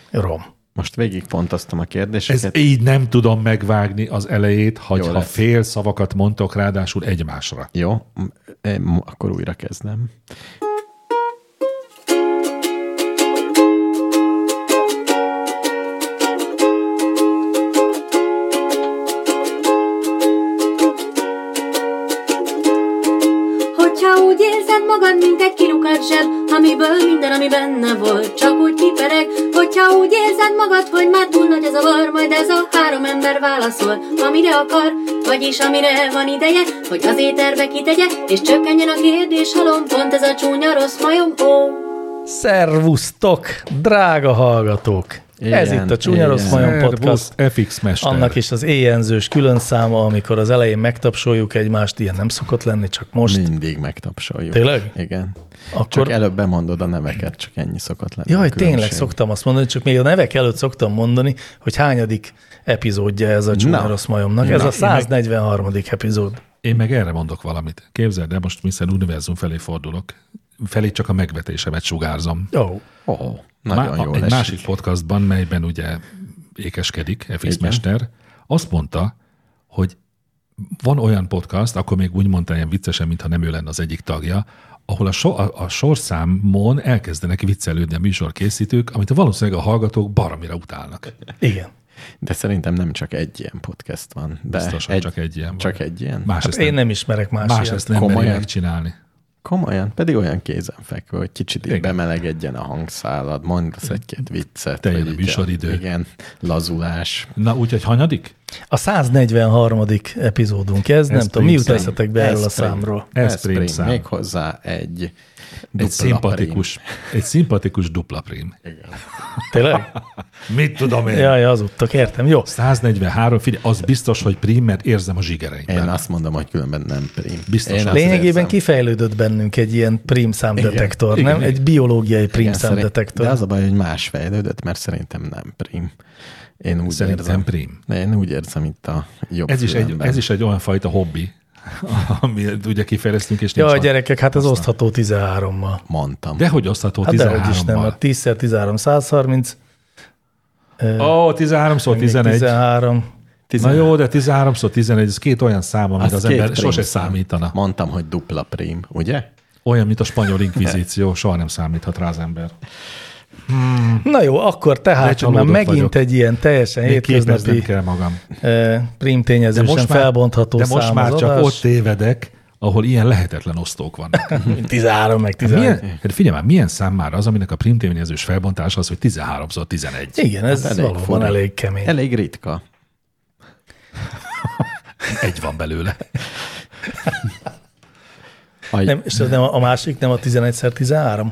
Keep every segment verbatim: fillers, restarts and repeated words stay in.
Rom. Most végigpontoztam a kérdéseket. Ez így nem tudom megvágni az elejét, ha fél szavakat mondtok ráadásul egymásra. Jó, akkor újra kezdem. Hogyha úgy érzed magad, mint egy kilukat zseb, amiből minden, ami benne volt, csak úgy kipereg. Hogyha úgy érzed magad, hogy már túl nagy a zavar, majd ez a három ember válaszol, amire akar, vagyis amire van ideje, hogy az éterbe kitegye, és csökkenjen a kérdés halom, pont ez a csúnya rossz majom, ó. Szervusztok, drága hallgatók! Igen, ez itt a Csúnya Rossz Majom Podcast. ef iksz Mester. Annak is az éjjelzős külön száma, amikor az elején megtapsoljuk egymást, ilyen nem szokott lenni, csak most. Mindig megtapsoljuk. Tényleg? Igen. Akkor... Csak előbb bemondod a neveket, csak ennyi szokott lenni. Jaj, tényleg szoktam azt mondani, csak még a nevek előtt szoktam mondani, hogy hányadik epizódja ez a Csúnya Na. Rossz Majomnak. Ez Na, a száznegyvenharmadik meg... epizód. Én meg erre mondok valamit. Képzeld, de most Mister Univerzum felé fordulok. Felé csak a megvetésemet sugárzom. Ó. Oh. Oh. Nagyon jó. Egy esik. Másik podcastban, melyben ugye ékeskedik, ef iksz Mester, azt mondta, hogy van olyan podcast, akkor még úgy mondta ilyen viccesen, mintha nem ő lenne az egyik tagja, ahol a, so, a, a sorszámon elkezdenek viccelődni a műsorkészítők, amit valószínűleg a hallgatók baromira utálnak. Igen. De szerintem nem csak egy ilyen podcast van. De Biztosan egy, csak egy ilyen Csak van. egy ilyen? Más hát én nem, nem ismerek más, más ezt nem meri megcsinálni. Komolyan, pedig olyan kézenfekvő, hogy kicsit így bemelegedjen a hangszálad, mondasz egy-két viccet. Teljön a műsoridő. Igen, lazulás. Na, úgyhogy hanyadik? A száznegyvenharmadik epizódunk ez, ez nem tudom, mi jut eszetek be erről a számról? Ez, ez prím szám. Méghozzá egy egy szimpatikus, egy szimpatikus dupla prím. Igen. Tényleg? Mit tudom én? Jaj, hazudtok, értem, jó. száznegyvenhárom, figyelj, az biztos, hogy prím, mert érzem a zsigereimben. Én azt mondom, hogy különben nem prím. Biztos. Lényegében kifejlődött bennünk egy ilyen prím számdetektor, nem? Igen. Egy biológiai prím számdetektor. De az a baj, hogy más fejlődött, mert szerintem nem prím. Én úgy szerintem érzem, prím. Én úgy érzem itt a jobb ez is, egy, ez is egy olyan fajta hobbi, amit ugye kifejlesztünk, és nincs. Ja, gyerekek, hát ez aztán osztható tizenhárommal. Mondtam. Dehogy osztható hát tizenhárommal. Dehogy is nem, a tízszer tizenhárom százharminc. Ó, tizenháromszor tizenegy. tizenhárom. Na jó, de tizenháromszor tizenegy, ez két olyan szám, amit az ember sose számítana. Mondtam, hogy dupla prím, ugye? Olyan, mint a spanyol inkvizíció, soha nem számíthat rá az ember. Hmm. Na jó, akkor tehát már megint vagyok. Egy ilyen teljesen még hétköznapi kell magam. Eh, prím tényezősen felbontható szám. De most már csak adás. Ott tévedek, ahol ilyen lehetetlen osztók vannak. tizenhárom meg tizenegy. Hát figyelj már, milyen szám már az, aminek a prím tényezős felbontása az, hogy tizenháromszor tizenegy. Igen, ez hát elég valóban fura. Elég kemény. Elég ritka. Egy van belőle. nem, és nem a másik nem a tizenegyszer tizenhárom?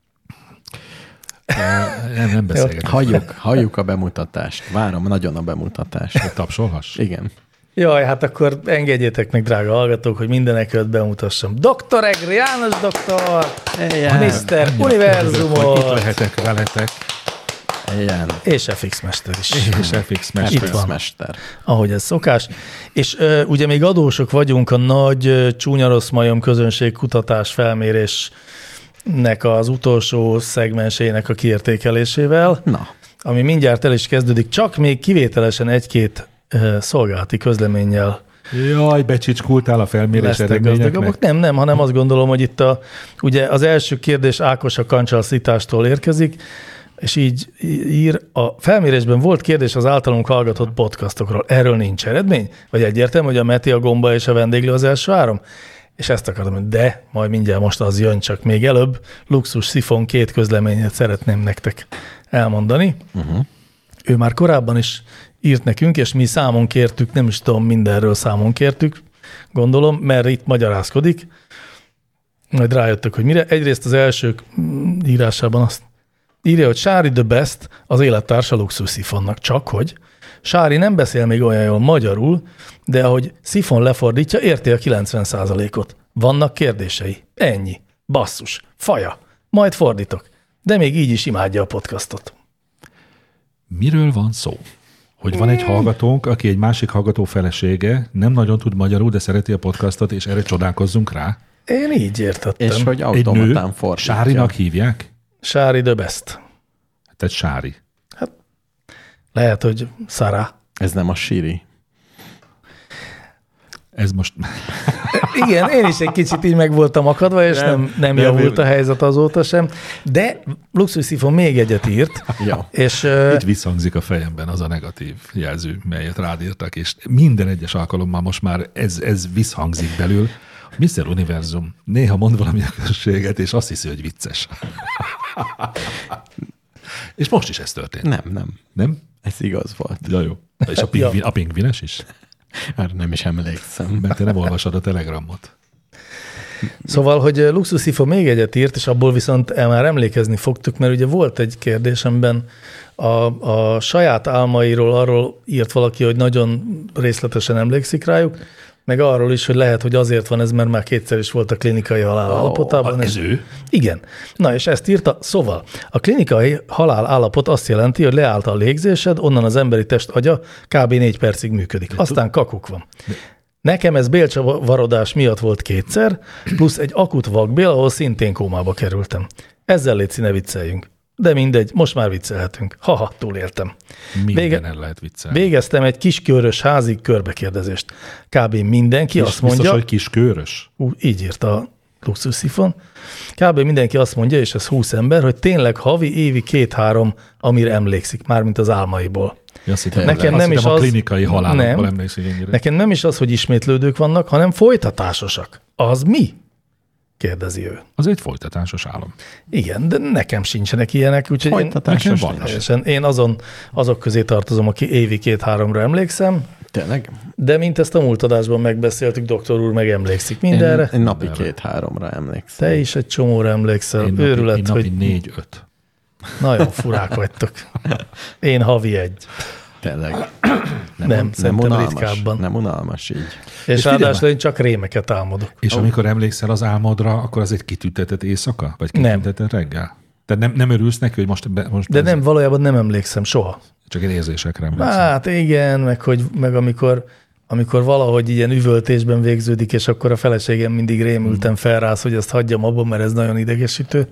Nem, nem beszélgetek. Halljuk, halljuk a bemutatást. Várom nagyon a bemutatást. Hogy tapsolhass? Igen. Jaj, hát akkor engedjétek meg, drága hallgatók, hogy mindenekőt bemutassam. doktor Egri János doktor, miszter Univerzumot. Itt lehetek veletek. Igen. És ef iksz Mester is. És ef iksz Mester. Itt van, Mester. ahogy ez szokás. És uh, ugye még adósok vagyunk a nagy uh, Csúnya Rossz Majom közönségkutatás felmérés nek az utolsó szegmensének a kiértékelésével, Na. ami mindjárt el is kezdődik, csak még kivételesen egy-két uh, szolgálati közleménnyel. Jaj, becsicskultál a felmérés eredményeknek. Nem, nem, hanem azt gondolom, hogy itt a, ugye az első kérdés Ákos a Kancsal Szitástól érkezik, és így ír, a felmérésben volt kérdés az általunk hallgatott podcastokról. Erről nincs eredmény? Vagy egyértelmű, hogy a Meti, a gomba és a vendéglő az első három? És ezt akarom, de majd mindjárt most az jön, csak még előbb Luxus Szifon két közleményet szeretném nektek elmondani. Uh-huh. Ő már korábban is írt nekünk, és mi számon kértük, nem is tudom, mindenről számon kértük, gondolom, mert itt magyarázkodik. Majd rájöttök, hogy mire. Egyrészt az első írásában azt írja, hogy Sári the best az élettársa Luxus Szifonnak, csak hogy Sári nem beszél még olyan jól magyarul, de ahogy Szifon lefordítja, érti a kilencven százalékot. Vannak kérdései. Ennyi. Basszus. Faja. Majd fordítok. De még így is imádja a podcastot. Miről van szó? Hogy van egy hallgatónk, aki egy másik hallgató felesége, nem nagyon tud magyarul, de szereti a podcastot, és erre csodálkozzunk rá? Én így értettem. És hogy automatán fordítja. Sárinak hívják? Sári the best. Tehát Sári. Hát Lehet, hogy Sarah. Ez nem a Siri. Ez most... Igen, én is egy kicsit így meg voltam akadva, és nem, nem, nem javult a helyzet azóta sem. De Luxuszifon még egyet írt. Ja. És, Itt visszhangzik a fejemben az a negatív jelző, melyet rád írtak, és minden egyes alkalommal most már ez, ez visszhangzik belül. miszter Univerzum néha mond valami községet, és azt hiszi, hogy vicces. És most is ez történt. Nem, nem. Nem? Ez igaz volt. Ja, jó. És a, pingvin, a pingvines is? Már nem is emlékszem. Mert te nem olvasod a telegramot. Szóval, hogy Luxuszifon még egyet írt, és abból viszont el már emlékezni fogtuk, mert ugye volt egy kérdésemben a, a saját álmairól, arról írt valaki, hogy nagyon részletesen emlékszik rájuk, meg arról is, hogy lehet, hogy azért van ez, mert már kétszer is volt a klinikai halál oh, állapotában. Ez ő? Igen. Na, és ezt írta. Szóval, a klinikai halál állapot azt jelenti, hogy leállt a légzésed, onnan az emberi test agya kb. négy percig működik. Aztán kakuk van. Nekem ez bélcsavarodás miatt volt kétszer, plusz egy akut vakbél, ahol szintén kómába kerültem. Ezzel létszi, ne vicceljünk. De mindegy, most már viccelhetünk. Haha, túléltem. Mindenen Vége, lehet viccelni. Végeztem egy kiskörös házi körbekérdezést. Kb. Mindenki és azt mondja... Biztos, hogy kiskörös? Ú, így írta a Luxuszifon. Kb. Mindenki azt mondja, és ez húsz ember, hogy tényleg havi, évi két-három, amire emlékszik, mármint az álmaiból. Hittem, nekem azt nem is a az, klinikai halálokból emlékszik ennyire. Nekem nem is az, hogy ismétlődők vannak, hanem folytatásosak. Az mi? Kérdezi ő. Az egy folytatásos álom. Igen, de nekem sincsenek ilyenek, úgyhogy folytatásos én, én azon, azok közé tartozom, aki évi két-háromra emlékszem. Tényleg? De mint ezt a múlt adásban megbeszéltük, doktor úr meg emlékszik mindenre. Én, én napi két-háromra emlékszem. Te is egy csomóra emlékszel. Én Őrület, napi, én hogy... napi négy-öt. Nagyon furák vagytok. Én havi egy. Tényleg. Nem, nem szerintem unalmas, ritkábban. Nem unalmas így. És, és ráadásul én csak rémeket álmodok. És oh. amikor emlékszel az álmodra, akkor az egy kitüntetett éjszaka? Vagy kitüntetett reggel? Tehát nem, nem örülsz neki, hogy most... Be, most De nem, valójában nem emlékszem soha. Csak egy érzésekre emlékszem. Hát igen, meg, hogy, meg amikor, amikor valahogy ilyen üvöltésben végződik, és akkor a feleségem mindig rémülten felrász, hogy ezt hagyjam abban, mert ez nagyon idegesítő.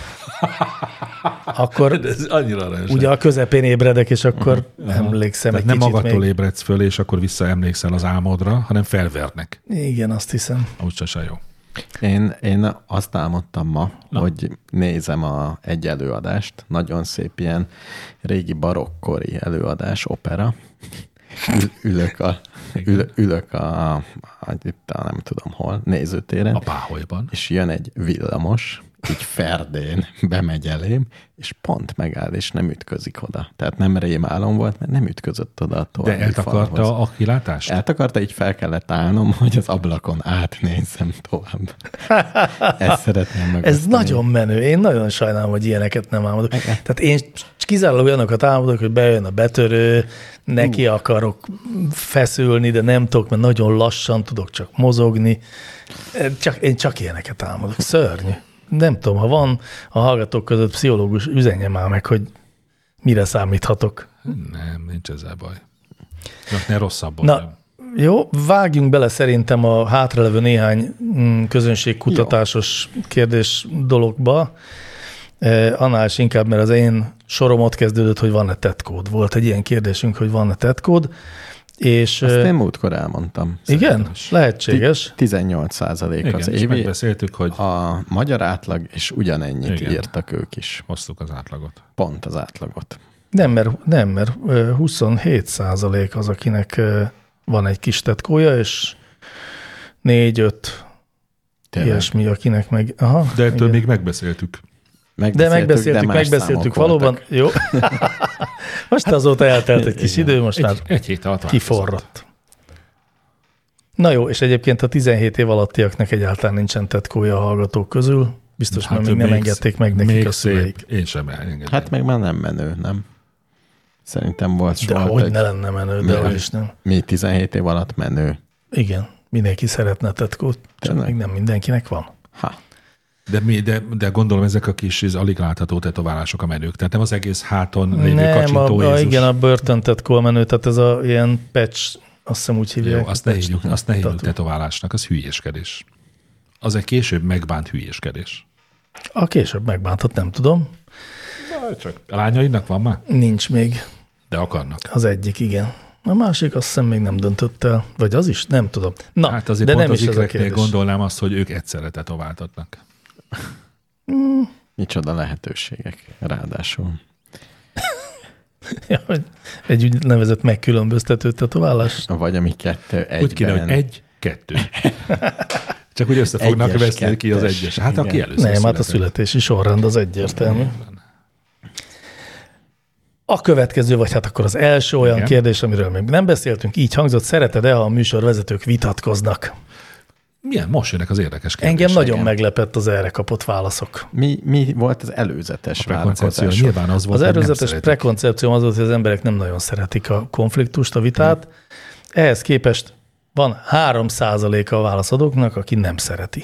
Akkor de ez annyira aranyos. Ugye a közepén ébredek, és akkor uh-huh. emlékszem Tehát egy nem kicsit magadtól még. ébredsz föl, és akkor visszaemlékszel az álmodra, hanem felvernek. Igen, azt hiszem. Úgy sose jó. Én, én azt álmodtam ma, Na. hogy nézem a, egy előadást, nagyon szép ilyen régi barokkori előadás, opera. Ül, ülök a, ül, ülök a, a, itt a nem tudom hol, nézőtéren. A Páholyban. És jön egy villamos, így ferdén bemegy elém, és pont megáll, és nem ütközik oda. Tehát nem rémálom volt, mert nem ütközött oda a további De eltakarta falhoz. A kilátást? Eltakarta, így fel kellett állnom, hogy az ablakon átnézzem tovább. Ezt szeretném meg. Ez nagyon menő. Én nagyon sajnálom, hogy ilyeneket nem álmodok. Okay. Tehát én kizárólag olyanokat álmodok, hogy bejön a betörő, neki uh. akarok feszülni, de nem tudok, mert nagyon lassan tudok csak mozogni. Csak, én csak ilyeneket álmodok. Szörnyű. Nem tudom, ha van a hallgatók között pszichológus, üzenje már meg, hogy mire számíthatok. Nem, nincs ezzel baj. Csak ne rosszabbon. Na, nem. Jó, vágjunk bele szerintem a hátralevő néhány közönségkutatásos jó. kérdés dologba. Eh, annál is inkább, mert az én sorom ott kezdődött, hogy van-e tetkód. Volt egy ilyen kérdésünk, hogy van-e tetkód. És, azt én múltkor elmondtam. Igen? Szerintem. Lehetséges. tizennyolc százalék az évi. megbeszéltük, hogy... A magyar átlag, és ugyanennyit Igen. írtak ők is. Hoztuk az átlagot. Pont az átlagot. Nem, mert, nem, mert huszonhét százalék az, akinek van egy kis tetkója, és négy-öt ilyesmi, akinek meg... Aha, de ettől igen. még megbeszéltük. Megbeszéltük, de megbeszéltük, de megbeszéltük valóban. Jó. Most azóta eltelt egy kis Igen. idő, most egy, már egy hét alatt kiforrott. Na jó, és egyébként a tizenhét év alattiaknak egyáltalán nincsen tetkója a hallgatók közül. Biztos, hát mert még nem engedték meg nekik még a szüleik. Én sem engedném. Hát meg már nem menő, nem? Szerintem volt De volt hogy egy, ne lenne menő, de hogy is nem. Mi tizenhét év alatt menő. Igen, mindenki szeretne tetkót, csak Tényleg? még nem mindenkinek van. Ha. De, mi, de, de gondolom ezek a kis ez alig látható tetoválások a menők. Tehát nem az egész háton lévő Nem, kacsintó a, a, Jézus. igen, a börtön tetkó a menő, tehát ez a ilyen patch, azt hiszem úgy hívják. Jó, azt ne hívjuk, azt ne hívjuk Tatu. tetoválásnak, az hülyéskedés. Az egy később megbánt hülyéskedés. A később megbántott, nem tudom. Na, csak a lányaidnak van már? Nincs még. De akarnak. Az egyik, igen. A másik azt hiszem még nem döntött el. Vagy az is? Nem tudom. Na, Hát azért de pont nem az is ez a ikreknél kérdés. gondolnám azt, hogy ők egyszerre tetováltatnak. Micsoda lehetőségek ráadásul. Ja, hogy egy úgynevezett megkülönböztető tetoválás. Vagy ami kettő egyben. Úgy kéne, hogy egy, kettő. Csak úgy össze fognak Egyes, veszni ki az kettes. egyes. Hát Igen. aki először Nem, hát a született. születési sorrend az egyértelmű. A következő, vagy hát akkor az első olyan Igen. kérdés, amiről még nem beszéltünk, így hangzott, szereted-e, ha a műsorvezetők vitatkoznak? Milyen? Most jönnek az érdekes kérdések. Engem nagyon igen. meglepett az erre kapott válaszok. Mi, mi volt az előzetes A prekoncepció várakozás? nyilván az volt, Az hogy nem előzetes szeretik. prekoncepció az volt, hogy az emberek nem nagyon szeretik a konfliktust, a vitát. Ehhez képest van három százaléka a válaszadóknak, aki nem szereti.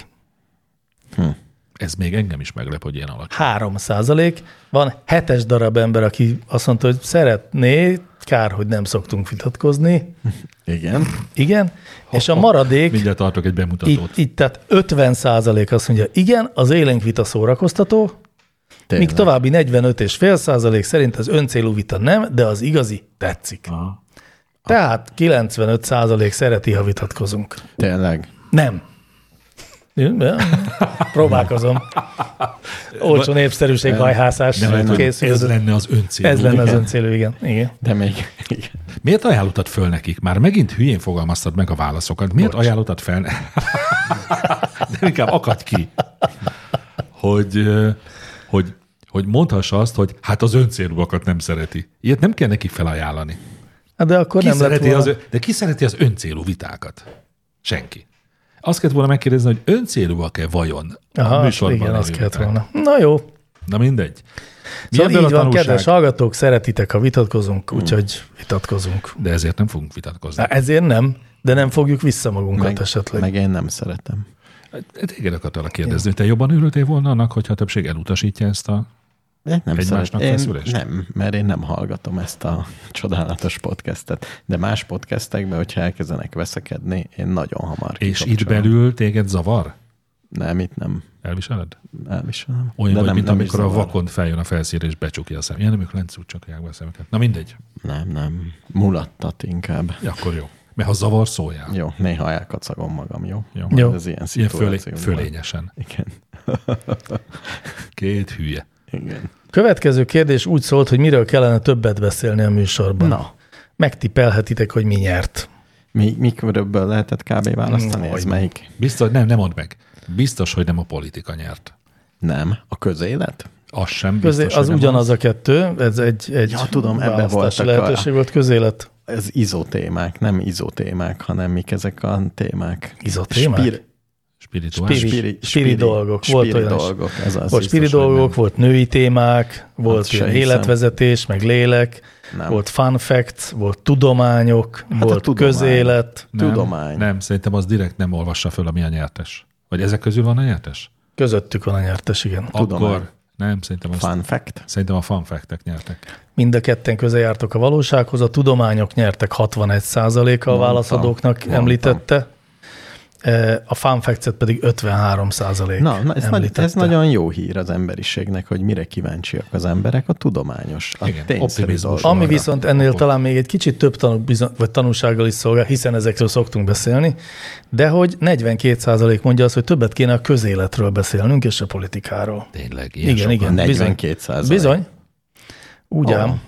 Ez még engem is meglep, hogy ilyen alacsony. három százalék. Van hetes darab ember, aki azt mondta, hogy szeretné, kár, hogy nem szoktunk vitatkozni. Igen. Igen. És a maradék, Mindjárt tartok egy bemutatót. itt, itt tehát ötven százalék azt mondja, igen, az élénk vita szórakoztató, Tényleg. míg további negyvenöt egész öt százalék szerint az öncélú vita nem, de az igazi tetszik. Aha. Tehát kilencvenöt százalék szereti, ha vitatkozunk. Tényleg. Nem. Ja, próbálkozom. Olcsó népszerűség, hajhászás Nem lehet, hogy készül. ez lenne az öncélú. Ez lenne az Igen. öncélű, igen. igen. De még... Igen. Miért ajánlottad föl nekik? Már megint hülyén fogalmaztad meg a válaszokat. Miért Bocs. ajánlottad fel? De inkább akadj ki. Hogy, ö, hogy, hogy mondhassa azt, hogy hát az öncélúakat nem szereti. Ilyet nem kell nekik felajánlani. Hát de akkor Ki nem lett szereti volna. az, ö- de ki szereti az öncélú vitákat? Azt kellett volna megkérdezni, hogy öncélúak-e vajon a Aha, műsorban igen, lévő azt kellett viták? volna. Na jó. Na mindegy. Mi Szóval ebből így a van, tanulság? kedves hallgatók, szeretitek, ha vitatkozunk, úgyhogy vitatkozunk. De ezért nem fogunk vitatkozni. Há, ezért nem, de nem fogjuk vissza magunkat Meg, esetleg. meg én nem szeretem. Téged akartalak kérdezni, hogy te jobban örültél volna annak, hogyha a többség elutasítja ezt a... Én nem Egymásnak szeretem. feszülést? Nem, mert én nem hallgatom ezt a csodálatos podcastet. De más podcastekben, hogyha elkezdenek veszekedni, én nagyon hamar És itt kikapcsolom. belül téged zavar? Nem, itt nem. Elviseled? Elviselem. Olyan De vagy, nem, mint nem amikor is a zavar. vakond feljön a felszínre és becsukja a szem. Ilyen nem ők lencút csukják be a szemeket. Na mindegy. Nem, nem. Mulattat inkább. Ja, akkor jó. Mert ha zavar, szóljál. Jó, néha elkacagom magam, jó? Jó. Jó. Ez ilyen Ilyen fölé, szituációban. fölényesen. Igen. Két hülye. Igen. Következő kérdés úgy szólt, hogy miről kellene többet beszélni a műsorban. Na. Megtippelhetitek, hogy mi nyert. Mi, miköröbből lehetett kb. Választani? Mm, Ez hogy melyik? Biztos, nem, nem mondd meg. Biztos, hogy nem a politika nyert. Nem. A közélet? Az sem Közé, biztos, az hogy nem ugyanaz a kettő, ez egy, egy Ja, tudom, ebbe választási voltak a- lehetőség volt, közélet. Ez izotémák, nem izotémák, hanem mik ezek a témák? Izotémák? Spir, Spirituális. Spiri- spiri, spiri dolgok, volt spiri olyan is. dolgok, ez az Volt spiri biztos, hogy dolgok, nem. volt női témák, volt se ilyen hiszem. életvezetés, meg lélek, Nem. volt fun facts, volt tudományok, Hát a volt tudomány. közélet. Nem, Tudomány. Nem, szerintem az direkt nem olvassa föl, ami a nyertes. Vagy ezek közül van a nyertes? Közöttük van a nyertes, igen. Tudomány. Akkor nem, szerintem, azt, Fun fact? szerintem a fun fact-ek nyertek. Mind a ketten közel jártok a valósághoz, a tudományok nyertek hatvanegy százaléka a Mondtam, válaszadóknak mondtam. említette, E, a fun facts-et pedig ötvenhárom százalék Na, na ez, nagy, említette. ez nagyon jó hír az emberiségnek, hogy mire kíváncsiak az emberek, a tudományos, a Igen, tényszerű optimizmus. dolgok. Ami arra. viszont ennél Akkor- talán még egy kicsit több tanul, bizony, vagy tanulsággal is szolgál, hiszen ezekről szoktunk beszélni, de hogy negyvenkét százalék mondja azt, hogy többet kéne a közéletről beszélnünk, és a politikáról. Tényleg, ilyen Igen, sokan. igen. negyvenkét százalék. Bizony. Úgy Ó. ám.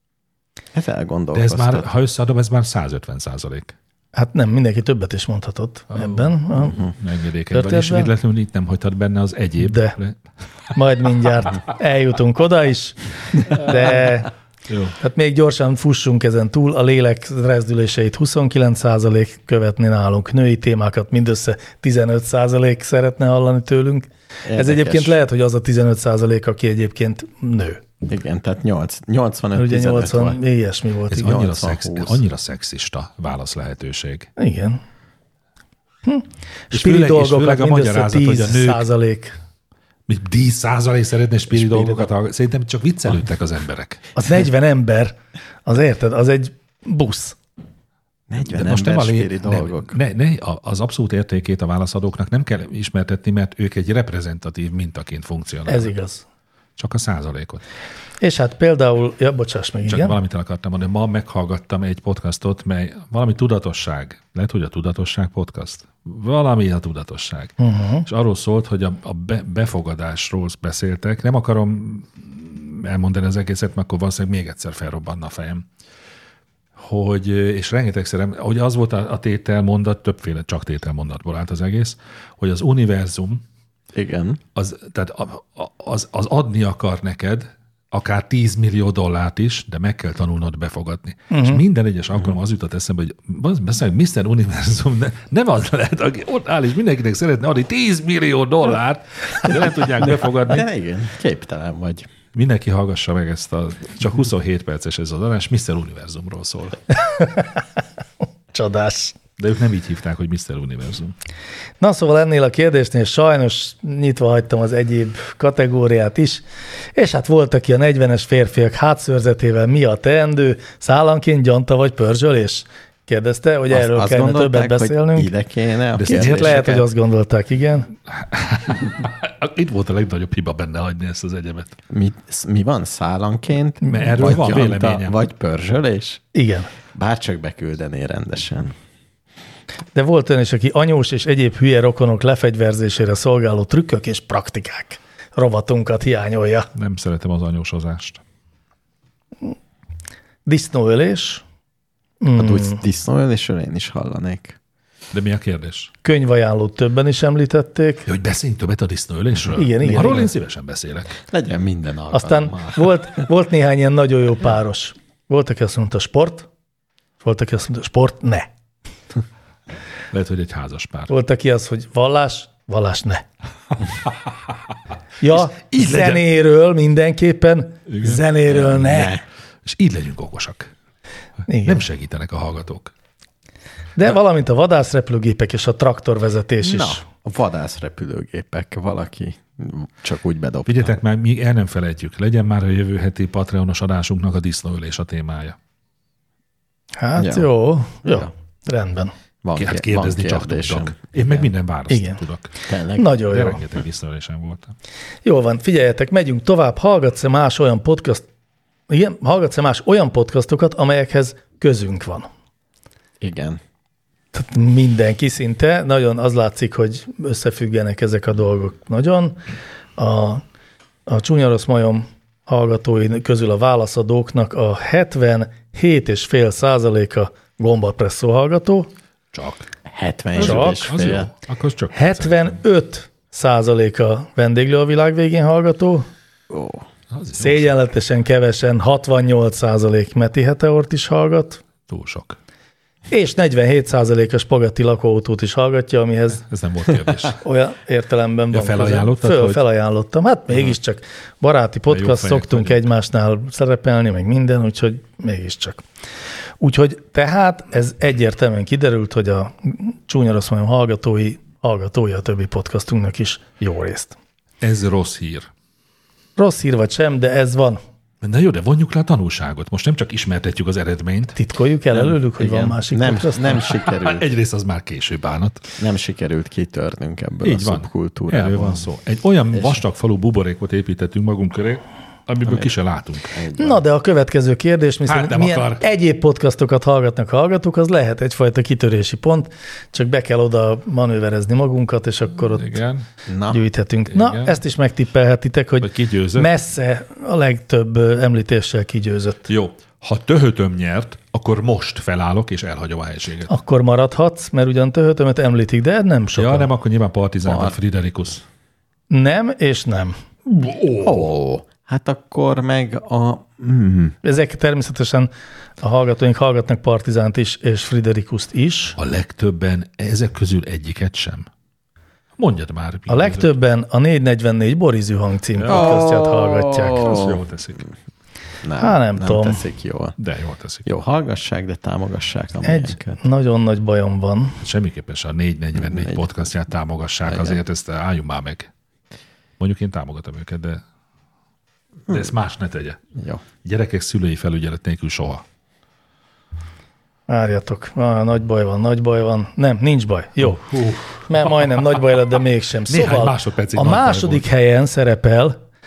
Ez De ez elgondolkoztat. már, ha összeadom, ez már százötven százalék. Hát nem, mindenki többet is mondhatott oh. ebben. Uh-huh. Engedékenyben. És Történetben? véletlenül itt nem hagytad benne az egyéb. De. Majd mindjárt eljutunk oda is, de Jó. hát még gyorsan fussunk ezen túl. A lélek rezdüléseit huszonkilenc százalék követni nálunk, női témákat mindössze tizenöt százalék szeretne hallani tőlünk. Érdekes. Ez egyébként lehet, hogy az a tizenöt százalék, aki egyébként nő. Igen, tehát nyolc, nyolcvanöt Ugye tizenöt nyolcvan, volt. ilyesmi volt. Ez Igen. annyira, nyolcvan szex, húsz. annyira szexista válasz lehetőség. Igen. Hm. És Spiri főleg- és dolgoknak főleg a mindössze magyarázat, hogy a tíz nők- százalék. Még tíz százalék szeretne spiri Spiri dolgokat hallgatni. Szerintem csak viccelődtek az emberek. Az negyven ember, az érted, az egy busz. negyven De most nem ember a lé... spiri dolgok. Ne, ne, a- az abszolút értékét a válaszadóknak nem kell ismertetni, mert ők egy reprezentatív mintaként funkcionálnak. Ez igaz. Csak a százalékot. És hát például, ja, bocsáss meg, Csak igen. valamit el akartam mondani. Ma meghallgattam egy podcastot, mely valami tudatosság. Lehet, hogy a tudatosság podcast? Valami a tudatosság. Uh-huh. És arról szólt, hogy a, a be, befogadásról beszéltek. Nem akarom elmondani az egészet, mert akkor valószínűleg még egyszer felrobbanna a fejem. Hogy, és rengetegszer, hogy az volt a, a tételmondat, többféle csak tételmondatból állt az egész, hogy az univerzum Igen. Az, tehát az, az adni akar neked akár tíz millió dollárt is, de meg kell tanulnod befogadni. Uh-huh. És minden egyes alkalom az jutott eszembe, hogy beszélünk, miszter Univerzum, ne, nem az lehet, aki ott áll, és mindenkinek szeretne adni tíz millió dollárt, de nem tudják befogadni. De igen, képtelen vagy. Mindenki hallgassa meg ezt a, csak huszonhét perces ez az adás, miszter Univerzumról szól. Csodás. De ők nem így hívták, hogy miszter Univerzum. Na szóval ennél a kérdésnél sajnos nyitva hagytam az egyéb kategóriát is, és hát volt, aki a negyvenes férfiak hátszőrzetével mi a teendő, szállanként gyanta vagy pörzsölés? Kérdezte, hogy azt, erről azt kellene többet beszélnünk. Hogy ide kéne a De hát lehet, hogy azt gondolták, igen. Itt volt a legnagyobb hiba benne hagyni ezt az egyemet. Mi, mi van szállanként? Mert erről vagy van gyanta, véleményem. vagy pörzsölés? Igen. Bárcsak beküldené rendesen. De volt olyan is, aki anyós és egyéb hülye rokonok lefegyverzésére szolgáló trükkök és praktikák rovatunkat hiányolja. Nem szeretem az anyósozást. Disznóölés. A hmm. disznóölésről én is hallanék. De mi a kérdés? Könyvajánlót többen is említették. Ja, hogy beszéljünk többet a disznóölésről? Igen, igen. Arról igen. én szívesen beszélek. Legyen minden alkalommal. Aztán volt, volt néhány ilyen nagyon jó páros. Volt, aki azt mondta sport, volt, aki azt mondta sport, ne. Lehet, hogy egy házas pár. Volt, aki az, hogy vallás, vallás, ne. Ja, így zenéről legyen. Mindenképpen, igen. Zenéről ne. ne. És így legyünk okosak. Igen. Nem segítenek a hallgatók. De Na. valamint a vadászrepülőgépek és a traktorvezetés Na, is. a vadászrepülőgépek valaki csak úgy bedobta. Vigyetek már, mi el nem felejtjük. Legyen már a jövő heti Patreonos adásunknak a disznóölés a témája. Hát ja. jó, jó, ja. rendben. Van, hát kérdezni csak tudok. Én meg minden választ tudok. Tényleg. Nagyon De jó. rengeteg disznóölésen voltam. Jó van, figyeljetek, megyünk tovább. Hallgatsz-e más olyan podcast, igen, hallgatsz-e más olyan podcastokat, amelyekhez közünk van? Igen. Tehát mindenki szinte, nagyon az látszik, hogy összefüggenek ezek a dolgok nagyon. A, a Csúnya Rossz Majom hallgatói közül a válaszadóknak a hetvenhét egész öt százaléka gombapresszó hallgató. Csak. hetvenhét és fél. Akkor csak. hetvenöt százaléka vendéglő a világ végén hallgató. Ó, szégyenletesen kevesen, hatvannyolc százalék Meti Heteort is hallgat. Túl sok. És negyvenhét százalék a Spaghetti lakóautót is hallgatja, amihez ez nem volt kérdés. Olyan értelemben ja, van. felajánlottad? Föl, hogy... Felajánlottam. Hát mégiscsak baráti podcast, szoktunk vagyunk. egymásnál szerepelni, meg minden, úgyhogy mégiscsak. Úgyhogy tehát ez egyértelműen kiderült, hogy a Csúnya Rossz Majom hallgatói, hallgatói a többi podcastunknak is jó részt. Ez rossz hír. Rossz hír vagy sem, de ez van. Na jó, de vonjuk le a tanulságot. Most nem csak ismertetjük az eredményt. Titkoljuk el nem, előlük, hogy igen. van másik nem, podcast? Nem sikerült. Egyrészt az már késő bánat. Nem sikerült kitörnünk ebből így a van. szubkultúrából. Erről van szó. Egy olyan vastag falu buborékot építettünk magunk köré, amiből ki se látunk. Na, de a következő kérdés, hát milyen akar. egyéb podcastokat hallgatnak hallgatók, az lehet egyfajta kitörési pont, csak be kell oda manőverezni magunkat, és akkor ott igen. gyűjthetünk. Igen. Na, ezt is megtippelhetitek, hogy messze a legtöbb említéssel kigyőzött. Jó. Ha Töhötöm nyert, akkor most felállok, és elhagyom a helységet. Akkor maradhatsz, mert ugyan Töhötömet említik, de nem sokan. Ja, nem, akkor nyilván Partizán vagy Friderikus. Nem, és nem. Ó. Oh. Hát akkor meg a... Mm. Ezek természetesen a hallgatóink hallgatnak Partizánt is, és Friderikuszt is. A legtöbben ezek közül egyiket sem. Mondjad már. A legtöbben a négyszáznegyvennégy Boris Zühang című podcastját hallgatják. Az jól teszik. Nem, Há, nem, nem tudom. teszik jól. De jól teszik. Jó, hallgassák, de támogassák a Egy miénket. nagyon nagy bajom van. Semmiképpen se a négyszáznegyvennégy Egy. podcastját támogassák, Igen. azért ezt álljunk már meg. Mondjuk én támogatom őket, de, de ezt más ne tegye. Jó. Gyerekek szülői felügyelet nélkül soha. Várjatok, ah, nagy baj van, nagy baj van. Nem, nincs baj. Jó. Uh, Mert majdnem nagy baj lett, de mégsem. Néhány Szóval másodpercig a nagy baj második volt. helyen szerepel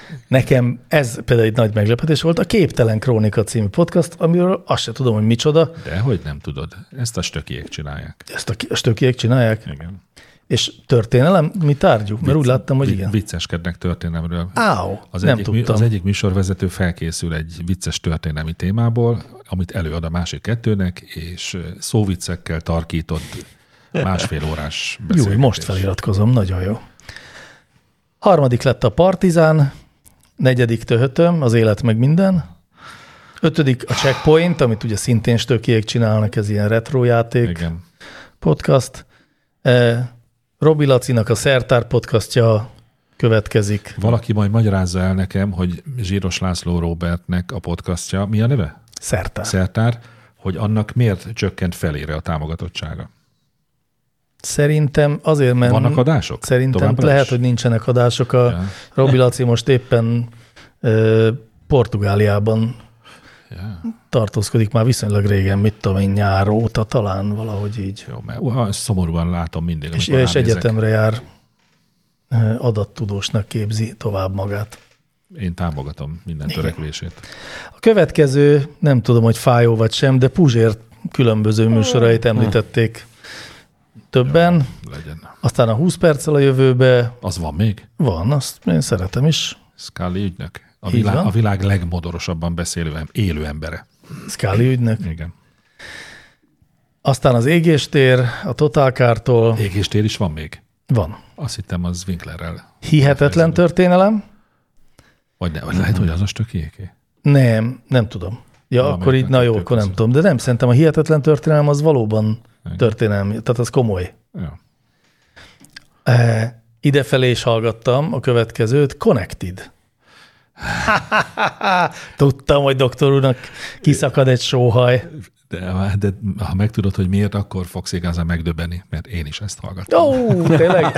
nekem ez például egy nagy meglepetés volt, a Képtelen Krónika című podcast, amiről azt se tudom, hogy micsoda. De hogy nem tudod? Ezt a stökiek csinálják. Ezt a, a stökiek csinálják? Igen. És történelem, mi tárgyuk? Mert úgy láttam, hogy igen. Vicceskednek történelemről. Áó, az nem egyik, tudtam. Az egyik műsorvezető felkészül egy vicces történelmi témából, amit előad a másik kettőnek, és szóviccekkel tarkított másfél órás beszélgetés. Jó, most feliratkozom, nagyon jó. Harmadik lett a Partizán, negyedik Töhötöm, az élet meg minden. Ötödik a Checkpoint, amit ugye szintén stökiek csinálnak, ez ilyen retro játék Igen. podcast. Robi Lacinak a Szertár podcastja következik. Valaki majd magyarázza el nekem, hogy Zsíros László Robertnek a podcastja, mi a neve? Szertár. Szertár, hogy annak miért csökkent felére a támogatottsága? Szerintem azért, mert... Vannak adások? Szerintem Továbbra lehet, is? hogy nincsenek adások. A Ja. Robi Laci most éppen ö, Portugáliában Ja. tartózkodik már viszonylag régen, mit tudom én, nyár óta talán valahogy így. Jó, mert uh, szomorúan látom mindig, És, amikor és ránézek. egyetemre jár, ö, adattudósnak képzi tovább magát. Én támogatom minden Igen. törekvését. A következő, nem tudom, hogy fájó vagy sem, de Puzsér különböző műsorait említették többen. Legyen. Aztán a húsz perccel a jövőbe Az van még? van, azt én szeretem is. Scully ügynök? A Így világ, van. a világ legmodorosabban beszélő, em- élő embere. Scully ügynök. Igen. Aztán az Égéstér, a Totálkártól Égéstér is van még? van. Azt hittem, az Winklerrel. Hihetetlen történelem? Vagy, ne, vagy lehet, hogy az a stökiéké? Nem, nem tudom. Ja, Valamelyik akkor így, na jó, kettő akkor nem között. tudom. De nem, szerintem a hihetetlen történelem az valóban Igen. történelmi, tehát az komoly. Ja. E, idefelé is hallgattam a következőt, Connected. Tudtam, hogy doktor úrnak kiszakad egy sóhaj. De, de ha megtudod, hogy miért, akkor fogsz igazán megdöbbenni, mert én is ezt hallgattam. Ó, tényleg?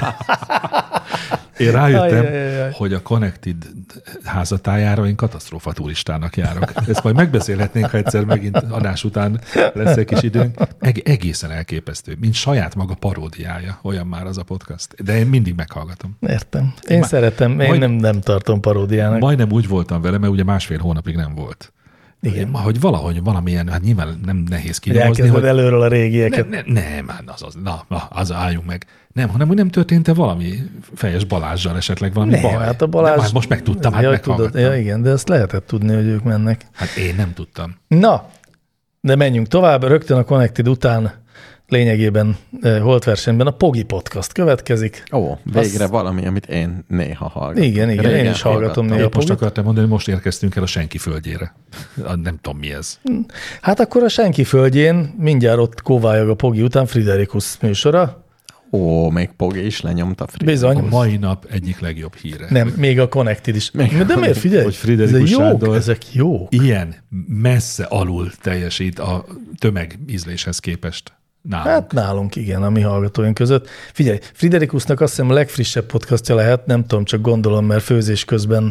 Én rájöttem, Ajajajaj. hogy a Connected házatájára én katasztrófa turistának járok. Ezt majd megbeszélhetnénk, ha egyszer megint adás után lesz egy kis időnk. Eg- egészen elképesztő, mint saját maga paródiája, olyan már az a podcast. De én mindig meghallgatom. Értem. Én Má- szeretem, én majd- nem, nem tartom paródiának. Majdnem úgy voltam vele, mert ugye másfél hónapig nem volt. Igen. Hogy valahogy valamilyen, hát nyilván nem nehéz Hogy kinyomozni, elkezded hogy előről a ne, régieket. ne, nem, hát az, az, na, na, az álljunk meg. Nem, hanem hogy nem történt-e valami Fejes Balázsjal esetleg valami Nem, baj. hát a Balázs... Nem, hát most megtudtam, hát ja, meghallgattam. tudod, ja, igen, de ezt lehetett tudni, hogy ők mennek. Hát én nem tudtam. Na, de menjünk tovább. Rögtön a Connected után lényegében eh, holtversenyben a Pogi Podcast következik. Ó, végre Azt- valami, amit én néha hallgatom. Igen, igen, én is hallgatom néha. Én a most Pogit. akartam mondani, hogy most érkeztünk el a senki földjére. Nem tudom, mi ez. Hát akkor a senki földjén mindjárt ott kóvályog a Pogi után Friderikus műsora. Ó, még Pogi is lenyomta Friderikus. Bizony. A mai nap egyik legjobb híre. Nem, még a Connected is. Még De miért figyelj? Hogy Friderikus ezek jók, Sándor- ezek jók. Ilyen messze alul teljesít a tömegízléshez képest nálunk. Hát nálunk igen, a mi hallgatóink között. Figyelj, Friderikusnak azt hiszem a legfrissebb podcastja lehet, nem tudom, csak gondolom, mert főzés közben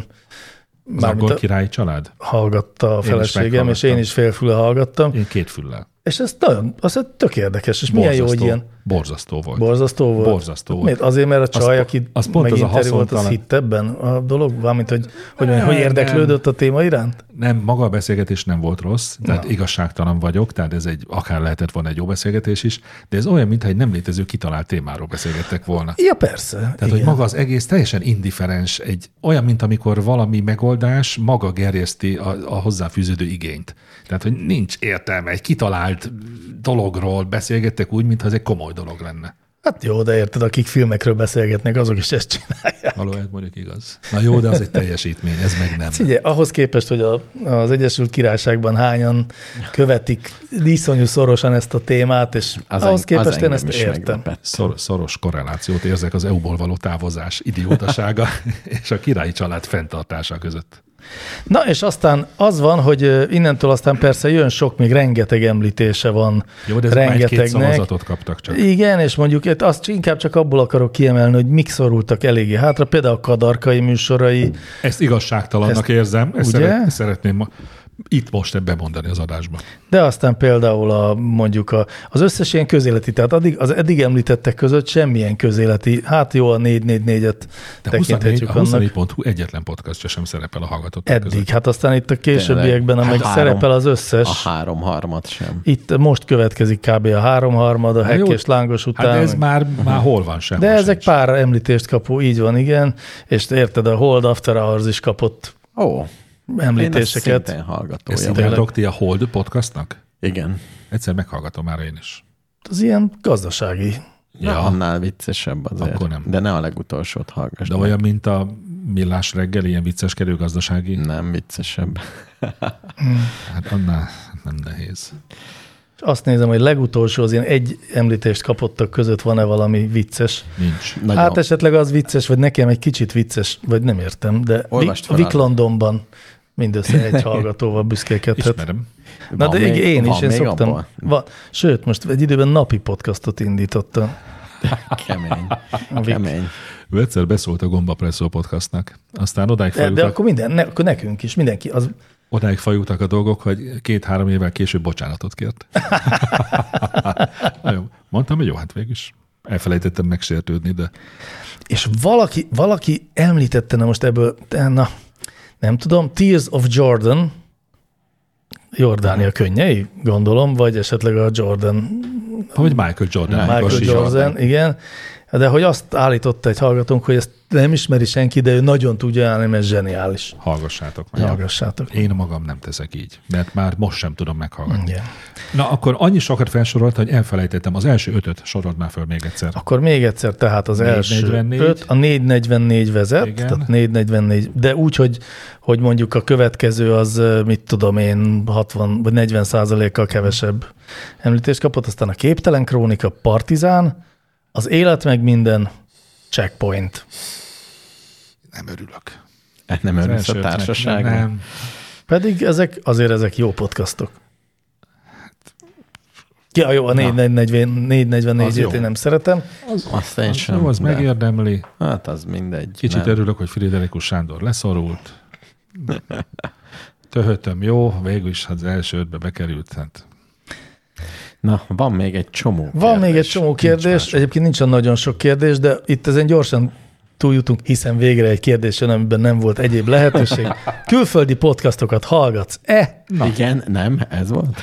az mármint angol a- királyi család? hallgatta a is feleségem, és meghallgattam. én is félfüle hallgattam. Én két füllel. És ez nagyon, az tök érdekes, és milyen jó, hogy ilyen Borzasztó volt. borzasztó volt. Borzasztó volt. Miért? Azért, mert a csaj, Az- aki az pont az a meginterjú volt, az haszontalan- hitt ebben a dolog, valamint, hogy, hogy, Nem, hogy érdeklődött nem. a téma iránt? Nem, maga a beszélgetés nem volt rossz, tehát Na. igazságtalan vagyok, tehát ez egy, akár lehetett volna egy jó beszélgetés is, de ez olyan, mintha egy nem létező kitalált témáról beszélgettek volna. Ja, persze. Tehát, igen. hogy maga az egész teljesen indifferens, egy, olyan, mint amikor valami megoldás maga gerjeszti a, a hozzáfűződő igényt. Tehát, hogy nincs értelme, egy kitalált dologról beszélgettek úgy, mintha ez egy komoly dolog lenne. Hát jó, de érted, akik filmekről beszélgetnek, azok is ezt csinálják. Valójában mondjuk igaz. Na jó, de az egy teljesítmény, ez meg nem. Figyelj, ahhoz képest, hogy a, az Egyesült Királyságban hányan követik iszonyú szorosan ezt a témát, és Az ahhoz en- képest az én engem ezt is értem. meglepett. Szor, szoros korrelációt érzek az é u-ból való távozás idiótasága és a királyi család fenntartása között. Na, és aztán az van, hogy ö, innentől aztán persze jön sok, még rengeteg említése van. Jó, de ez már egy-két rengetegnek. szavazatot kaptak csak. Igen, és mondjuk itt azt inkább csak abból akarok kiemelni, hogy mik szorultak eléggé hátra, például a Kadarkai műsorai. Ezt igazságtalannak Ezt- érzem, ezt ugye? szeret, szeretném ma- itt most bemondani az adásban. De aztán például a, mondjuk a, az összes ilyen közéleti, tehát addig, az eddig említettek között semmilyen közéleti, hát jó, a négy négy négyet tekinthetjük annak. A huszonnégy pont hu egyetlen podcastja sem szerepel a hallgatottak Eddig, között. hát aztán itt a későbbiekben, amelyik hát szerepel az összes. A háromharmad sem. Itt most következik kb. A háromharmad, a hekk és lángos után. Hát ez már, már hol van sem. De ezek sincs. Pár említést kapó, így van, igen, és érted, a Hold After Hours is kapott Ó, említéseket. Én hallgatója. Ezt hívjátok ti a Hold podcastnak? Igen. Egyszer meghallgatom már én is. Az ilyen gazdasági. Ja. Annál viccesebb azért. Akkor nem. De ne a legutolsót hallgass. De meg. Olyan, mint a Millás reggel, ilyen vicceskedő gazdasági? Nem viccesebb. Hát annál nem nehéz. Azt nézem, hogy legutolsó az ilyen egy említést kapottak között van-e valami vicces. Nincs. Nagyon. Hát esetleg az vicces, vagy nekem egy kicsit vicces, vagy nem értem, de Vic Londonban mindössze egy hallgatóval büszkélkedhet. Ismerem. Na de még, én is, én szoktam. Va, sőt, most egy időben napi podcastot indítottam. Kemény. Kemény. Ő egyszer beszólt a Gomba Presszó podcastnak. Aztán odáig de, de akkor, minden, ne, akkor nekünk is, mindenki. Az... Odáig fajultak a dolgok, hogy két-három évvel később bocsánatot kért. jó. Mondtam, hogy jó, hát végülis elfelejtettem megsértődni, de... És valaki, valaki említette, na most ebből, na, nem tudom, Tears of Jordan, Jordánia könnyei, gondolom, vagy esetleg a Jordan... Vagy Michael Jordan. Michael, Michael Jordan, Jordan, igen. De hogy azt állította egy hallgatónk, hogy ezt nem ismeri senki, de ő nagyon tudja állni, mert zseniális. Hallgassátok meg. Hallgassátok. Én magam nem teszek így, mert már most sem tudom meghallgatni. Igen. Na, akkor annyi sokat felsorolta, hogy elfelejtettem. Az első ötöt sorold már föl még egyszer. Akkor még egyszer, tehát az első öt, a négy negyvennégy vezet, igen. Tehát négy negyvennégy, de úgy, hogy, hogy mondjuk a következő az, mit tudom én, hatvan vagy negyven százalékkal kevesebb említést kapott, aztán a Képtelen Krónika, Partizán, az Élet meg minden, Checkpoint. Nem örülök. Nem örülsz a társaságban? Nem. Pedig ezek, azért ezek jó podcastok. Ja, jó, a négy negyvennégyet én nem szeretem. Az, Azt én sem. Az de. Megérdemli. Hát az mindegy. Kicsit nem. Örülök, hogy Friderikus Sándor leszorult. Töhötöm jó, végül is az első ötbe bekerült. Hát. Na, van még egy csomó van kérdés. Van még egy csomó kérdés, egyébként nincsen nagyon sok kérdés, de itt ezen gyorsan túljutunk, hiszen végre egy kérdés jön, amiben nem volt egyéb lehetőség. Külföldi podcastokat hallgatsz-e? Na. Igen, nem, ez volt.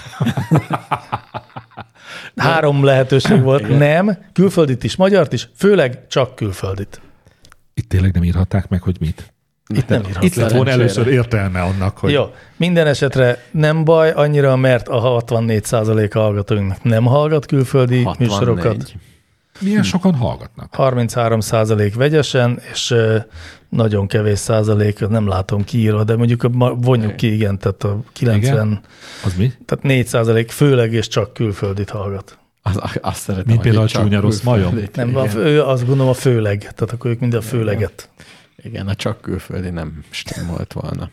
Három lehetőség volt. Igen. Nem, külföldit is, magyart is, főleg csak külföldit. Itt tényleg nem írhatták meg, hogy mit? Itt nem írhatták. Itt lett volna először értelme annak, hogy... Jó, minden esetre nem baj annyira, mert a hatvannégy százalék hallgatóinknak nem hallgat külföldi hatvannégy műsorokat. Milyen hm. sokan hallgatnak? harminchárom százalék vegyesen, és nagyon kevés százalék, nem látom kiírva, de mondjuk vonjuk ki, igen, tehát a kilencven, igen? Az mi? Tehát négy százalék főleg és csak külföldit hallgat. Az, azt szeretem, mint például a csúnya rossz majom? Nem, a, ő azt gondolom a főleg, tehát akkor ők mind a főleget. Igen, a csak külföldi nem stimmelt volna.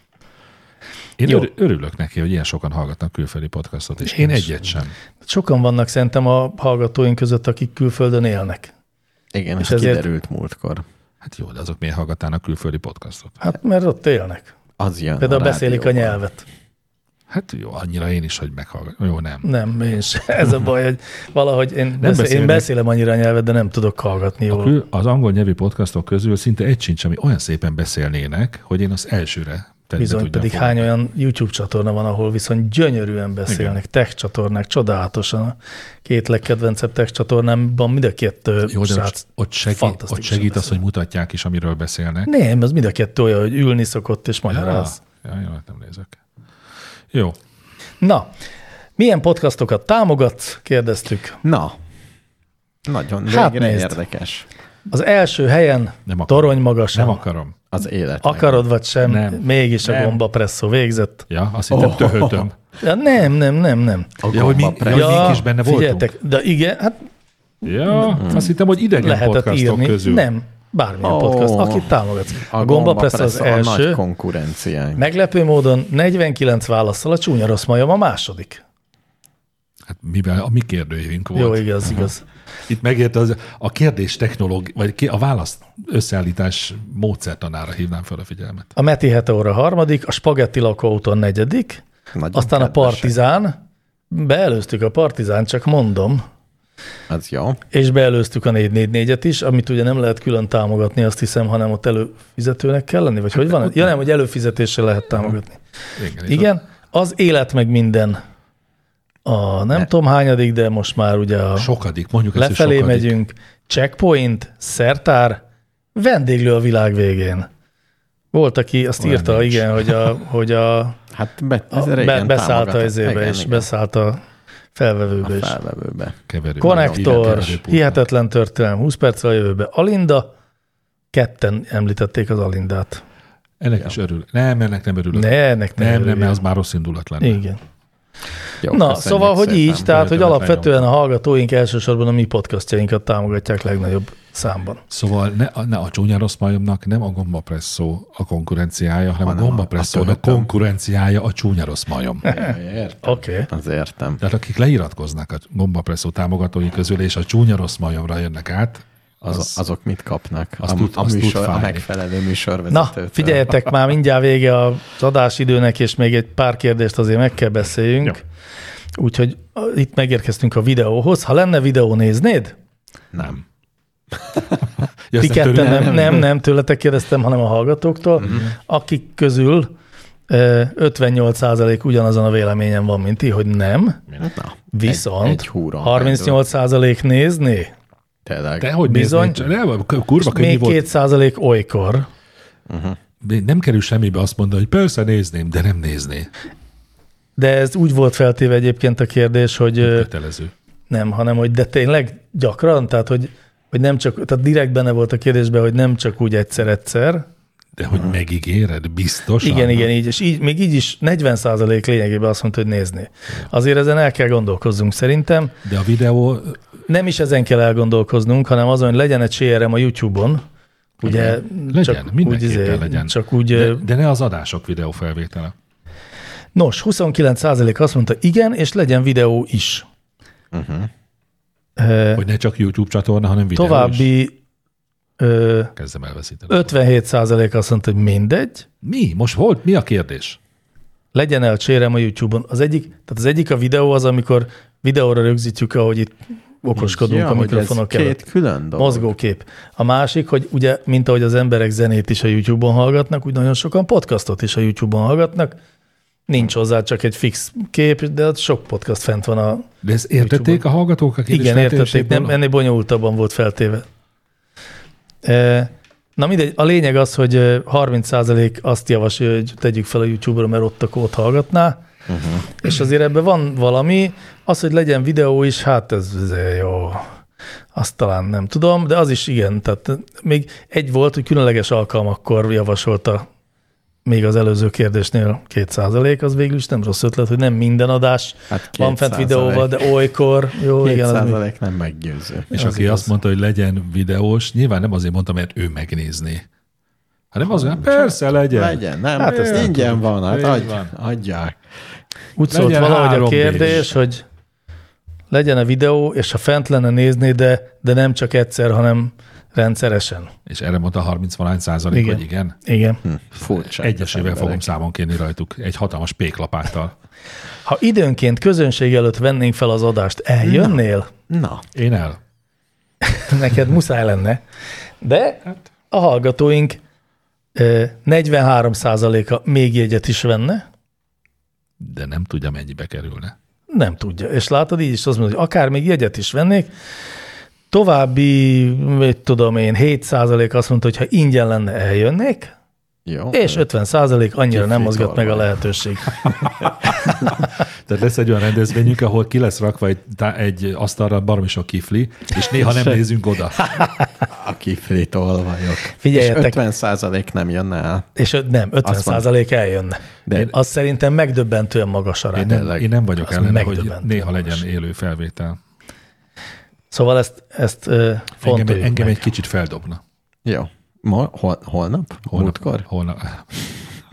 Én Jó. örülök neki, hogy ilyen sokan hallgatnak külföldi podcastot, és én, én egyet sem. Sokan vannak szerintem a hallgatóink között, akik külföldön élnek. Igen, és ez kiderült múltkor. Hát jó, de azok miért hallgatnának külföldi podcastot? Hát mert ott élnek. Az jön. Például a beszélik a nyelvet. Hát jó, annyira én is, hogy meghallgatom. Jó, nem. Nem, én sem. Ez a baj, hogy valahogy én, beszél, én beszélem annyira a nyelvet, de nem tudok hallgatni jól. Kül, az angol nyelvi podcastok közül szinte egy sincs, ami olyan szépen beszélnének, hogy én az elsőre bizony, pedig fogni. Hány olyan YouTube csatorna van, ahol viszont gyönyörűen beszélnek. Igen. Tech csatornák, csodálatosan. A két legkedvencebb tech csatornámban mind a kettő jó, de srác ott segít, ott segít az, hogy mutatják is, amiről beszélnek. Nem, az mind a kettő olyan, hogy ülni szokott és magyaráz. Ja, ja, jó, nem nézek. Jó. Na, milyen podcastokat támogatsz? Kérdeztük. Na, nagyon hát végre érdekes. Az első helyen torony magasan. Nem akarom. Az élet. Akarod vagy sem, nem. Mégis nem. A Gomba Presszó végzett. Ja, azt hittem oh. töhötöm. Ja, nem, nem, nem, nem. A ja, hogy mi, ja, mink is benne voltunk. De igen, hát... Ja, mm. azt hittem, hogy idegen podcastok írni. Közül. Nem, bármilyen oh. podcast, akit támogatsz. A, a Gomba Presszó az első. Nagy konkurenciánk. Meglepő módon negyvenkilenc válasszal a Csúnya rossz majom a második. Hát mivel a mi kérdőjévünk volt. Jó, igaz, igaz. Itt megérte az, a kérdés technológia, vagy a válasz összeállítás módszertanára hívnám fel a figyelmet. A Meti Heteor harmadik, a Spagetti lakóautó a negyedik, Nagyon aztán a kedvesek. Partizán, beelőztük a Partizán, csak mondom, Az jó. és beelőztük a négy négy négyet is, amit ugye nem lehet külön támogatni, azt hiszem, hanem ott előfizetőnek kell lenni, vagy hogy van? Ja nem, hogy előfizetéssel lehet támogatni. Igen. Igen, az Élet meg minden a nem tudom hányadik, de most már ugye a Sokadik, mondjuk ezt, hogy lefelé sokadik. megyünk, Checkpoint, Szertár, vendéglő a világ végén. Volt, aki azt Olyan írta, nincs. igen, hogy a, hogy a, Hát be, a ez be, régen beszállt a támogatott. ezébe, Igen, és igen. beszállt a felvevőbe a is. felvevőbe. Keverő. Konnektor, Keverőpultnak. hihetetlen történelem, húsz perccel a jövőbe. Alinda, ketten említették az Alindát. Ennek is örül. Nem, ennek nem örülök. Ne, ennek nem nem, nem, örüljön. mert az már rossz indulat lenne. Igen. Jó, Na, köszönjük szóval, hogy szépen. így, tehát, hogy Örömet alapvetően a hallgatóink elsősorban a mi podcastjainkat támogatják legnagyobb számban. Szóval ne, ne a csúnya rossz majomnak nem a gombapresszó a konkurenciája, hanem, Hanem a a- gombapresszónak a töbötöm. konkurenciája a csúnya rossz majom. Értem. Oké. Okay. Az értem. Tehát akik leiratkoznak a gombapresszó támogatói közül, és a csúnya rossz majomra jönnek át, Az, az, azok mit kapnak? azt a, tud- a, azt tud műsor, a fájni. megfelelő Na, műsorvezetőtől. figyeljetek, már mindjárt vége az adásidőnek, és még egy pár kérdést azért meg kell beszéljünk. Jó. Úgyhogy itt megérkeztünk a videóhoz. Ha lenne videó, néznéd? Nem. Ja, Ti ezt ketten tőlem- nem, nem, nem tőletek kérdeztem, hanem a hallgatóktól, uh-huh. akik közül ö, ötvennyolc százalék ugyanazon a véleményen van, mint ti, hogy nem, Na, viszont egy, egy húron harmincnyolc százalék nézné, Tényleg. De hogy Bizony. bizony. Nem, kurva és könnyű még volt. két százalék olykor. De nem kerül semmibe azt mondani, hogy persze nézném, de nem nézné. De ez úgy volt feltéve egyébként a kérdés, hogy ö, Kötelező. nem, hanem hogy de tényleg gyakran, tehát hogy, hogy nem csak, tehát direkt benne volt a kérdésben, hogy nem csak úgy egyszer-egyszer. De hogy megígéred, biztosan? Igen, igen, így, és így, még így is negyven százalék lényegében azt mondta, hogy nézni. Azért ezen el kell gondolkozzunk szerintem. De a videó, Nem is ezen kell elgondolkoznunk, hanem azon, hogy legyen egy sé er em a YouTube-on, ugye legyen, csak mindenképpen úgy, izé, legyen. Csak úgy, de, de ne az adások videófelvétele. nos, huszonkilenc százalék azt mondta, igen, és legyen videó is. Uh-huh. Hogy ne csak YouTube csatorna, hanem videó is. További ö, Kezdem elveszíteni. ötvenhét százalék azt mondta, hogy mindegy, Mi? Most volt? Mi a kérdés? legyen el sé er em a YouTube-on. Az egyik, tehát az egyik a videó az, amikor videóra rögzítjük, ahogy itt okoskodunk ja, a hogy ez mikrofonok előtt. két külön dolog. Mozgókép. A másik, hogy ugye, mint ahogy az emberek zenét is a YouTube-on hallgatnak, úgy nagyon sokan podcastot is a YouTube-on hallgatnak. Nincs hozzá csak egy fix kép, de ott sok podcast fent van a... De ezt értették a hallgatók? A Igen, értették, nem, ennél bonyolultabban volt feltéve. E, na mindegy, a lényeg az, hogy harminc százalék azt javasolja, hogy tegyük fel a YouTube-ra, mert ott akkor ott hallgatná, uh-huh. és azért ebben van valami, az, hogy legyen videó is, hát ez, ez jó, azt talán nem tudom, de az is igen, tehát még egy volt, hogy különleges alkalmakkor javasolta még az előző kérdésnél két százalék, az végül is nem rossz ötlet, hogy nem minden adás Hát van fent videóval, de olykor, jó, két igen. Az még, százalék nem meggyőző. És az aki igaz. azt mondta, hogy legyen videós, nyilván nem azért mondta, mert ő megnézné. Hanem az, hogy persze legyen. Legyen, nem, Hát hát ezt nem ingyen van, hát Így adj, van. adják. úgy szólt legyen valahogy a három kérdés, B-s. hogy legyen a videó, és ha fent lenne nézni, de, de nem csak egyszer, hanem rendszeresen. És erre mondta harminc százalék, Igen. hogy igen. Igen. Hm, furcsa. Egyesével fogom emberek. számon kérni rajtuk, egy hatalmas péklapáttal. Ha időnként közönség előtt vennénk fel az adást, eljönnél? Na, Én el. Neked muszáj lenne. De Hát. a hallgatóink ö, negyvenhárom százaléka még jegyet is venne, De nem tudja, mennyibe kerülne. nem tudja. És látod, így is azt mondod, hogy akár még jegyet is vennék. További, mit tudom én, hét százalék azt mondta, hogy ha ingyen lenne, eljönnék, jó. és ötven százalék annyira nem Kifli mozgat meg a tolvaj. lehetőség. Tehát lesz egy olyan rendezvényünk, ahol ki lesz rakva egy, tá- egy asztalra baromi sok kifli, és néha nem nézünk oda. A kiflit olvajok. Figyeljetek. És ötven százalék nem jönne el. És ö- nem, ötven százalék eljönne. De- De az szerintem megdöbbentően magas Én arány. nem, Tényleg. én nem vagyok Az ellene, hogy megdöbbentő néha magas. legyen élő felvétel. Szóval ezt, ezt ö, Engem, fontoljuk engem meg. egy kicsit feldobna. Jó. Ma, hol, holnap? Múltkor? Holnap.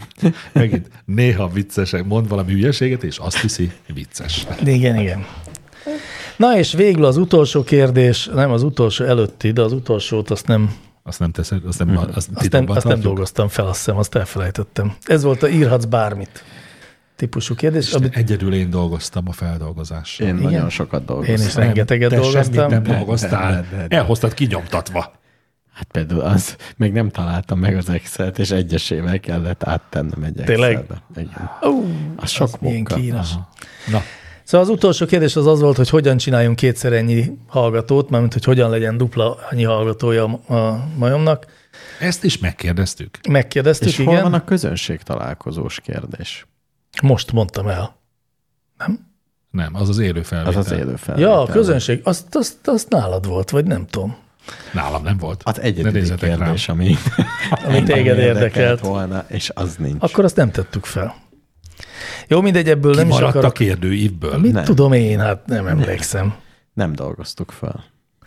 Megint néha viccesek, mond valami hülyeséget, és azt hiszi vicces. Igen, igen. Na és végül az utolsó kérdés, nem az utolsó előtti, de az utolsót azt nem, Azt nem teszed, azt nem, azt azt nem, azt nem dolgoztam fel, azt hiszem, azt elfelejtettem. Ez volt a írhatsz bármit típusú kérdés. Amit... Egyedül én dolgoztam a feldolgozással. Én Igen? nagyon sokat dolgoztam. Én is rengeteget Te dolgoztam. semmit nem De, dolgoztál. de, de, de. Elhoztad kinyomtatva. Hát például az, még nem találtam meg az Excel-t, és egyesével kellett áttennem egy Tényleg? Excelbe. Igen. Ó, Az sok az milyen munka. kínos. Na, Szóval az utolsó kérdés az az volt, hogy hogyan csináljunk kétszer ennyi hallgatót, mármint hogy hogyan legyen dupla annyi hallgatója a majomnak. ezt is megkérdeztük. Megkérdeztük, És igen. hol van a közönség találkozós kérdés? Most mondtam el. Nem? Nem, az az élő Az felvétel. az élő felvétel. Ja, a közönség, azt, azt, azt nálad volt, vagy nem tudom. Nálam nem volt. Az Ne egyedüli nézzetek kérdés, rám. ami, Ami téged ami érdekelt. volna, és az nincs. Akkor azt nem tettük fel. Jó, mindegy, ebből nem is Kimaradt a akarok. kérdőívből. Mit Nem. tudom én, hát nem emlékszem. Nem dolgoztuk fel.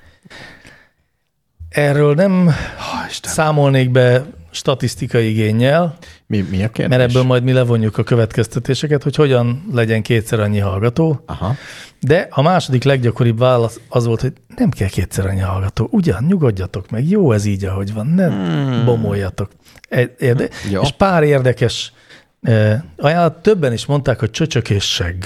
Erről nem Ha, Isten. számolnék be statisztikai igénnyel, Mi, mi a kérdés? mert ebből majd mi levonjuk a következtetéseket, hogy hogyan legyen kétszer annyi hallgató. Aha. De a második leggyakoribb válasz az volt, hogy nem kell kétszer annyi hallgató. Ugyan, nyugodjatok meg, jó ez így, ahogy van, ne hmm. bomoljatok. Érde- Jó. és pár érdekes eh, ajánlat, többen is mondták, hogy csöcsök és segg.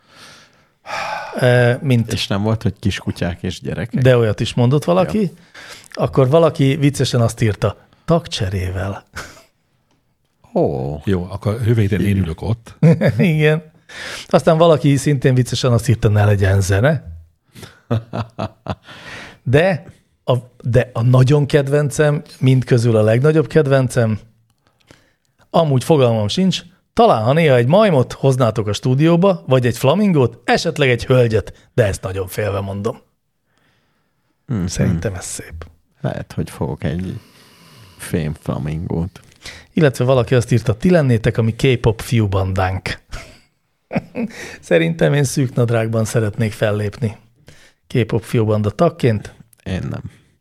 Eh, mint, És nem volt, hogy kiskutyák és gyerekek? de olyat is mondott valaki. Ja. Akkor valaki viccesen azt írta, tagcserével. Ó, Jó, akkor jövő héten én ülök ott. Igen. Aztán valaki szintén viccesen azt írta, ne legyen zene. De a, de a nagyon kedvencem, mind közül a legnagyobb kedvencem, amúgy fogalmam sincs, talán ha néha egy majmot hoznátok a stúdióba, vagy egy flamingót, esetleg egy hölgyet, de ezt nagyon félve mondom. mm, Szerintem ez szép. lehet, hogy fogok egy fém flamingót. Illetve valaki azt írta, ti lennétek a mi K-pop fiúbandánk. Szerintem én szűk nadrágban szeretnék fellépni. K-pop fiúbanda tagként. Én nem.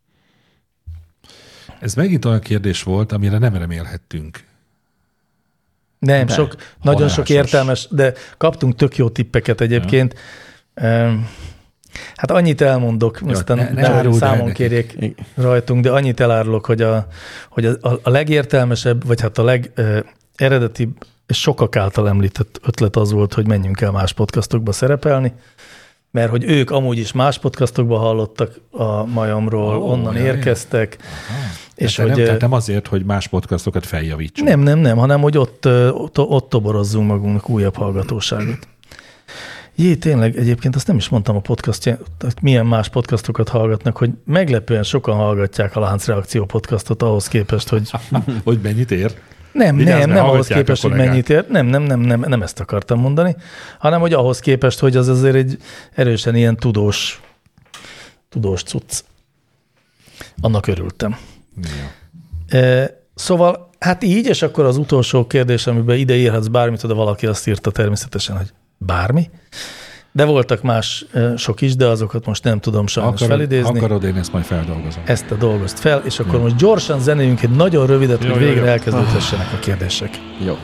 Ez megint olyan kérdés volt, amire nem remélhettünk. Nem, De, sok, nagyon halásos. sok értelmes, de kaptunk tök jó tippeket egyébként. Ja. Hát annyit elmondok, Ja, aztán ne- ne ne, áruld el számon nekik. kérjék rajtunk, de annyit elárulok, hogy a, hogy a, a legértelmesebb, vagy hát a legeredetibb és sokak által említett ötlet az volt, hogy menjünk el más podcastokba szerepelni, mert hogy ők amúgy is más podcastokba hallottak a majomról, Ó, onnan jaj, érkeztek, és És hogy, nem, hogy tehát nem azért, hogy más podcastokat feljavítsunk. nem, nem, nem, hanem hogy ott, ott, ott toborozzunk magunknak újabb hallgatóságot. Jé, tényleg, egyébként azt nem is mondtam a podcastján, milyen más podcastokat hallgatnak, hogy meglepően sokan hallgatják a Láncreakció podcastot ahhoz képest, hogy Hogy mennyit ér? nem, Vigyázz, nem, mert nem ahhoz hallgatják a képest, hogy kollégák. mennyit ér, nem, nem, nem, nem, nem ezt akartam mondani, hanem hogy ahhoz képest, hogy az azért egy erősen ilyen tudós, tudós cucc. Annak örültem. Ja. E, Szóval, hát így, és akkor az utolsó kérdés, amiben ide írhatsz bármit, de valaki azt írta természetesen, hogy bármi. De voltak más e, sok is, de azokat most nem tudom sajnos Akarod, felidézni. akarod, én ezt majd feldolgozom. Ezt a dolgozt fel, és akkor most gyorsan zenéljünk egy nagyon rövidet, Jó, hogy jó, végre jó. elkezdődhessenek a kérdések. Jó.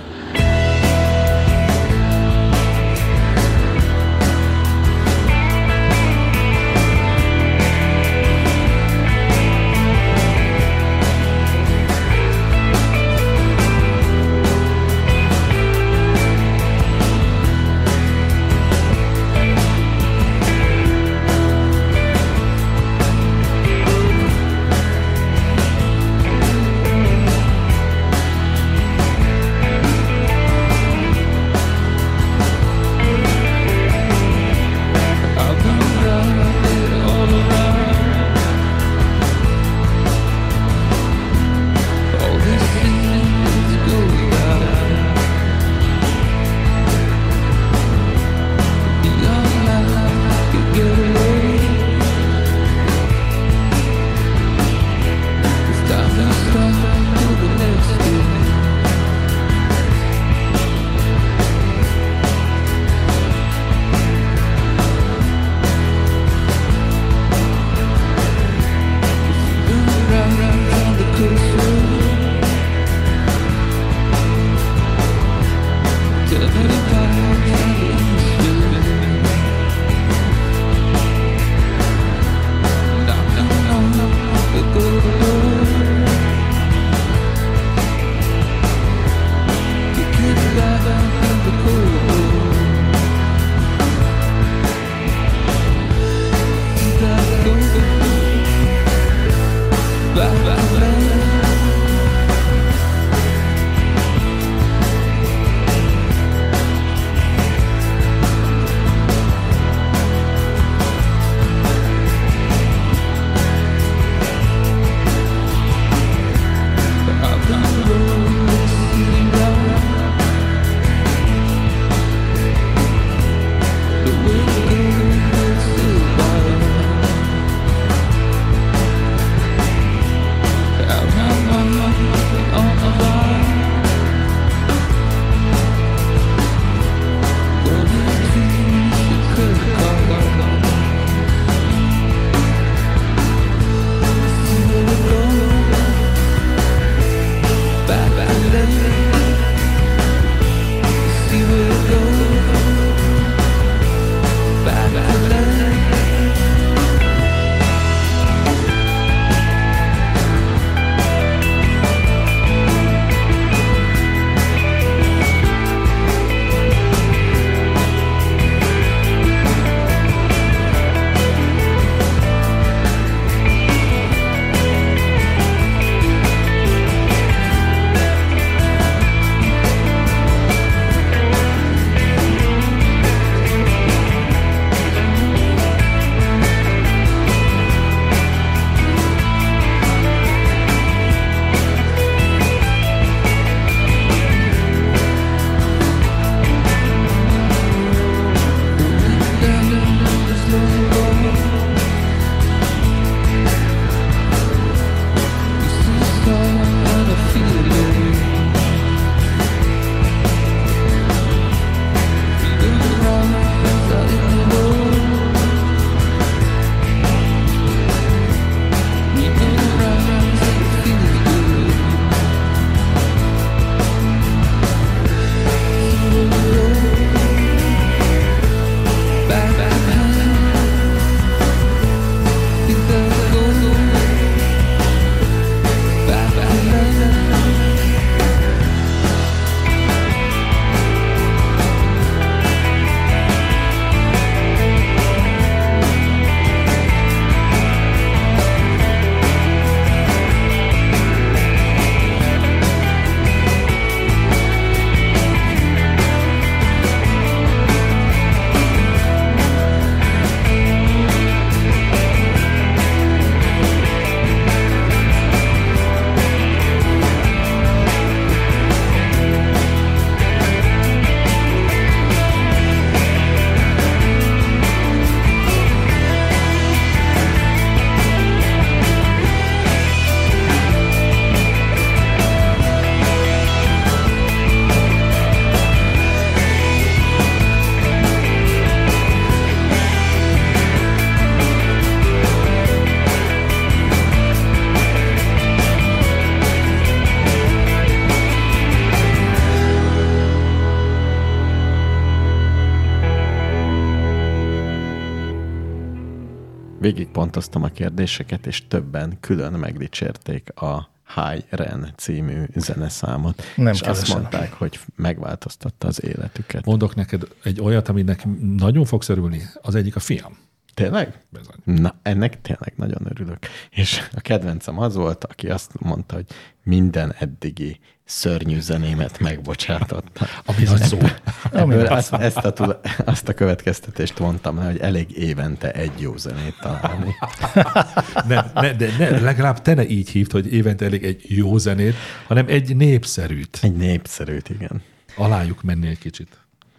végigpontoztam a kérdéseket, és többen külön megdicsérték a High Ren című zeneszámot. Nem és kevesen. azt mondták, hogy megváltoztatta az életüket. Mondok neked egy olyat, aminek nagyon fogsz örülni. Az egyik a fiam. Tényleg? Bizony. Na, ennek tényleg nagyon örülök. És a kedvencem az volt, aki azt mondta, hogy minden eddigi szörnyű zenémet megbocsátotta. Ami nagy szó. Ebből azt, ezt a, tuda- azt a következtetést vontam le, hogy elég évente egy jó zenét találni. Nem, ne, de ne, legalább te ne így hívd, hogy évente elég egy jó zenét, hanem egy népszerűt. Egy népszerűt, igen. Alájuk menni egy kicsit.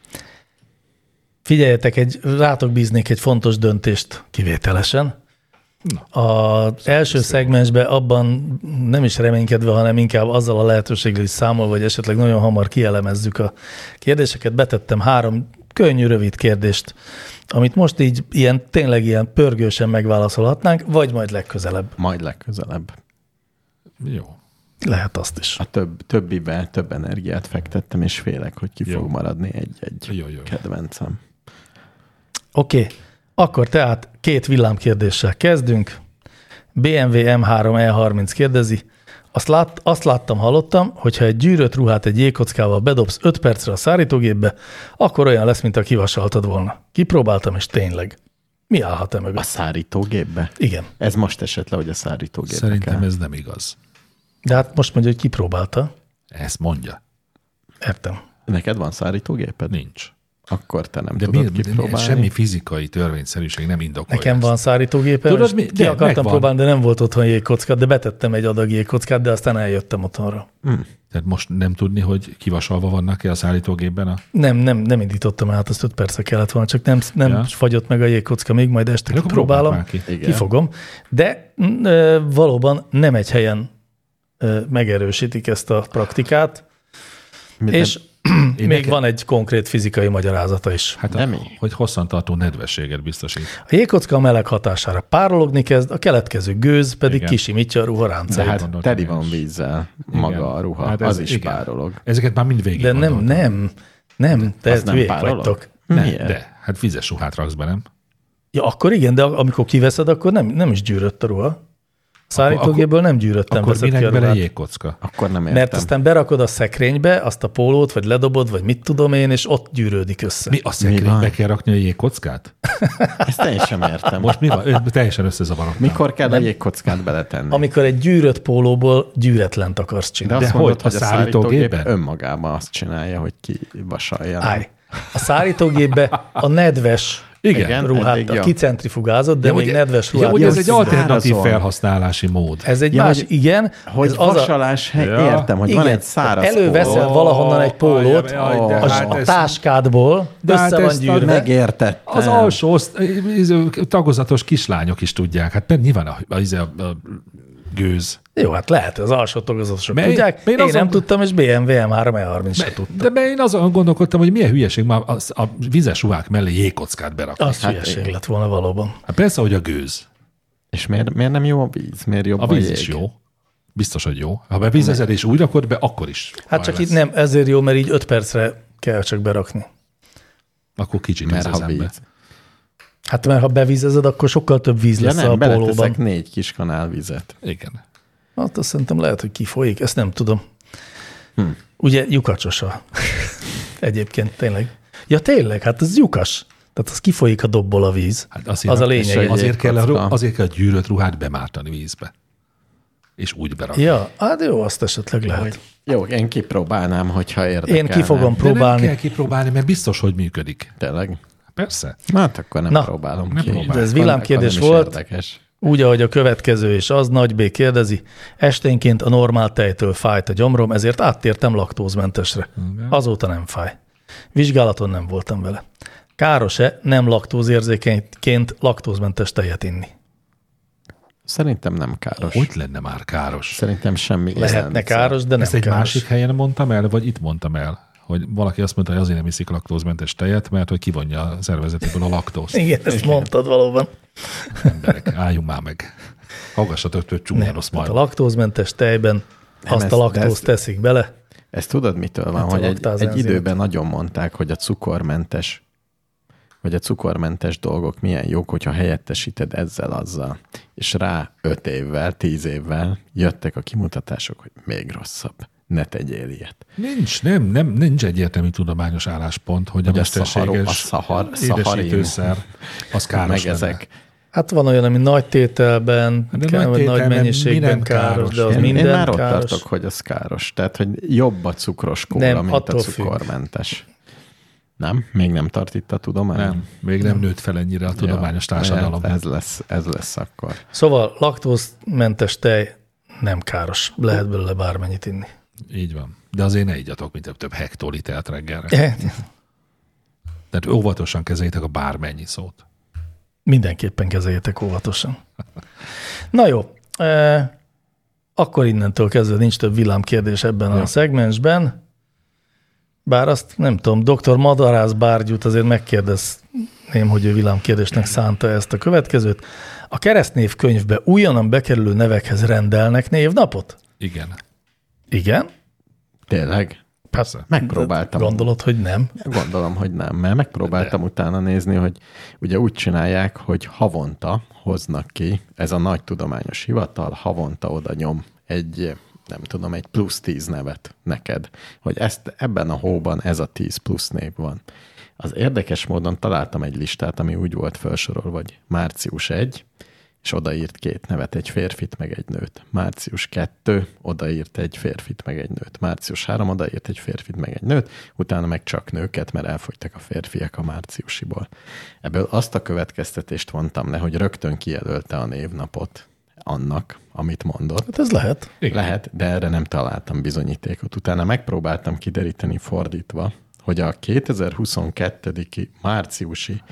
Figyeljetek, egy, rátok bíznék egy fontos döntést kivételesen. Az első szegmensben abban nem is reménykedve, hanem inkább azzal a lehetőséggel is számolva, hogy esetleg nagyon hamar kielemezzük a kérdéseket. Betettem három könnyű, rövid kérdést, amit most így ilyen, tényleg ilyen pörgősen megválaszolhatnánk, vagy majd legközelebb. Majd legközelebb. Jó. Lehet azt is. A több, többibe több energiát fektettem, és félek, hogy ki Jó. fog maradni egy-egy Jó, jó. kedvencem. Oké, okay. Akkor tehát két villámkérdéssel kezdünk. bé em vé em három E harminc kérdezi, azt, lát, azt láttam, hallottam, hogyha egy gyűrött ruhát egy jégkockával bedobsz öt percre a szárítógépbe, akkor olyan lesz, mint a kivasaltad volna. Kipróbáltam, és tényleg. Mi állhat-e A mögött? szárítógépbe? Igen. Ez most esett le, hogy a szárítógépbe Szerintem kell. ez nem igaz. De hát most mondja, hogy kipróbálta. Ezt mondja. Értem. Neked van szárítógéped? Nincs. Akkor te nem De tudod mi, kipróbálni. semmi fizikai törvényszerűség nem indokolja. Nekem ezt. van szárítógépem, Tudod és mi? ki De, akartam megvan. próbálni, de nem volt otthon jégkockát, de betettem egy adag jégkockát, de aztán eljöttem otthonra. Tehát most nem tudni, hogy kivasalva vannak-e a szállítógépben a... Nem, nem, nem indítottam át, azt öt percre kellett volna, csak nem, nem Ja. ja. fagyott meg a jégkocka, még majd este Akkor kipróbálom, próbáld már ki. Igen. kifogom. De mm, ö, valóban nem egy helyen ö, megerősítik ezt a praktikát, Mi- és Én még nekem- van egy konkrét fizikai magyarázata is. Hát, Nem a, így. hogy hosszantartó nedvességet biztosít. A jégkocka a meleg hatására párologni kezd, a keletkező gőz pedig Igen. kisimítja a ruha De ráncait. hát gondoltam teli én van is. vízzel maga Igen. a ruha, Hát hát ez- az is igen. párolog. Ezeket már mind végig De nem, gondoltam. nem, nem, te Az ezt nem hülyék párolog? vagytok. Nem, Miért? de hát vizes ruhát raksz be, nem? Ja, akkor igen, de amikor kiveszed, akkor nem, nem is gyűrött a ruha. Szállítógéből nem gyűrött, nem Akkor veszed ki a minek bele ruhát. jégkocka? Akkor nem értem. Mert aztán berakod a szekrénybe azt a pólót, vagy ledobod, vagy mit tudom én, és ott gyűrődik össze. Mi a van? szekrénybe kell rakni a jégkockát? Ezt én sem értem. Most mi van? Ő teljesen összezavarodtam. Mikor kell a jégkockát beletenni? Amikor egy gyűrött pólóból gyűretlent akarsz De csinálni. azt De mondod, hogy, hogy a a szállítógép szállítógépben? önmagában azt csinálja, hogy kivasalja. Állj. A szállítógépbe a nedves Igen. Igen. ruhát, eddig a jó. kicentrifugázott, de Ja, még hogy- nedves Ja, ruhát. hogy ez egy szárazon. alternatív felhasználási mód. Ez egy Ja, más, hogy- igen. Hogy ez az a, vasalás, hely, Ja. értem, hogy igen, van egy száraz előveszel póló. valahonnan egy pólót, Jaj, jaj, de a, hát a ez- táskádból, de hát össze van ezt a- gyűrve. Megértettem. Az alsó oszt, tagozatos kislányok is tudják. Hát mert nyilván a, a, a, a gőz. Jó, hát lehet, az alsó tagozatosok Mely- tudják. én Én, azon- nem tudtam, és bé em vé em három E harminc se tudta. De mert én azon gondolkodtam, hogy milyen hülyeség már a, a vizes ruhák mellé jégkockát berakni. Az Hát hülyeség igen. lett volna valóban. Hát persze, hogy a gőz. És miért, miért nem jó a víz? Miért jobb A a, víz jég? is jó. Biztos, hogy jó. Ha bevizezed és úgy rakod be, akkor is. Hát baj csak lesz. itt nem, ezért jó, mert így öt percre kell csak berakni. Akkor kicsit Mert ha vizezem be. víz. Hát mert ha bevizezed, akkor sokkal több víz Ja lesz nem, a beleteszek pólóban. négy kis kanál vizet. Igen. Hát azt szerintem lehet, hogy kifolyik, ezt nem tudom. Hm. Ugye lyukacsos a... Egyébként tényleg. Ja tényleg, hát ez lyukas. Tehát az kifolyik a dobból a víz. Hát azért, Az a és lényeg. egy- Azért kell, a, jégkocka. azért kell a gyűrött ruhát bemártani vízbe. És úgy berakni. Ja, hát jó, azt esetleg lehet. Jó, én kipróbálnám, hogyha érdekelne. Én ki fogom De nem próbálni. kell kipróbálni, mert biztos, hogy működik. Tényleg? Persze. Na, hát akkor nem Na, próbálom nem ki. próbálj. De ez Akkor- villámkérdés akkor nem is volt. Érdekes. Úgy, ahogy a következő is az, Nagy B kérdezi, esténként a normál tejtől fájt a gyomrom, ezért áttértem laktózmentesre. Azóta nem fáj. Vizsgálaton nem voltam vele. Káros-e nem laktózérzékenyként laktózmentes tejet inni? Szerintem nem káros. Hogy lenne már káros? Szerintem semmi Lehetne értelme. káros, de nem Ezt egy káros. másik helyen mondtam el, vagy itt mondtam el? Hogy valaki azt mondta, hogy azért nem iszik laktózmentes tejet, mert hogy kivonja a szervezetéből a laktózt. Igen, ezt mondtad valóban. Emberek, álljunk már meg. Hallgassatok, hogy csúnya rossz Tehát majd. a laktózmentes tejben Nem, azt ez- a de laktózt ezt- teszik bele. Ezt tudod, mitől van? Hát a hogy egy, laktáz egy enzim. időben nagyon mondták, hogy a cukormentes hogy a cukormentes dolgok milyen jók, hogyha helyettesíted ezzel, azzal. És rá öt évvel, tíz évvel jöttek a kimutatások, hogy még rosszabb. Ne tegyél ilyet. Nincs, nem, nem, nincs egyértelmű tudományos álláspont, hogy, hogy a mesterséges a szahar, édesítőszer az káros meg ezek. Hát van olyan, ami nagy tételben, de kell, nagy, tételben nagy mennyiségben káros, káros, de az én, minden én már ott káros. tartok, hogy az káros. Tehát, hogy jobb a cukros kóla, nem, mint a függ. cukormentes. Nem? Még nem tart itt a tudomány? Nem, még nem, nem nőtt fel ennyire a tudományos ja, társadalom. Ez lesz, ez lesz akkor. Szóval laktózmentes tej nem káros. Lehet belőle bármennyit inni. Így van. De azért ne igyatok, mint több hektolitert reggelre. E, Tehát óvatosan kezeljétek a bármennyi szót. Mindenképpen kezeljétek óvatosan. Na jó, e, akkor innentől kezdve nincs több villámkérdés ebben ja. a szegmensben. Bár azt nem tudom, doktor Madarász Bárgyút azért megkérdezném, hogy ő villámkérdésnek szánta ezt a következőt. A keresztnév könyvbe újonnan bekerülő nevekhez rendelnek névnapot? Igen. Igen? Tényleg? Persze. Megpróbáltam. Gondolod, hogy nem? Gondolom, hogy nem, mert megpróbáltam De. utána nézni, hogy ugye úgy csinálják, hogy havonta hoznak ki, ez a nagy tudományos hivatal havonta oda nyom egy, nem tudom, egy plusz tíz nevet neked, hogy ezt ebben a hóban ez a tíz plusz név van. Az érdekes módon találtam egy listát, ami úgy volt felsorolva, hogy március egy, és odaírt két nevet, egy férfit, meg egy nőt. március kettő, odaírt egy férfit, meg egy nőt. március három, odaírt egy férfit, meg egy nőt, utána meg csak nőket, mert elfogytak a férfiak a márciusiból. Ebből azt a következtetést vontam le, hogy rögtön kijelölte a névnapot annak, amit mondott. Hát ez lehet. Igen. Lehet, de erre nem találtam bizonyítékot. Utána megpróbáltam kideríteni fordítva, hogy a kétezer-huszonkettő. márciusi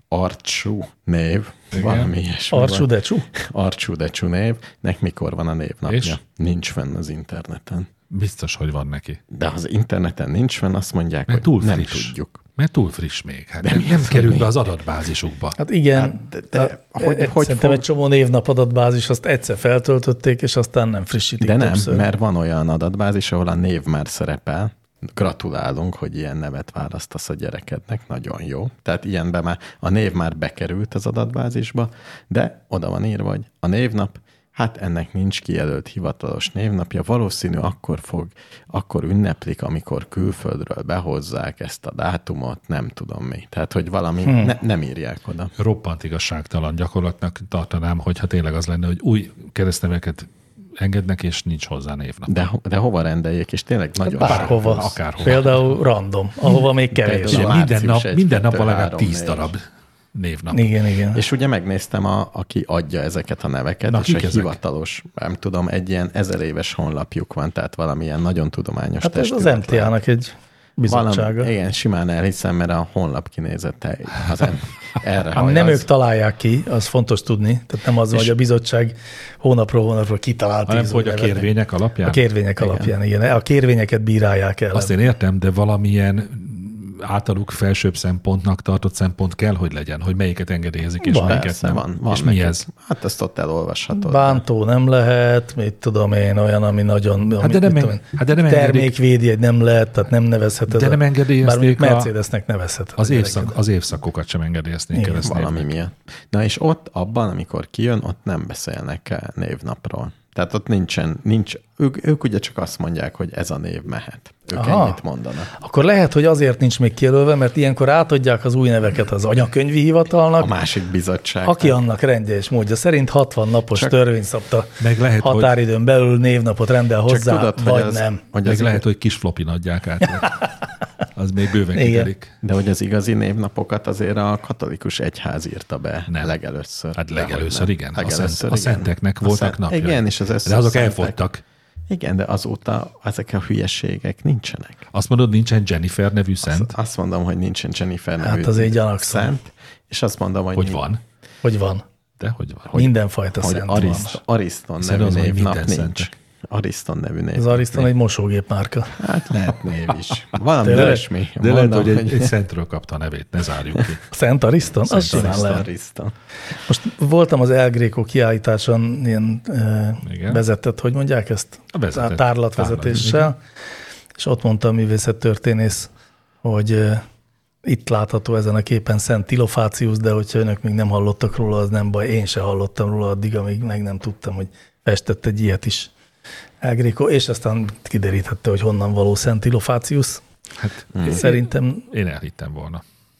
Arcsú név, igen. valami ilyesmi Arcsú Decsú? Arcsú Decsú névnek mikor van a névnapja? És? Nincs fenn az interneten. Biztos, hogy van neki. De az interneten nincs fenn, azt mondják, Mert hogy túl nem friss. tudjuk. Mert túl friss még. Hát nem nem kerül be az adatbázisukba. Hát igen, Hát de, de, de, hogy, egy, hogy szerintem fog... egy csomó névnap adatbázis, azt egyszer feltöltötték, és aztán nem frissítik De nem, többször. mert van olyan adatbázis, ahol a név már szerepel. Gratulálunk, hogy ilyen nevet választasz a gyerekednek, nagyon jó. Tehát ilyenben már a név már bekerült az adatbázisba, de oda van írva, hogy a névnap, hát ennek nincs kijelölt hivatalos névnapja, valószínű akkor fog, akkor ünneplik, amikor külföldről behozzák ezt a dátumot, nem tudom mi. Tehát, hogy valami hmm. ne, nem írják oda. Roppant igazságtalan gyakorlatnak tartanám, hogyha tényleg az lenne, hogy új keresztneveket engednek, és nincs hozzá névnap. De, de hova rendeljék, és tényleg nagyon Bárhova. Akárhova. Például random, ahova még kevés. Például van. Minden nap, egy, minden nap kettő, legalább három, tíz négy. darab névnap. Igen, igen. És ugye megnéztem, a, aki adja ezeket a neveket, Na, és kik egy ezek? hivatalos, nem tudom, egy ilyen ezer éves honlapjuk van, tehát valamilyen nagyon tudományos Hát ez az testület em té á-nak egy bizottsága. Valami, igen, simán elhiszem, mert a honlap kinézete az em, erre Ám nem hajaz. ők találják ki, az fontos tudni. Tehát nem az, van, hogy a bizottság hónapról hónapról kitalált Hanem, tíz hogy új a nevet. kérvények alapján? A kérvények igen. alapján, igen. A kérvényeket bírálják el. Azt én értem, de valamilyen általuk felsőbb szempontnak tartott szempont kell, hogy legyen, hogy melyiket engedélyezik, és Van, melyiket Persze, nem. van, van és mi nekik. ez? Hát ezt ott elolvashatod. Bántó nem lehet, mit tudom én, olyan, ami nagyon... Hát amit, de nem, mit en, tudom én, hát de nem engedik, termékvédjegy nem lehet, tehát nem nevezheted. de nem Bár engedélyezték mondjuk a, Mercedesnek nevezheted. az, a évszak, gyereket. az évszakokat sem engedélyezték Igen, keresztnévnek. Valami miatt. Na és ott, abban, amikor kijön, ott nem beszélnek névnapról. Tehát ott nincsen, nincs, ők, ők ugye csak azt mondják, hogy ez a név mehet. Ők Aha. ennyit mondanak. Akkor lehet, hogy azért nincs még kijelölve, mert ilyenkor átadják az új neveket az anyakönyvi hivatalnak, A másik bizottság. aki annak rendje és módja szerint hatvan napos Csak- törvény szabta Meg lehet, hogy, határidőn belül névnapot rendel hozzá, tudod, hogy vagy az- nem. hogy meg az lehet, hogy kis flopin adják át. Az még bőven Igen. kidelik. De hogy az igazi névnapokat azért a katolikus egyház írta be Nem. legelőször. Hát De legelőször hogy nem. igen. A Legelőször, szent- a igen. szenteknek A voltak szent- napjai. Igen, és az De összes azok szentek- elfogytak. Igen, de azóta ezek a hülyeségek nincsenek. Azt mondod, nincsen Jennifer nevű szent? Azt, azt mondom, hogy nincsen Jennifer nevű Hát azért gyanakszom. szent, és azt mondom, hogy, Hogy nincs- van? Hogy van. De hogy van? Hogy, Mindenfajta hogy szent Ariszt, van. Ariston Szerintem nevű az, hogy névnap minden nincs. szentek. Ariston nevű név. Az Ariston egy mosógép márka. Hát lehet név is. Valami Tényleg? olyasmi. De lehet, Mondom, hogy egy, egy szentről kapta a nevét, ne zárjuk ki. Szent Ariston? Az Szent simán Ariston, lehet. Ariston. Most voltam az El Greco kiállításon ilyen e, Igen. vezetett, hogy mondják ezt? A vezetett. Tárlatvezetéssel. És ott mondta a művészettörténész, hogy e, itt látható ezen a képen Szent Tilofáciusz, de hogyha önök még nem hallottak róla, az nem baj. Én se hallottam róla addig, amíg meg nem tudtam, hogy festett egy ilyet is El Greco, és aztán kiderítette, hogy honnan való Szent Tilofáciusz. Hát Szerintem... Én, én elhittem volna.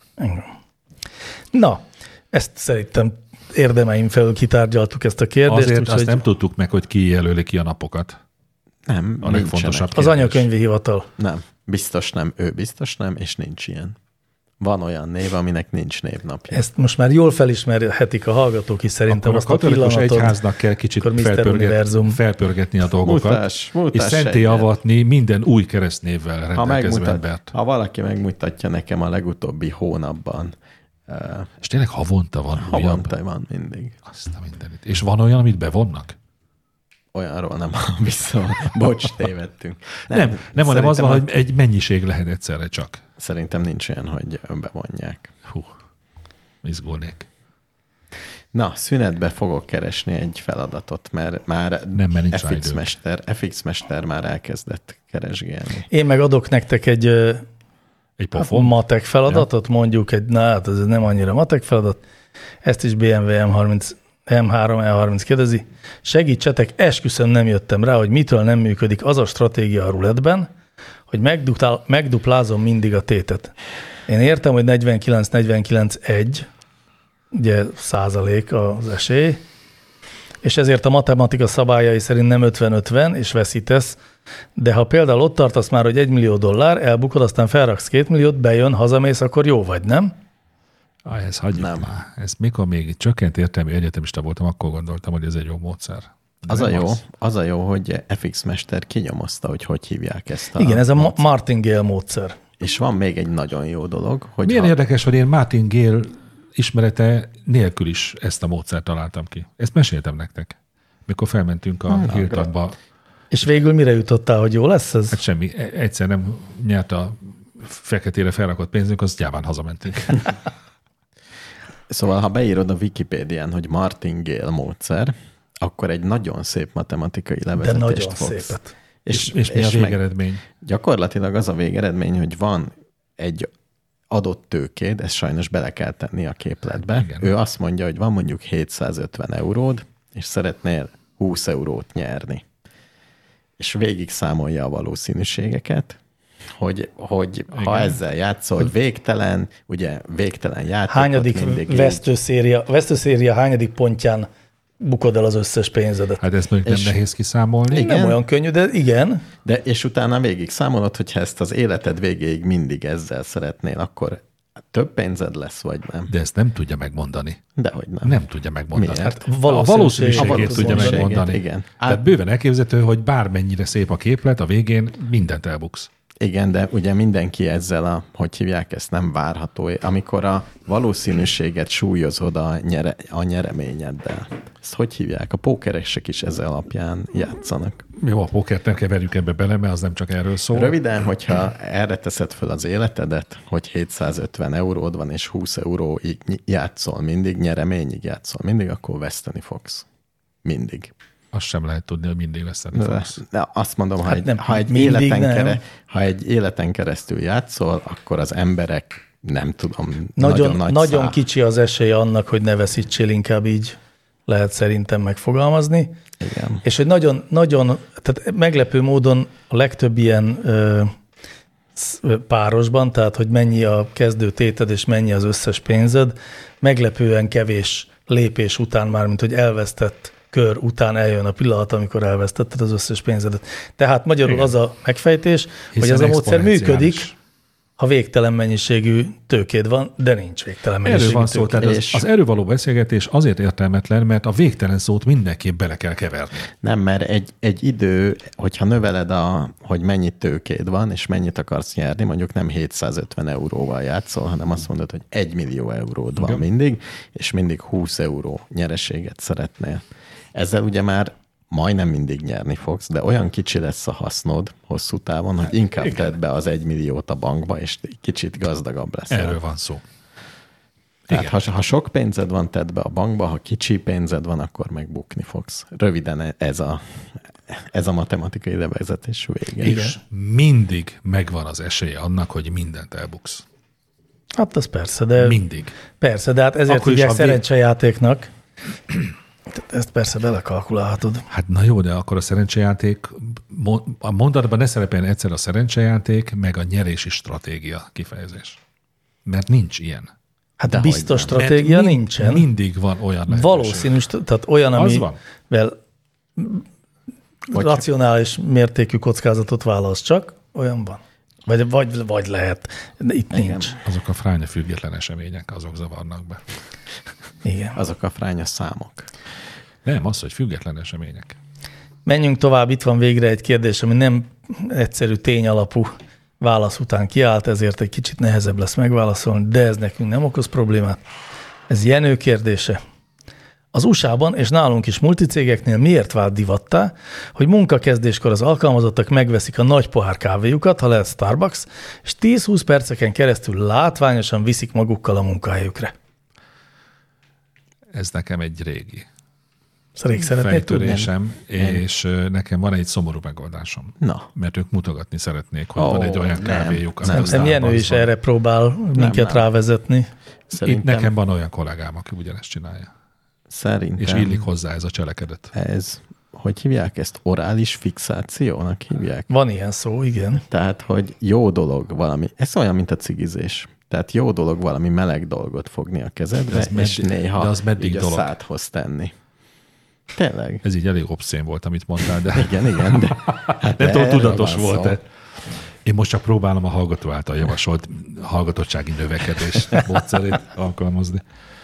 Na, ezt szerintem érdemeim felül kitárgyaltuk ezt a kérdést. Azért úgy, azt hogy nem tudtuk meg, hogy ki jelöli ki a napokat. Nem, A legfontosabb az anyakönyvi hivatal. Nem, biztos nem, ő biztos nem, és nincs ilyen. Van olyan név, aminek nincs névnapja. Ezt most már jól felismerhetik a hallgatók is szerintem. Akkor azt a katolikus a egyháznak kell kicsit felpörget, felpörgetni a dolgokat, Mutás, mutás és szenté avatni minden új keresztnévvel ha, rendelkező megmutat, embert. ha valaki megmutatja nekem a legutóbbi hónapban, uh, És tényleg havonta van havonta van mindig. Azt a mindenit. És van olyan, amit bevonnak? Olyanról nem vissza. Bocs, tévedtünk. Nem, nem, nem hanem az van, a... hogy egy mennyiség lehet egyszerre csak. Szerintem nincs olyan, hogy bevonják. Hú, izgulnék. Na, szünetbe fogok keresni egy feladatot, mert már nem, mert nincs ef iksz Mester, ef iksz Mester már elkezdett keresgélni. Én meg adok nektek egy, egy pofon? matek feladatot, ja. mondjuk egy, na hát ez nem annyira matek feladat, ezt is bé em vé em harminc, em három E harminc kérdezi. Segítsetek, esküszöm nem jöttem rá, hogy mitől nem működik az a stratégia a rulettben, hogy megduplál, megduplázom mindig a tétet. Én értem, hogy negyvenkilenc negyvenkilenc egy, ugye százalék az esély, és ezért a matematika szabályai szerint nem ötven ötven, és veszítesz, de ha például ott tartasz már, hogy egy millió dollár, elbukod, aztán felraksz két milliót, bejön, hazamész, akkor jó vagy, nem? Ah, ez hagyjuk nem. már. Ezt mikor még csökkent értelmű egyetemista voltam, akkor gondoltam, hogy ez egy jó módszer. Az a, jó, az. az a jó, hogy ef iksz Mester kinyomozta, hogy hogy hívják ezt a Igen, ez a módszer. Martingale módszer. És van még egy nagyon jó dolog, hogy milyen ha... érdekes, hogy én Martingale ismerete nélkül is ezt a módszert találtam ki. Ezt meséltem nektek, mikor felmentünk a Na, Hiltonba. És végül mire jutottál, hogy jó lesz ez? Hát semmi. Egyszer nem nyert a feketére felrakott pénzünk, az gyáván hazamentünk. Szóval, ha beírod a Wikipédián, hogy Martingale módszer, akkor egy nagyon szép matematikai levezetést De nagyon fogsz. szépet. És, és, és mi és a végeredmény? Gyakorlatilag az a végeredmény, hogy van egy adott tőkéd, ezt sajnos bele kell tenni a képletbe. Igen. Ő azt mondja, hogy van mondjuk hétszázötven euród, és szeretnél húsz eurót nyerni. És végig számolja a valószínűségeket, hogy, hogy ha ezzel játszol, hogy végtelen, ugye végtelen játékot hányadik mindig vesztőszéria, vesztőszéria hányadik pontján bukod el az összes pénzedet? Hát ezt mondjuk nem nehéz kiszámolni. Igen? Nem olyan könnyű, de igen. De és utána végig számolod, hogyha ezt az életed végéig mindig ezzel szeretnél, akkor több pénzed lesz, vagy nem? De ezt nem tudja megmondani. Dehogy nem. Nem tudja megmondani. Miért? Hát A a valószínűségét a tudja megmondani. Igen. Tehát bőven elképzelhető, hogy bármennyire szép a képlet, a végén mindent elbuksz. Igen, de ugye mindenki ezzel a, hogy hívják ezt, nem várható. Amikor a valószínűséget súlyozod a, nyere, a nyereményeddel. Ezt hogy hívják? A pókeresek is ezzel alapján játszanak. Jó, a pókert nem keverjük ebbe bele, mert az nem csak erről szól. Röviden, hogyha erre teszed föl az életedet, hogy hétszázötven euród van, és húsz euróig játszol mindig, nyereményig játszol mindig, akkor veszteni fogsz. Mindig. Azt sem lehet tudni, hogy mindig veszteni De, fogsz. de azt mondom, ha, Hát egy, nem, ha, egy életen kere, ha egy életen keresztül játszol, akkor az emberek, nem tudom, Nagyon, nagyon nagy nagyon szám. kicsi az esély annak, hogy ne veszítsél, inkább így lehet szerintem megfogalmazni. Igen. És hogy nagyon, nagyon, tehát meglepő módon a legtöbb ilyen ö, párosban, tehát hogy mennyi a kezdő téted és mennyi az összes pénzed, meglepően kevés lépés után már, mint hogy elvesztett kör után eljön a pillanat, amikor elvesztetted az összes pénzedet. Tehát magyarul Igen. az a megfejtés, Hiszen hogy ez a módszer működik, exponenciális. ha végtelen mennyiségű tőkéd van, de nincs végtelen mennyiségű Erről van szó, tőkéd. tehát az, az erről való beszélgetés azért értelmetlen, mert a végtelen szót mindenképp bele kell keverni. Nem, mert egy, egy idő, hogyha növeled, a, hogy mennyi tőkéd van, és mennyit akarsz nyerni, mondjuk nem hétszázötven euróval játszol, hanem azt mondod, hogy egy millió euród van Igen. mindig, és mindig húsz euró nyereséget szeretnél. Ezzel ugye már majdnem mindig nyerni fogsz, de olyan kicsi lesz a hasznod hosszú távon, hogy inkább Igen. tedd be az egy milliót a bankba, és kicsit gazdagabb leszel. Erről van szó. Tehát ha, ha sok pénzed van, tedd be a bankba, ha kicsi pénzed van, akkor meg bukni fogsz. Röviden ez a, ez a matematikai levezetés vége. És mindig megvan az esélye annak, hogy mindent elbuksz. Hát az persze, de... Mindig. Persze, de hát ezért Akkor is hívják a vég- szerencsejátéknak. Ezt persze belekalkulálhatod. Hát na jó, de akkor a szerencsejáték, a mondatban ne szerepeljen egyszer a szerencsejáték, meg a nyerési stratégia kifejezés. Mert nincs ilyen. Hát de biztos hogy stratégia Mert nincsen. Mindig van olyan lehetőség. Valószínű, tehát olyan, Az van. amivel racionális mértékű kockázatot válasz csak, olyan van. Vagy, vagy, vagy lehet. De itt Igen. nincs. Azok a fránya független események, azok zavarnak be. Igen. Azok a fránya számok. Nem, az, hogy független események. Menjünk tovább, itt van végre egy kérdés, ami nem egyszerű tényalapú válasz után kiállt, ezért egy kicsit nehezebb lesz megválaszolni, de ez nekünk nem okoz problémát. Ez Jenő kérdése. Az u es á-ban és nálunk is multicégeknél miért vált divattá, hogy munkakezdéskor az alkalmazottak megveszik a nagy pohár kávéjukat, ha lehet Starbucks, és tíz-húsz perceken keresztül látványosan viszik magukkal a munkahelyükre? Ez nekem egy régi Rég szeretnék tudni? fejtörésem, és ö, nekem van egy szomorú megoldásom. Na. Mert ők mutogatni szeretnék, hogy Ó, van egy olyan nem, kávéjuk. nem, amit a Szerintem Jenő is Starbucksban. erre próbál minket nem. rávezetni. Itt Szerintem, nekem van olyan kollégám, aki ugyanezt csinálja. szerintem És illik hozzá ez a cselekedet. ez, hogy hívják ezt? Orális fixációnak hívják? Van ilyen szó, igen. Tehát, hogy jó dolog valami. Ez olyan, mint a cigizés. Tehát jó dolog valami meleg dolgot fogni a kezedre, ez és meddig- néha de az meddig így a dolog? szádhoz tenni. Tényleg? Ez így elég obszén volt, amit mondtál, de Igen, igen, de hát nem tudom, erről tudatos van volt-e. szó. Én most csak próbálom a hallgató által javasolt hallgatottsági növekedés módszerét alkalmazni.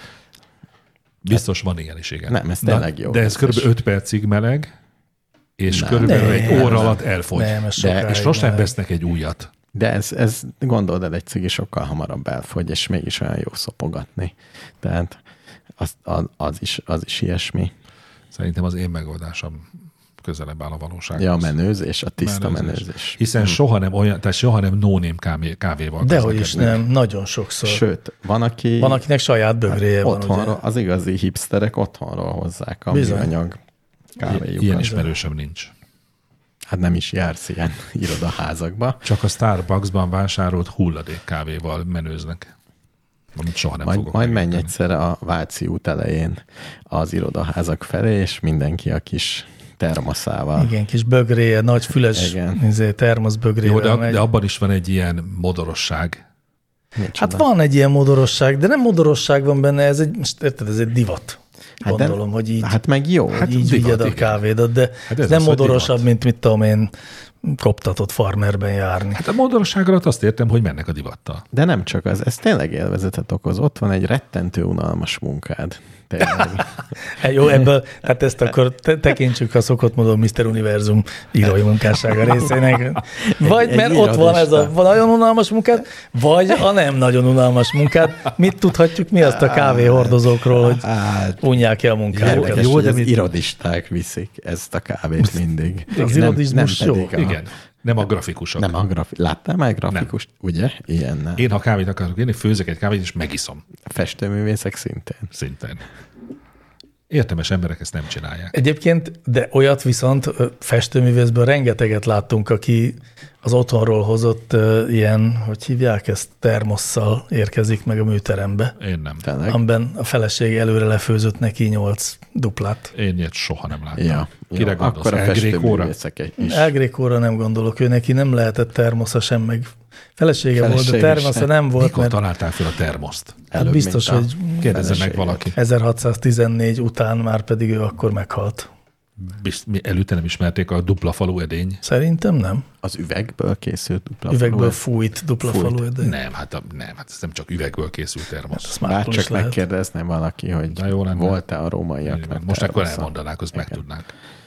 Biztos van ilyen is, igen. Nem, ez tényleg jó. De ez kb. öt percig meleg, és Nem. körülbelül Nem. egy óra alatt elfogy. Nem, ez De- sokáig És sosem meleg. vesznek egy újat. De ez, ez gondold el, egy cigi sokkal hamarabb elfogy, és mégis olyan jó szopogatni. Tehát az, az, az, is, az is ilyesmi. Szerintem az én megoldásom közelebb áll a valósághoz. Ja, a menőzés, a tiszta Menőzés. menőzés. Hiszen soha nem olyan, tehát soha nem no-name kávé, kávéval Dehogy is közlekednek. nem, nagyon sokszor. Sőt, van, aki Van, akinek saját bögréje van, otthonról, ugye? az igazi hipsterek otthonról hozzák a Bizony. műanyag kávéjukat. Ilyen ismerősöm nincs. Hát nem is jársz ilyen irodaházakba. Csak a Starbucksban vásárolt hulladék kávéval menőznek. Amit soha nem Majd, fogok majd menj megérteni. egyszer a Váci út elején az irodaházak felé, és mindenki a kis termaszával. Igen, kis bögréje, nagy füles Igen. izé, termosz bögrével Jó, de, megy. de abban is van egy ilyen modorosság. Hát van egy ilyen modorosság, de nem modorosság van benne, ez egy, most érted, ez egy divat. Hát de- Gondolom, hogy így, Hát meg jó. hát Hát így divat, vigyed a igen. kávédat, de Hát ez ez nem az, hogy modorosabb, divat. mint mit tudom én, koptatott farmerben járni. Hát a modorosság alatt azt értem, hogy mennek a divattal. De nem csak az, ez tényleg élvezetet okoz. Ott van egy rettentő unalmas munkád. Tényleg. Hát jó, ebből, hát ezt akkor te, tekintsük a szokott módon miszter Univerzum írói munkássága részének. Vagy egy mert ott van ez a irodista. nagyon unalmas munkád, vagy a nem nagyon unalmas munkád. Mit tudhatjuk mi azt a kávéhordozókról, hogy Hát, unják ki a munkájukat? érdekes, jó, hogy de az mit- irodisták viszik ezt a kávét mindig. Az Nem- irodizmus nem jó. pedig a- Igen. Nem a grafikusok. Nem a grafi... Láttál már grafikust? Ugye? Ilyen nem. Én, ha kávét akarok én főzök egy kávét, és megiszom. Festőművészek szintén. Szintén. Értelmes emberek ezt nem csinálják. Egyébként, de olyat viszont ö, festőművészből rengeteget láttunk, aki az otthonról hozott ö, ilyen, hogy hívják ezt, termosszal érkezik meg a műterembe, Én nem. Tényleg? amiben a feleség előre lefőzött neki nyolc duplát. Én ilyet soha nem láttam. Ja, Kire jó, gondolsz? akkor a El Grékóra? festőművészek is. Elgrékóra nem gondolok, ő neki nem lehetett termosza sem, meg felesége, volt, Felesége de termosza sem. nem volt, Mikor mert találtál fel a termoszt? hát Előbb, biztos, mint a hogy Kérdezze meg feleséget. valaki. ezerhatszáztizennégy után már pedig ő akkor meghalt. Bizt, mi előtte nem ismerték a dupla falu edény? Szerintem nem. Az üvegből készült dupla Üvegből falú. fújt dupla Fújt. falu, de Nem, hát a, nem, hát ez nem csak üvegből készült termosz. ezt Bár mártól is csak lehet. megkérdezne valaki, hogy De jó lenne. volt-e a rómaiaknak Most akkor termosza. elmondanák, azt megtudnánk.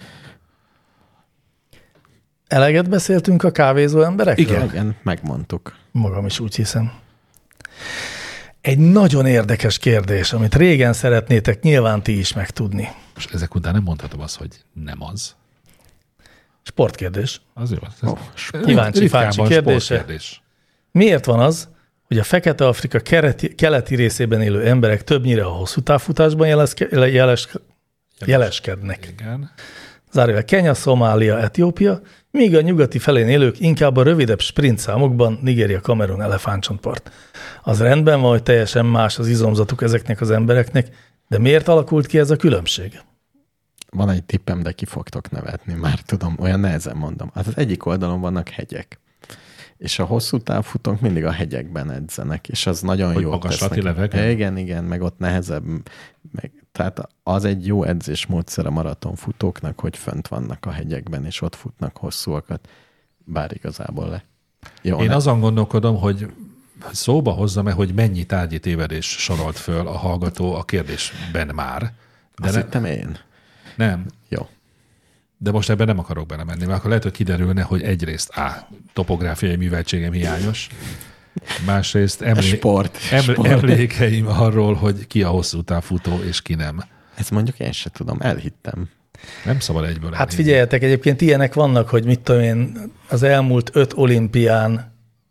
Eleget beszéltünk a kávézó emberekről? Igen. Igen, megmondtuk. Magam is úgy hiszem. Egy nagyon érdekes kérdés, amit régen szeretnétek nyilván ti is megtudni. És ezek után nem mondhatom azt, hogy nem az. Sportkérdés. Az jó. Ez Ó, Kíváncsi, ritkában fáncsi kérdése. sportkérdés. Miért van az, hogy a Fekete-Afrika keleti, keleti részében élő emberek többnyire a hosszú távfutásban jeleszke, jeles, jeleskednek? Igen. zárójel Kenya, Szomália, Etiópia, míg a nyugati felén élők inkább a rövidebb sprint számokban Nigéria, Kamerun, elefántcsontpart. Az rendben van, hogy teljesen más az izomzatuk ezeknek az embereknek, de miért alakult ki ez a különbség? Van egy tippem, de ki fogtok nevetni, már tudom, olyan nehezen mondom. Hát az egyik oldalon vannak hegyek, és a hosszú távfutók mindig a hegyekben edzenek, és az nagyon jó. Magaslati levegő? Igen, igen, meg ott nehezebb. Meg, tehát az egy jó edzésmódszer a maratonfutóknak, hogy fönt vannak a hegyekben, és ott futnak hosszúakat, bár igazából le. Jó, Én ne? azon gondolkodom, hogy szóba hozzam-e, hogy mennyi tárgyi tévedés sorolt föl a hallgató a kérdésben már. De Azt ne, hittem én. nem. Jó. De most ebben nem akarok belemenni, mert akkor lehet, hogy kiderülne, hogy egyrészt A. topográfiai műveltségem hiányos, másrészt emlé- Sport. em- Sport. emlékeim arról, hogy ki a hosszú távfutó és ki nem. Ezt mondjuk én se tudom, elhittem. Nem szabad egyből Hát elhinni. figyeljetek, egyébként ilyenek vannak, hogy mit tudom én, az elmúlt öt olimpián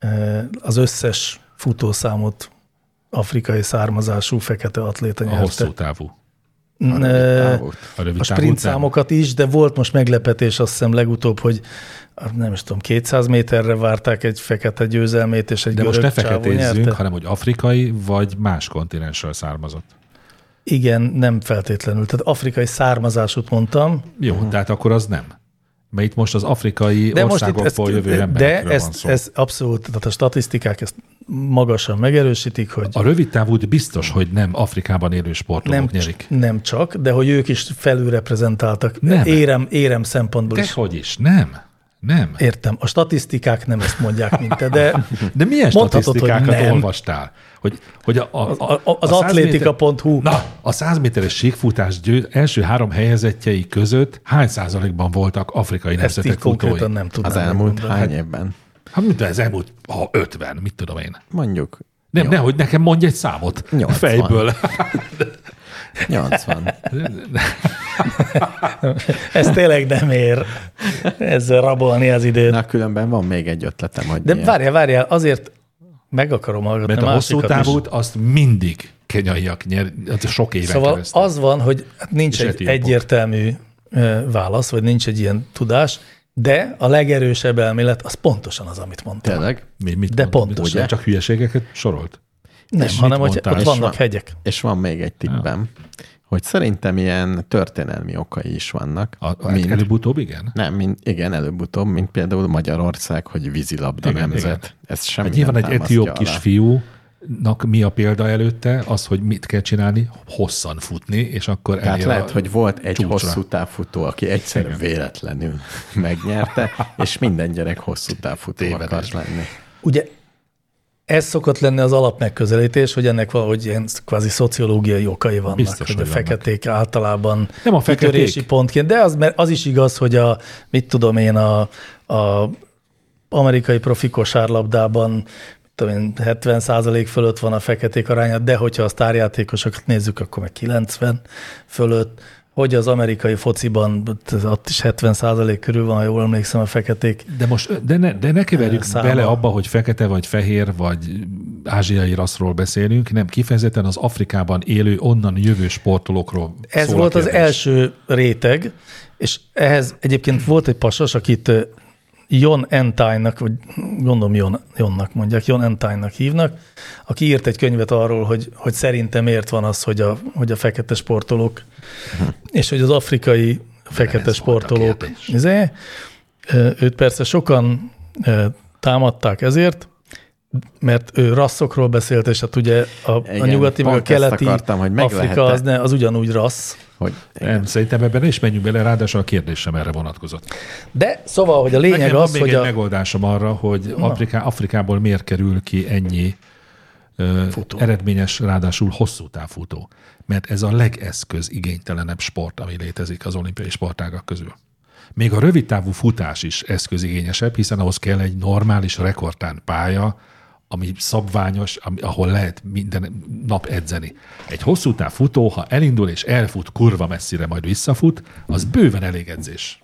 az összes futószámot afrikai származású fekete atléta A nyerte. hosszú távú. A rövid távot. A, rövid A távú sprint nem. számokat is, de volt most meglepetés, azt hiszem legutóbb, hogy nem is tudom, kétszáz méterre várták egy fekete győzelmét, és egy De most görög ne csávó feketézzünk, nyerte. hanem hogy afrikai vagy más kontinensről származott. Igen, nem feltétlenül. Tehát afrikai származásút mondtam. Jó, uh-huh. Tehát akkor az nem. Mert itt most az afrikai De most itt országokból ezt, jövő de emberekről van ezt, szó. ez abszolút, tehát a statisztikák ezt magasan megerősítik, hogy A rövid távút biztos, hogy nem Afrikában élő sportolók nem, nyerik. nem csak, de hogy ők is felülreprezentáltak. Nem. Érem, érem szempontból is. Dehogy is, nem. Nem. Értem. A statisztikák nem ezt mondják, mint te, de De milyen mondhatod, statisztikákat hogy nem. olvastál? Hogy, hogy a, a, a, A- az a száz atlétika pont hu. méter, na, a száz méteres síkfutás győ, első három helyezettjei között hány százalékban voltak afrikai ezt így nemzetek futói? konkrétan nem tudnám Az elmúlt megmondani. hány évben? Hát mint az elmúlt ha ötven, mit tudom én. Mondjuk Nem, Nyolc. nehogy nekem mondj egy számot Nyolcvan. fejből. nyolcvan. Ez tényleg nem ér ezzel rabolni az időt. Na, különben van még egy ötletem, hogy De ilyen. várjál, várjál, azért meg akarom hallgatni Mert a hosszú másikat is. távút azt mindig kenyaiak nyer, az sok éven Szóval keresztül. az van, hogy nincs És egy etiópok. egyértelmű ö, válasz, vagy nincs egy ilyen tudás, de a legerősebb elmélet az pontosan az, amit mondtam. Tényleg? Mi, mit De mondod? pontos, Mit, ugye? Csak hülyeségeket sorolt? Nem, És hanem mit hogy mondtál? ott És vannak van- hegyek. És van még egy tippem, hogy szerintem ilyen történelmi okai is vannak. A, mint, előbb-utóbb igen? nem, mint, igen, előbb-utóbb, mint például Magyarország, hogy vízilabda Igen, nemzet. igen. Ez semmi Hát nyilván nem egy támasztja etióp alá. kisfiúnak mi a példa előtte? Az, hogy mit kell csinálni? Hosszan futni, és akkor Tehát elér lehet, a hogy volt egy csúcsra. hosszú távfutó, aki egyszer Igen. véletlenül megnyerte, és minden gyerek hosszú távfutó akar Tévedés. lenni. Ugye ez szokott lenni az alapmegközelítés, hogy ennek valahogy ilyen kvázi szociológiai okai vannak, Biztos, hogy a hogy vannak. feketék általában Nem a feketék. kitörési pontként, de az, mert az is igaz, hogy a, mit tudom én, a, a amerikai profi kosárlabdában mit tudom én, hetven százalék fölött van a feketék aránya, de hogyha a sztárjátékosokat nézzük, akkor meg kilencven fölött, hogy az amerikai fociban ott is hetven százalék körül van, ha jól emlékszem, a feketék. De most, de ne, de ne keverjük Száma. bele abba, hogy fekete vagy fehér, vagy ázsiai rasszról beszélünk, nem, kifejezetten az Afrikában élő, onnan jövő sportolókról Ez szól a volt az kérdés. első réteg, és ehhez egyébként volt egy pasas, akit ö, Jon Entine-nak, vagy gondolom Jon, Jonnak mondják, Jon Entine-nak hívnak, aki írt egy könyvet arról, hogy, hogy szerintem miért van az, hogy a, hogy a fekete sportolók, és hogy az afrikai fekete ez volt a sportolók, kérdés. izé, ö, őt persze sokan ö, támadták ezért, mert ő rasszokról beszélt, és hát ugye a, a Igen, nyugati, meg a pont ezt keleti akartam, hogy meg Afrika lehet-e- az, ne, az ugyanúgy rassz. Hogy Nem, szerintem ebben ne is menjünk bele, ráadásul a kérdés sem erre vonatkozott. De szóval, hogy a lényeg Nekem az, van még hogy egy a... megoldásom arra, hogy Afriká, Afrikából miért kerül ki ennyi ö, eredményes, ráadásul hosszú távfutó. Mert ez a legeszköz igénytelenebb sport, ami létezik az olimpiai sportágak közül. Még a rövidtávú futás is eszközigényesebb, hiszen ahhoz kell egy normális rekordtán pálya, ami szabványos, ami, ahol lehet minden nap edzeni. Egy hosszú táv futó, ha elindul és elfut kurva messzire, majd visszafut, az bőven elég edzés.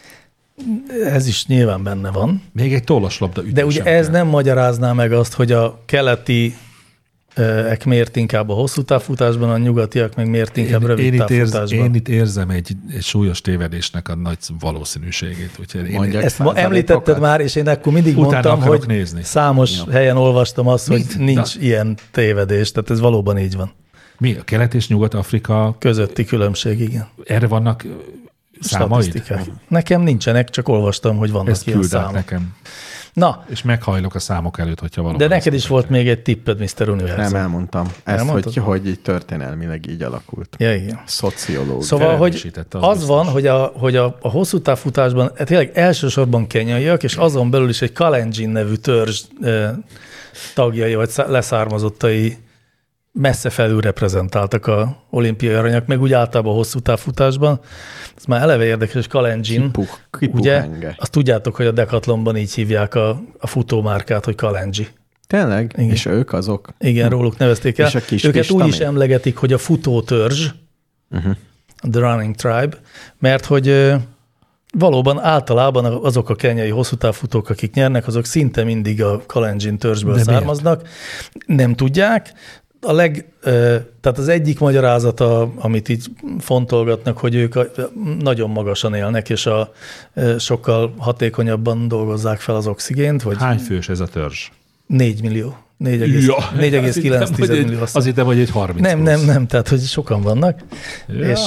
Ez is nyilván benne van. Még egy tollaslabda ütés. De ugye sem ez kell. nem magyarázná meg azt, hogy a keleti ek miért inkább a hosszú távfutásban, a nyugatiak meg miért inkább én, rövid én távfutásban. Érz, én itt érzem egy, egy súlyos tévedésnek a nagy valószínűségét. Úgyhogy én, ezt ma említetted már, és én akkor mindig Utána mondtam, hogy nézni. számos ja. helyen olvastam azt, hogy Mit? nincs Na. ilyen tévedés, tehát ez valóban így van. Mi? A Kelet- és Nyugat-Afrika közötti különbség, igen. Erre vannak számaid? Nekem nincsenek, csak olvastam, hogy vannak ezt ilyen számok. nekem. Na. És meghajlok a számok előtt, hogyha valóban. De neked is volt még egy tipped, miszter Univerzum. Nem elmondtam. Ezt, hogy, hogy így történelmileg így alakult. Ja, igen. Szociológia. Szóval, hogy az, az van, hogy, a, hogy a, a hosszú távfutásban tényleg elsősorban kenyaiak, és azon belül is egy Kalenjin nevű törzs eh, tagjai, vagy leszármazottai messze felül reprezentáltak a olimpiai aranyak, meg úgy általában a hosszú távfutásban. Ez már eleve érdekes, hogy Kalenjin, ugye, azt tudjátok, hogy a Decathlonban így hívják a, a futómárkát, hogy Kalenji. Tényleg? Igen. És ők azok? Igen, hm. róluk nevezték el. Kis Őket kis úgy tamé? is emlegetik, hogy a futótörzs, uh-huh. The Running Tribe, mert hogy valóban általában azok a kenyai hosszútávfutók, akik nyernek, azok szinte mindig a Kalenjin törzsből De származnak. Miért? Nem tudják. A leg, tehát az egyik magyarázata, amit így fontolgatnak, hogy ők nagyon magasan élnek, és a, sokkal hatékonyabban dolgozzák fel az oxigént. Vagy hány fős ez a törzs? négy millió. négy egész kilenc millió. Azt hittem, hogy egy harminc. Nem, nem, nem, tehát hogy sokan vannak. Ja. És,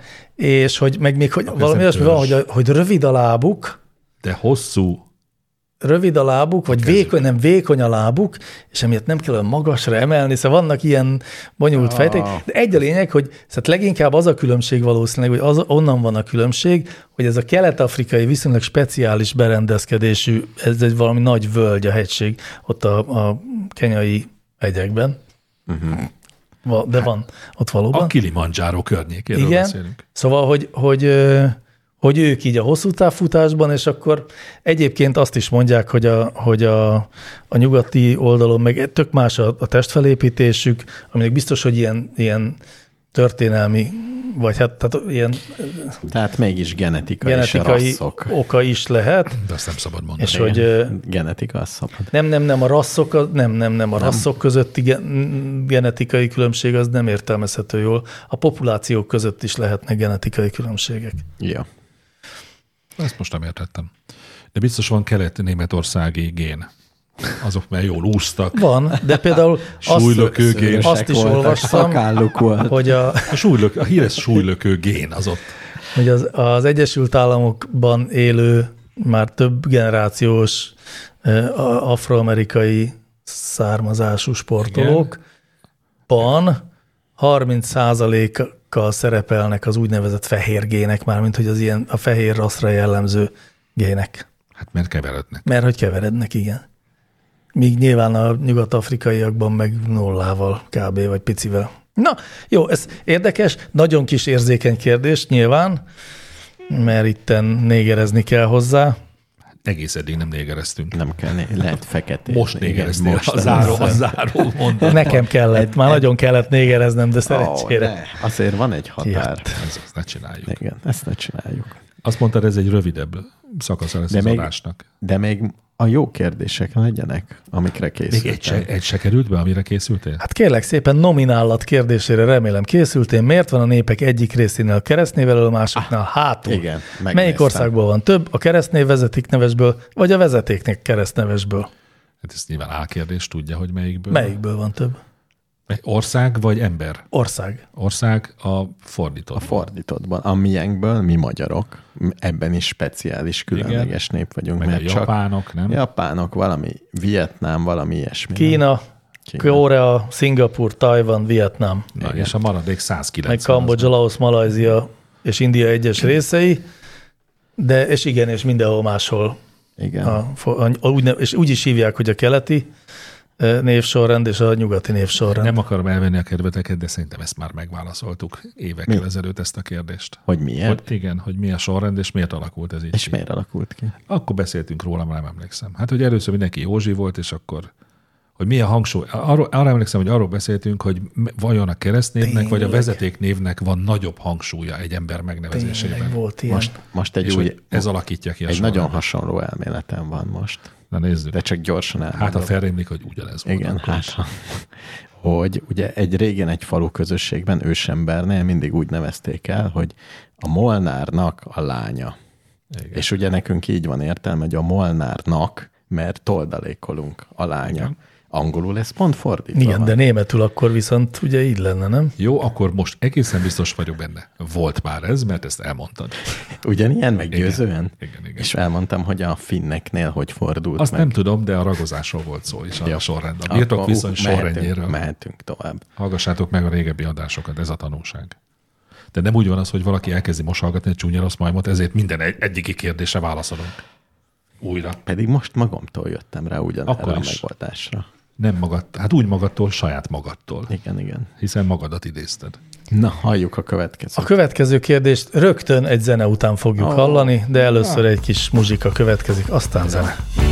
és hogy meg még, hogy a valami olyasmi van, hogy, hogy rövid a lábuk. De hosszú. Rövid a lábuk, vagy vékony, nem vékony a lábuk, és emiatt nem kell olyan magasra emelni, szóval vannak ilyen bonyolult ah. fejték. De egy a lényeg, hogy szóval leginkább az a különbség valószínűleg, hogy az, onnan van a különbség, hogy ez a kelet-afrikai viszonylag speciális berendezkedésű, ez egy valami nagy völgy a hegység ott a, a kenyai hegyekben. Uh-huh. De van ott valóban. A Kilimanjaro környékéről Igen. beszélünk. Szóval, hogy, hogy hogy ők így a hosszú távfutásban, és akkor egyébként azt is mondják, hogy a, hogy a, a nyugati oldalon meg tök más a, a testfelépítésük, aminek biztos, hogy ilyen, ilyen történelmi, vagy hát tehát ilyen... Tehát mégis genetikai, genetikai rasszok. oka is lehet. De azt nem szabad mondani. És hogy, genetika az szabad. Nem, nem, nem, a rasszok, nem, nem, nem, a nem. rasszok közötti genetikai különbség az nem értelmezhető jól. A populációk között is lehetnek genetikai különbségek. Ja. Ezt most nem értettem. De biztos van kelet-németországi gén. Azok már jól úsztak. Van, de például súlylökő gén. Azt is olvastam, hogy a, a, súlylök, a híres súlylökő gén az ott. Hogy az, az Egyesült Államokban élő, már több generációs afroamerikai származású sportolókban harminc százalékkal szerepelnek az úgynevezett fehér gének, mármint hogy az ilyen a fehér rasszra jellemző gének. Hát mert keverednek. Mert hogy keverednek, igen. Míg nyilván a nyugat-afrikaiakban meg nullával kb. Vagy picivel. Na, jó, ez érdekes, nagyon kis érzékeny kérdés nyilván, mert itten négerezni kell hozzá. Egész eddig nem négereztünk. Nem kell, lehet feketén. Most négereztél, most a záró, a záró mondat. Nekem kellett, már nagyon kellett négereznem, de szerencsére. Oh, azért van egy határ. Ezt, ezt ne csináljuk. Igen, ezt ne csináljuk. Azt mondtad, ez egy rövidebb szakasza lesz de az még, adásnak. De még a jó kérdések legyenek, amikre készültem. Még egy se, egy se került be, amire készültél? Hát kérlek szépen, nominálat kérdésére remélem készültél. Miért van a népek egyik részénél keresztnévelő, a másiknál ah, hátul? Igen, megnéztem. Melyik országból van több? A keresztnév vezetéknevesből, vagy a vezetéknek keresztnevesből? Hát ez nyilván álkérdés, tudja, hogy melyikből. Melyikből van több? Ország vagy ember? Ország. Ország a fordított. A fordítottban. A miénkből, mi magyarok, ebben is speciális, különleges igen. nép vagyunk. Meg mert a japánok, csak nem? Japánok, valami Vietnám, valami ilyesmi. Kína, Kína. Korea, Szingapur, Tajvan, Vietnám. Na, és a maradék száz kilencven. Meg Kambodzsa, Laosz, Malajzia és India egyes részei, de és igen, és mindenhol máshol. Igen. A, a, a, úgy, és úgy is hívják, hogy a keleti névsorrend és a nyugati névsorrend. Nem akarom elvenni a kedveteket, de szerintem ezt már megválaszoltuk évekkel mi? ezelőtt ezt a kérdést. Hogy miért? Hogy igen, hogy mi a sorrend, és miért alakult ez így. És ki. miért alakult ki? Akkor beszéltünk róla, már nem emlékszem. Hát, hogy először mindenki Józsi volt, és akkor, hogy mi a hangsúly. Arra, arra emlékszem, hogy arról beszéltünk, hogy vajon a keresztnévnek, Tényleg. vagy a vezetéknévnek van nagyobb hangsúlya egy ember megnevezésében. Volt ilyen. Most, most egy és új, ez alakítja ki a Egy sorrendet. nagyon hasonló elméletem van most. Na nézzük. De csak gyorsan elmondom. Hát, ha felrémlik, hogy ugyanez volt. Igen, hát, hogy ugye egy régen egy falu közösségben ősembernél mindig úgy nevezték el, hogy a Molnárnak a lánya. Igen. És ugye nekünk így van értelme, hogy a Molnárnak, mert toldalékolunk a lánya. Igen. Angolul ez pont fordítva Igen, van. de németül akkor viszont ugye így lenne, nem? Jó, akkor most egészen biztos vagyok benne. Volt már ez, mert ezt elmondtad. Ugyanilyen meggyőzően? Igen, igen, igen. És elmondtam, hogy a finneknél hogy fordult Azt meg. nem tudom, de a ragozásról volt szó is a sorrend. A birtok viszony sorrendjéről. Mehetünk tovább. Hallgassátok meg a régebbi adásokat, ez a tanulság. De nem úgy van az, hogy valaki elkezdi mosalgatni egy csúnya rossz majmot, ezért minden egy, eddigi kérdésre válaszolunk. Újra. Pedig most magamtól jöttem rá ugyanerre Akkor a is. megoldásra. Nem magad, hát úgy magadtól, saját magadtól. Igen, igen. Hiszen magadat idézted. Na, halljuk a következőt. A következő kérdést rögtön egy zene után fogjuk Oh. hallani, de először egy kis muzsika következik, aztán zene.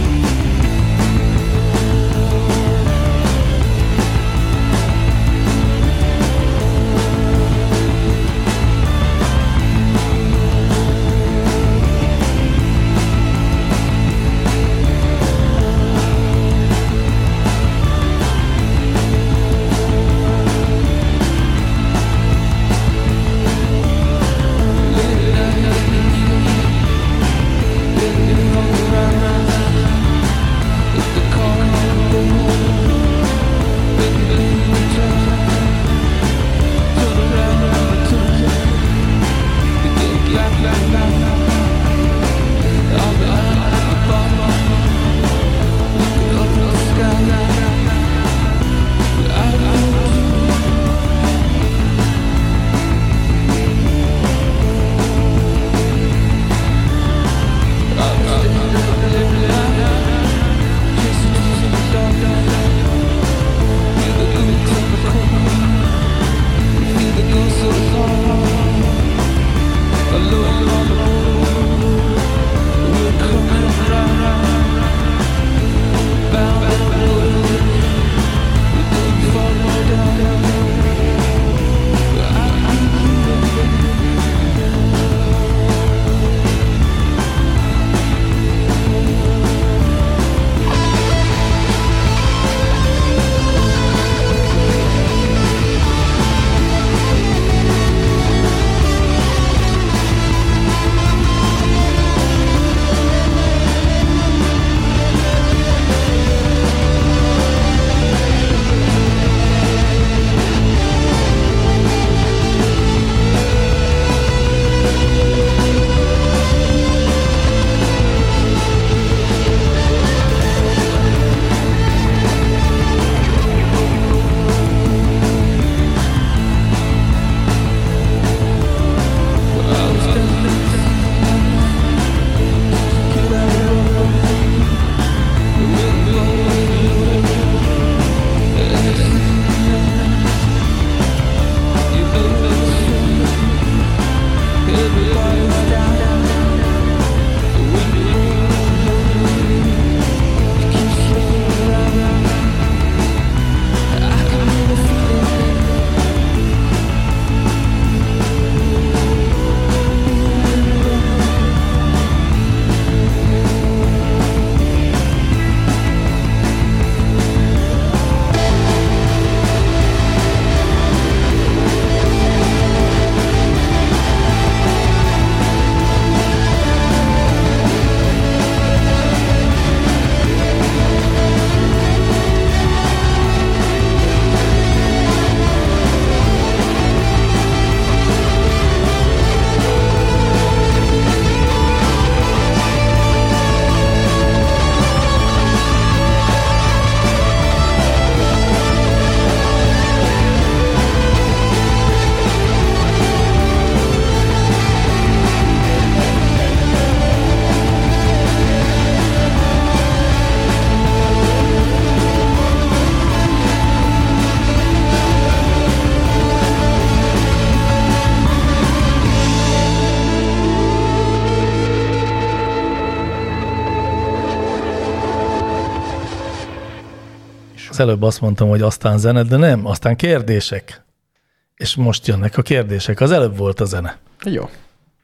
Az előbb azt mondtam, hogy aztán zene, de nem, aztán kérdések. És most jönnek a kérdések. Az előbb volt a zene. Jó.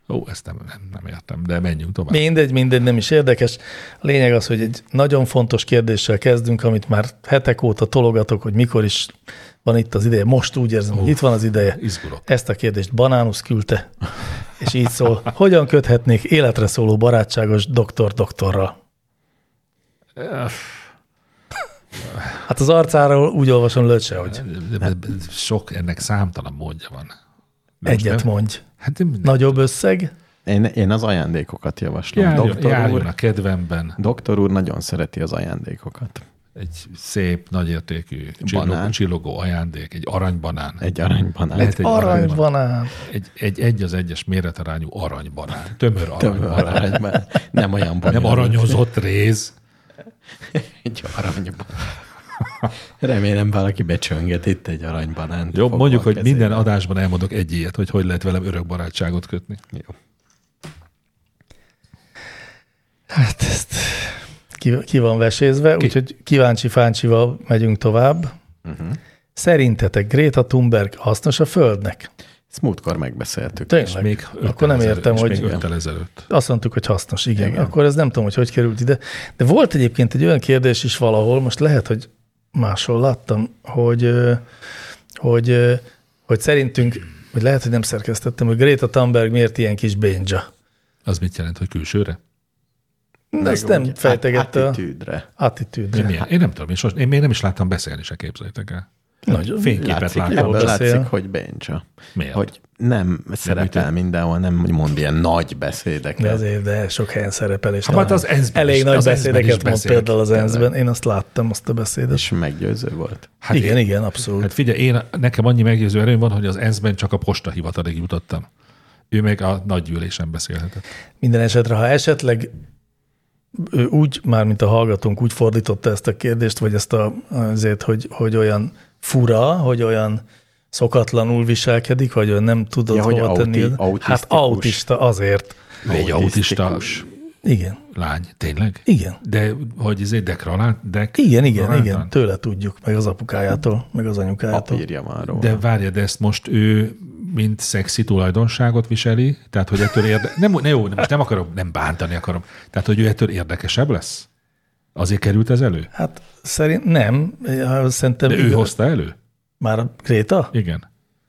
Ó, ezt nem, nem, nem értem, de menjünk tovább. Mindegy, mindegy, nem is érdekes. A lényeg az, hogy egy nagyon fontos kérdéssel kezdünk, amit már hetek óta tologatok, hogy mikor is van itt az ideje. Most úgy érzem, hogy itt van az ideje. Izgulok. Ezt a kérdést Banánusz küldte, és így szól. Hogyan köthetnék életre szóló barátságos doktor-doktorral? Hát az arcáról úgy olvasom, lőtt se, hogy Sok, ennek számtalan módja van. De egyet nem? mondj. Hát nem, Nagyobb összeg? Én, én az ajándékokat javaslom. járjon, Doktor járjon úr, a kedvemben. doktor úr nagyon szereti az ajándékokat. Egy szép, nagyértékű, csillogó, Banán. csillogó ajándék, egy aranybanán. Egy aranybanán. Lehet egy Aranybanán. Egy, egy egy az egyes méretarányú aranybanán. Tömör Tömör aranybanán. aranyban. Nem olyan Nem bonyolult. aranyozott réz. Egy aranyban. Remélem valaki becsönget itt egy aranybanánt. Jó, fogva mondjuk, a hogy kezébe. minden adásban elmondok egy ilyet, hogy hogy lehet velem örök barátságot kötni. Jó. Hát ezt ki, ki van vesézve, Ki? úgyhogy kíváncsi-fáncsival megyünk tovább. Uh-huh. Szerintetek Greta Thunberg hasznos a Földnek? Ezt múltkor megbeszéltük. Tényleg? És még Akkor nem öttel értem, ezelőtt, és hogy még öttel ezelőtt. azt mondtuk, hogy hasznos, igen. Igen. Akkor ez nem tudom, hogy hogy került ide. De volt egyébként egy olyan kérdés is valahol, most lehet, hogy máshol láttam, hogy, ö, hogy, ö, hogy szerintünk, vagy lehet, hogy nem szerkesztettem, hogy Greta Thunberg miért ilyen kis bénja. Az mit jelent, hogy külsőre? De ezt nem úgy fejtegette a attitűdre. attitűdre. Milyen? Én nem tudom, én, sos, én még nem is láttam beszélni, se képzeljétek el. Nagyon. Fényképet Látszik, láttam. jól ebből beszél. látszik, hogy Bencsa. Miért? Hogy nem szerepel ütött. mindenhol, nem mond ilyen nagy De beszédeket. azért, de sok helyen szerepel, és Hát hát az ENSZ-ben elég is- nagy az ENSZ-ben is beszédeket mond beszélt. például az ENSZ-ben. Én azt láttam, azt a beszédet. És meggyőző volt. Hát igen, én, igen, abszolút. Hát figyelj, én, nekem annyi meggyőző erőm van, hogy az ENSZ-ben csak a postahivatalig jutottam. Ő meg a nagygyűlésen beszélhetett. Minden esetre, ha esetleg ő úgy, már mint a hallgatónk, úgy fordította ezt a kérdést, vagy ezt a, azért, hogy, hogy olyan fura, hogy olyan szokatlanul viselkedik, vagy olyan nem tudod Ja, hogy hova auti- tenni. Hát autisztikus. autista azért. Egy autista Autisztikus. Igen. lány, tényleg? Igen. De hogy izé dekralált? Dek, Igen, igen, Dekráltan? igen. Tőle tudjuk, meg az apukájától, meg az anyukájától. Papírja van róla. De várja, de ezt most ő mint szexi tulajdonságot viseli? Tehát, hogy ettől érde... Nem, ne, jó, most nem akarom, nem bántani akarom. Tehát, hogy ő ettől érdekesebb lesz? Azért került ez elő? Hát szerint nem. Szerintem De ő hozta elő? Már a Gréta? Igen.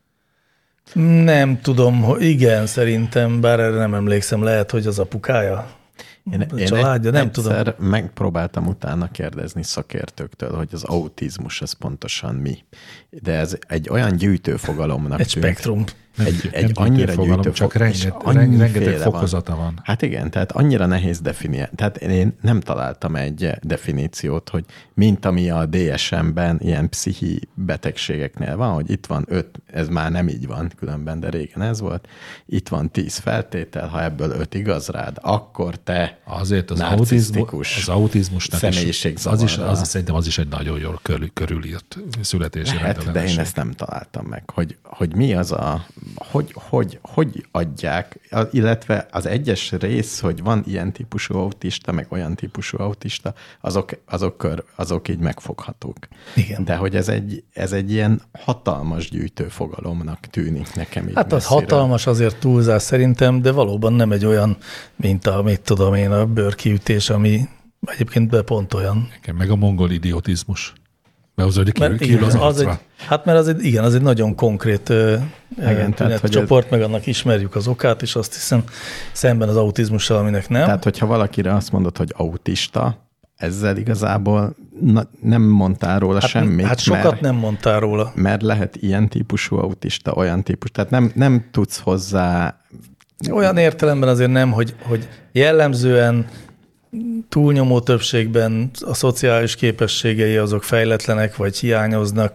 Nem tudom, hogy igen, szerintem, bár erre nem emlékszem, lehet, hogy az apukája. Én, A én családja, nem egyszer tudom. megpróbáltam utána kérdezni szakértőktől, hogy az autizmus az pontosan mi. De ez egy olyan gyűjtőfogalomnak Egy tűnt. spektrum. Egy, Nem egy annyira gyűjtőfogalom, gyűjtő csak és renget, annyiféle rengeteg van. fokozata van. Hát igen, tehát annyira nehéz definiálni. Tehát én nem találtam egy definíciót, hogy mint ami a dé es em-ben ilyen pszichi betegségeknél van, hogy itt van öt, ez már nem így van, különben, de régen ez volt, itt van tíz feltétel, ha ebből öt igaz rád, akkor te Azért az narcisztikus autizmus, az autizmusnak is, személyiségzavarral. az is, az szerintem az is egy nagyon jól körül, körülírt születési lehet, de én rendellenesség. ezt nem találtam meg, hogy, hogy mi az a, hogy, hogy, hogy adják, illetve az egyes rész, hogy van ilyen típusú autista, meg olyan típusú autista, azok, azok, kör, azok így megfoghatók. Igen. De hogy ez egy, ez egy ilyen hatalmas gyűjtőfogalomnak tűnik nekem így Hát az messziről. hatalmas azért túlzás szerintem, de valóban nem egy olyan, mint a, mit tudom én, a bőrkiütés, ami egyébként de pont olyan. Nekem meg a mongol idiotizmus. Behozza, hogy Mert kiül, kiül igen, az az egy, arcra. hát mert az egy, igen, az egy nagyon konkrét tehát, hogy ez- csoport, meg annak ismerjük az okát, és azt hiszem szemben az autizmussal, aminek nem. Tehát, hogyha valakire azt mondod, hogy autista, ezzel igazából na, nem mondtál róla hát, semmit, hát sokat mert, nem mondtál róla. mert lehet ilyen típusú autista, olyan típus, tehát nem, nem tudsz hozzá. Olyan értelemben azért nem, hogy, hogy jellemzően túlnyomó többségben a szociális képességei azok fejletlenek, vagy hiányoznak.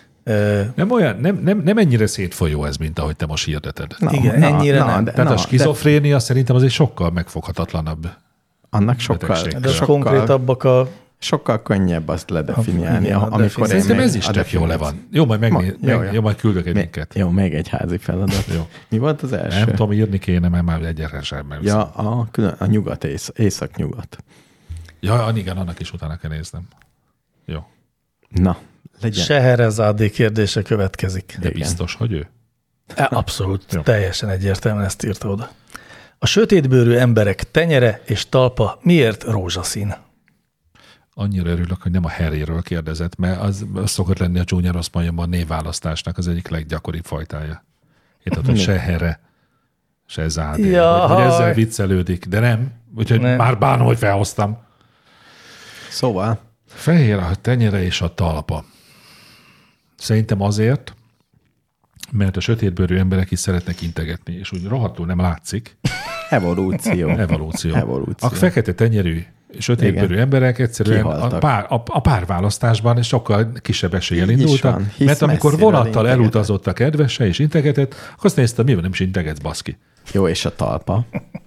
Nem olyan, nem, nem, nem ennyire szétfolyó ez, mint ahogy te most hirdeted. Na, Igen, ennyire nem. De, Tehát na, a skizofrénia szerintem az egy sokkal megfoghatatlanabb. de annak sokkal, betegség. De az sokkal, konkrétabbak a... sokkal könnyebb azt ledefiniálni, Igen, a amikor én Szerintem még ez is a tök jó le definíció- van. Jó, majd, megné- Ma- jó, meg, jó. jó, majd küldök egy Még, linket. jó, még egy házi feladat. Jó. Mi volt az első? Nem tudom, írni kéne, mert már egyenre sem. Ja, a, külön, a nyugat, ész, észak-nyugat. ja, igen, annak is utána kell néznem. Jó. Na, legyen. Scheherazade kérdése következik. De Igen. biztos, hogy ő? E, Abszolút, Jó. teljesen egyértelműen ezt írta oda. A sötétbőrű emberek tenyere és talpa miért rózsaszín? Annyira örülök, hogy nem a Harryről kérdezett, mert az, az szokott lenni a Junior rossz majomban a névválasztásnak az egyik leggyakoribb fajtája. Érted, hogy se Here, se Zádé. Ja, hogy, hogy ezzel viccelődik, de nem. Úgyhogy nem. Már bánom, hogy felhoztam. Szóval? Fehér a tenyere és a talpa. Szerintem azért, mert a sötétbőrű emberek is szeretnek integetni, és úgy rohadtul nem látszik. Evolúció. Evolúció. Evolúció. A fekete tenyerű, sötétbőrű Igen. emberek egyszerűen a, pár, a, a párválasztásban sokkal kisebb eséllyel indultak, mert amikor vonattal elutazott a kedvese és integetett, akkor azt nézte, mi van, nem is integetsz, baszki. Jó, és a talpa?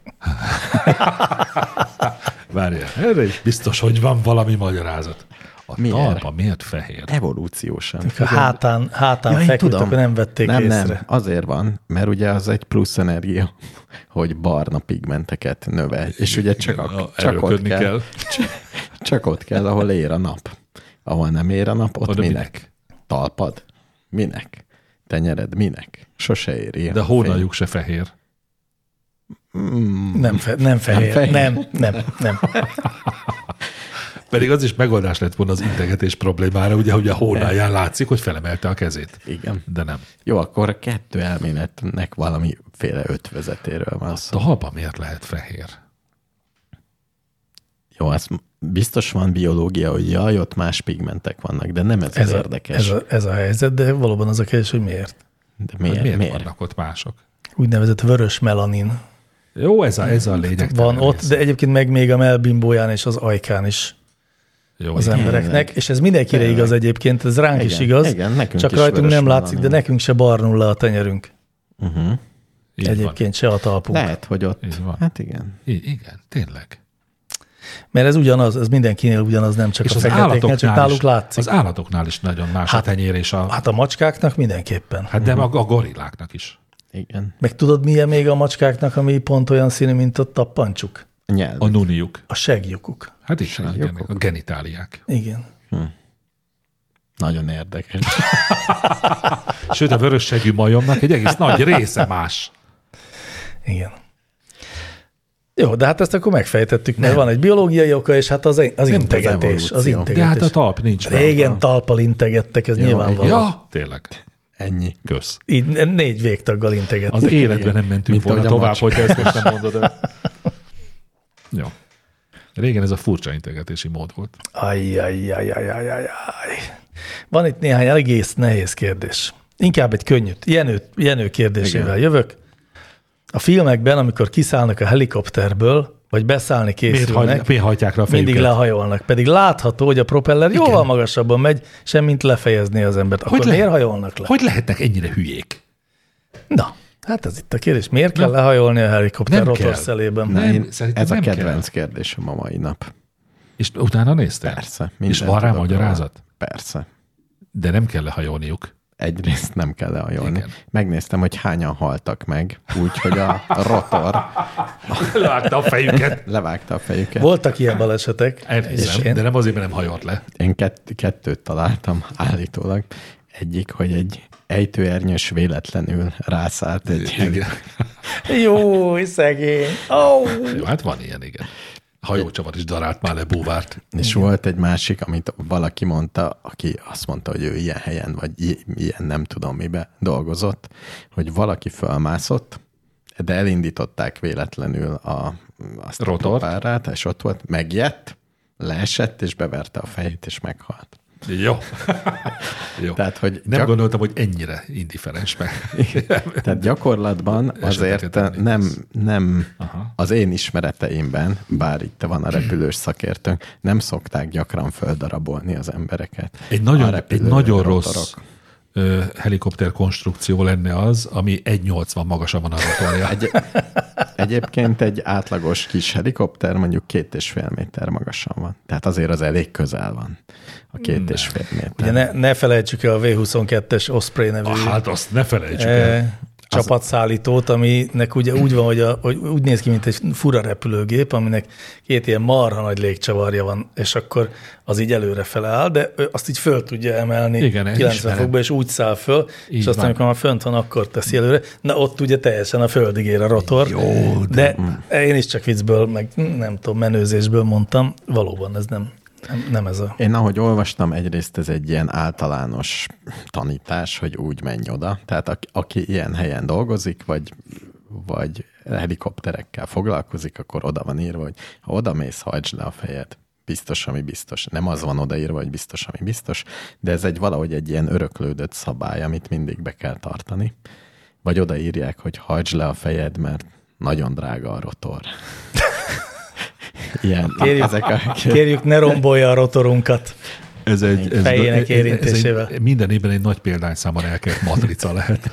Várjál, erre is biztos, hogy van valami magyarázat. A miért? Talpa miért fehér? Evolúciósan. A hátán, hátán ja, feküdt, akkor nem vették nem, észre. Nem, azért van, mert ugye az egy plusz energia, hogy barna pigmenteket növel. És ugye csak, a, csak ott kell, kell. Csak ott kell, ahol ér a nap. Ahol nem ér a nap, ott minek? minek? Talpad? Minek? Tenyered? Minek? Sose éri. De hónaljuk se fehér. Mm. Nem, fe, nem fehér. Nem, fehér. nem, nem. nem. Pedig az is megoldás lett volna az integetés problémára, ugye, hogy a hónáján látszik, hogy felemelte a kezét. Igen. De nem. Jó, akkor a kettő elméletnek valamiféle ötvözetéről van szó. A talpa miért lehet fehér? Jó, az biztos van biológia, hogy jaj, ott más pigmentek vannak, de nem ez, ez az a, érdekes. Ez a, ez a helyzet, de valóban az a kérdés, hogy miért. De miért, miért, miért vannak ott mások? Úgynevezett vörös melanin. Jó, ez a, ez a lényeg. Van ott, rész. De egyébként meg még a melbimbóján és az ajkán is. Jó, az igen, embereknek, igen. És ez mindenkire igen. igaz egyébként, ez ránk igen, is igaz, igen, csak rajtunk nem látszik, de nekünk se barnul le a tenyerünk. Uh-huh. Egyébként van. Se a talpunk. Lehet, hogy ott. Hát igen. I- igen, tényleg. Mert ez ugyanaz, ez mindenkinél ugyanaz, nem csak és a feketéknél, csak náluk látszik. Az állatoknál is nagyon más hát, a tenyér és a... Hát a macskáknak mindenképpen. Hát de uh-huh. a gorilláknak is. Igen. Meg tudod, milyen még a macskáknak, ami pont olyan színű, mint a tappancsuk? Nyelvük. A nuniuk. A seglyukuk. Hát is, igen, a genitáliák. Igen. Hm. Nagyon érdekes. Sőt, a vörösségű majomnak egy egész nagy része más. Igen. Jó, de hát ezt akkor megfejtettük, mert nem. Van egy biológiai oka, és hát az, az integetés. Az integetés. De hát a talp nincs. Régen talppal integettek, ez ja, nyilvánvaló. Ja, tényleg. Ennyi. Kösz. Így négy végtaggal integettek. Az életben nem mentünk volna tovább, hogyha ezt most nem mondod el. Jó. Régen ez a furcsa integetési mód volt. Ajjajjajjajjajjaj. Van itt néhány egész nehéz kérdés. Inkább egy könnyű. Jenő, Jenő kérdésével igen. jövök. A filmekben, amikor kiszállnak a helikopterből, vagy beszállni készülnek, miért hajtják rá a fejüket? Mindig lehajolnak. Pedig látható, hogy a propeller igen. jóval magasabban megy, semmint lefejezni az embert. Akkor hogy miért le... hajolnak le? Hogy lehetnek ennyire hülyék? Na, hát ez itt a kérdés. Miért nem. kell lehajolni a helikopter rotorszelében? Nem, nem, ez a kedvenc kell. kérdésem a mai nap. És utána néztél? Persze. És van rá magyarázat? Persze. De nem kell lehajolniuk. Egyrészt nem kell lehajolni. Igen. Megnéztem, hogy hányan haltak meg, úgyhogy a, a rotor... Levágta a fejüket. Levágta a fejüket. Voltak ilyen balesetek. Elhiszem, én... de nem azért, mert nem hajolt le. Én kett, kettőt találtam állítólag. Egyik, hogy egy ejtőernyős véletlenül rászállt egy... Igen. Jó, szegény. Oh. Jó, hát van ilyen, igen. Hajócsavar is darált már le búvárt. És igen. volt egy másik, amit valaki mondta, aki azt mondta, hogy ő ilyen helyen, vagy ilyen nem tudom mibe dolgozott, hogy valaki fölmászott, de elindították véletlenül a, azt Rotort. a propárát, és ott volt, megjett, leesett, és beverte a fejét, és meghalt. Jó. Jó. Tehát, hogy nem gyak... gondoltam, hogy ennyire indiferens meg. Tehát gyakorlatban azért nem, nem az én ismereteimben, bár itt van a repülős szakértőnk, nem szokták gyakran földarabolni az embereket. Egy nagyon, egy nagyon rossz ö, helikopter konstrukció lenne az, ami egy nyolcvan magasan van a rotorja. Egy, egyébként egy átlagos kis helikopter mondjuk két és fél méter magasan van. Tehát azért az elég közel van a két ne. és fél méter. Ugye ne, ne felejtsük el a vé huszonkettes Osprey nevű. Ah, hát azt ne felejtsük el. csapatszállítót, aminek ugye úgy van, hogy, a, hogy úgy néz ki, mint egy fura repülőgép, aminek két ilyen marha nagy légcsavarja van, és akkor az így előre feláll, de azt így föl tudja emelni igen, kilencven fokba, és úgy száll föl, így és aztán, van. Amikor már fönt van, akkor teszi előre. Na ott ugye teljesen a földig ér a rotor. Jó, de... de én is csak viccből, meg nem tudom, menőzésből mondtam, valóban ez nem, nem, nem ez a... Én ahogy olvastam, egyrészt ez egy ilyen általános tanítás, hogy úgy menj oda. Tehát aki, aki ilyen helyen dolgozik, vagy, vagy helikopterekkel foglalkozik, akkor oda van írva, hogy ha oda mész, hajtsd le a fejed. Biztos, ami biztos. Nem az van odaírva, hogy biztos, ami biztos, de ez egy valahogy egy ilyen öröklődött szabály, amit mindig be kell tartani. Vagy odaírják, hogy hajtsd le a fejed, mert nagyon drága a rotor. Ilyen, kérjük, ezek a... kérjük, ne rombolja a rotorunkat. Ez egy, ez, fejének érintésével. Ez egy, minden évben egy nagy példányszámon elkelt matrica lehet.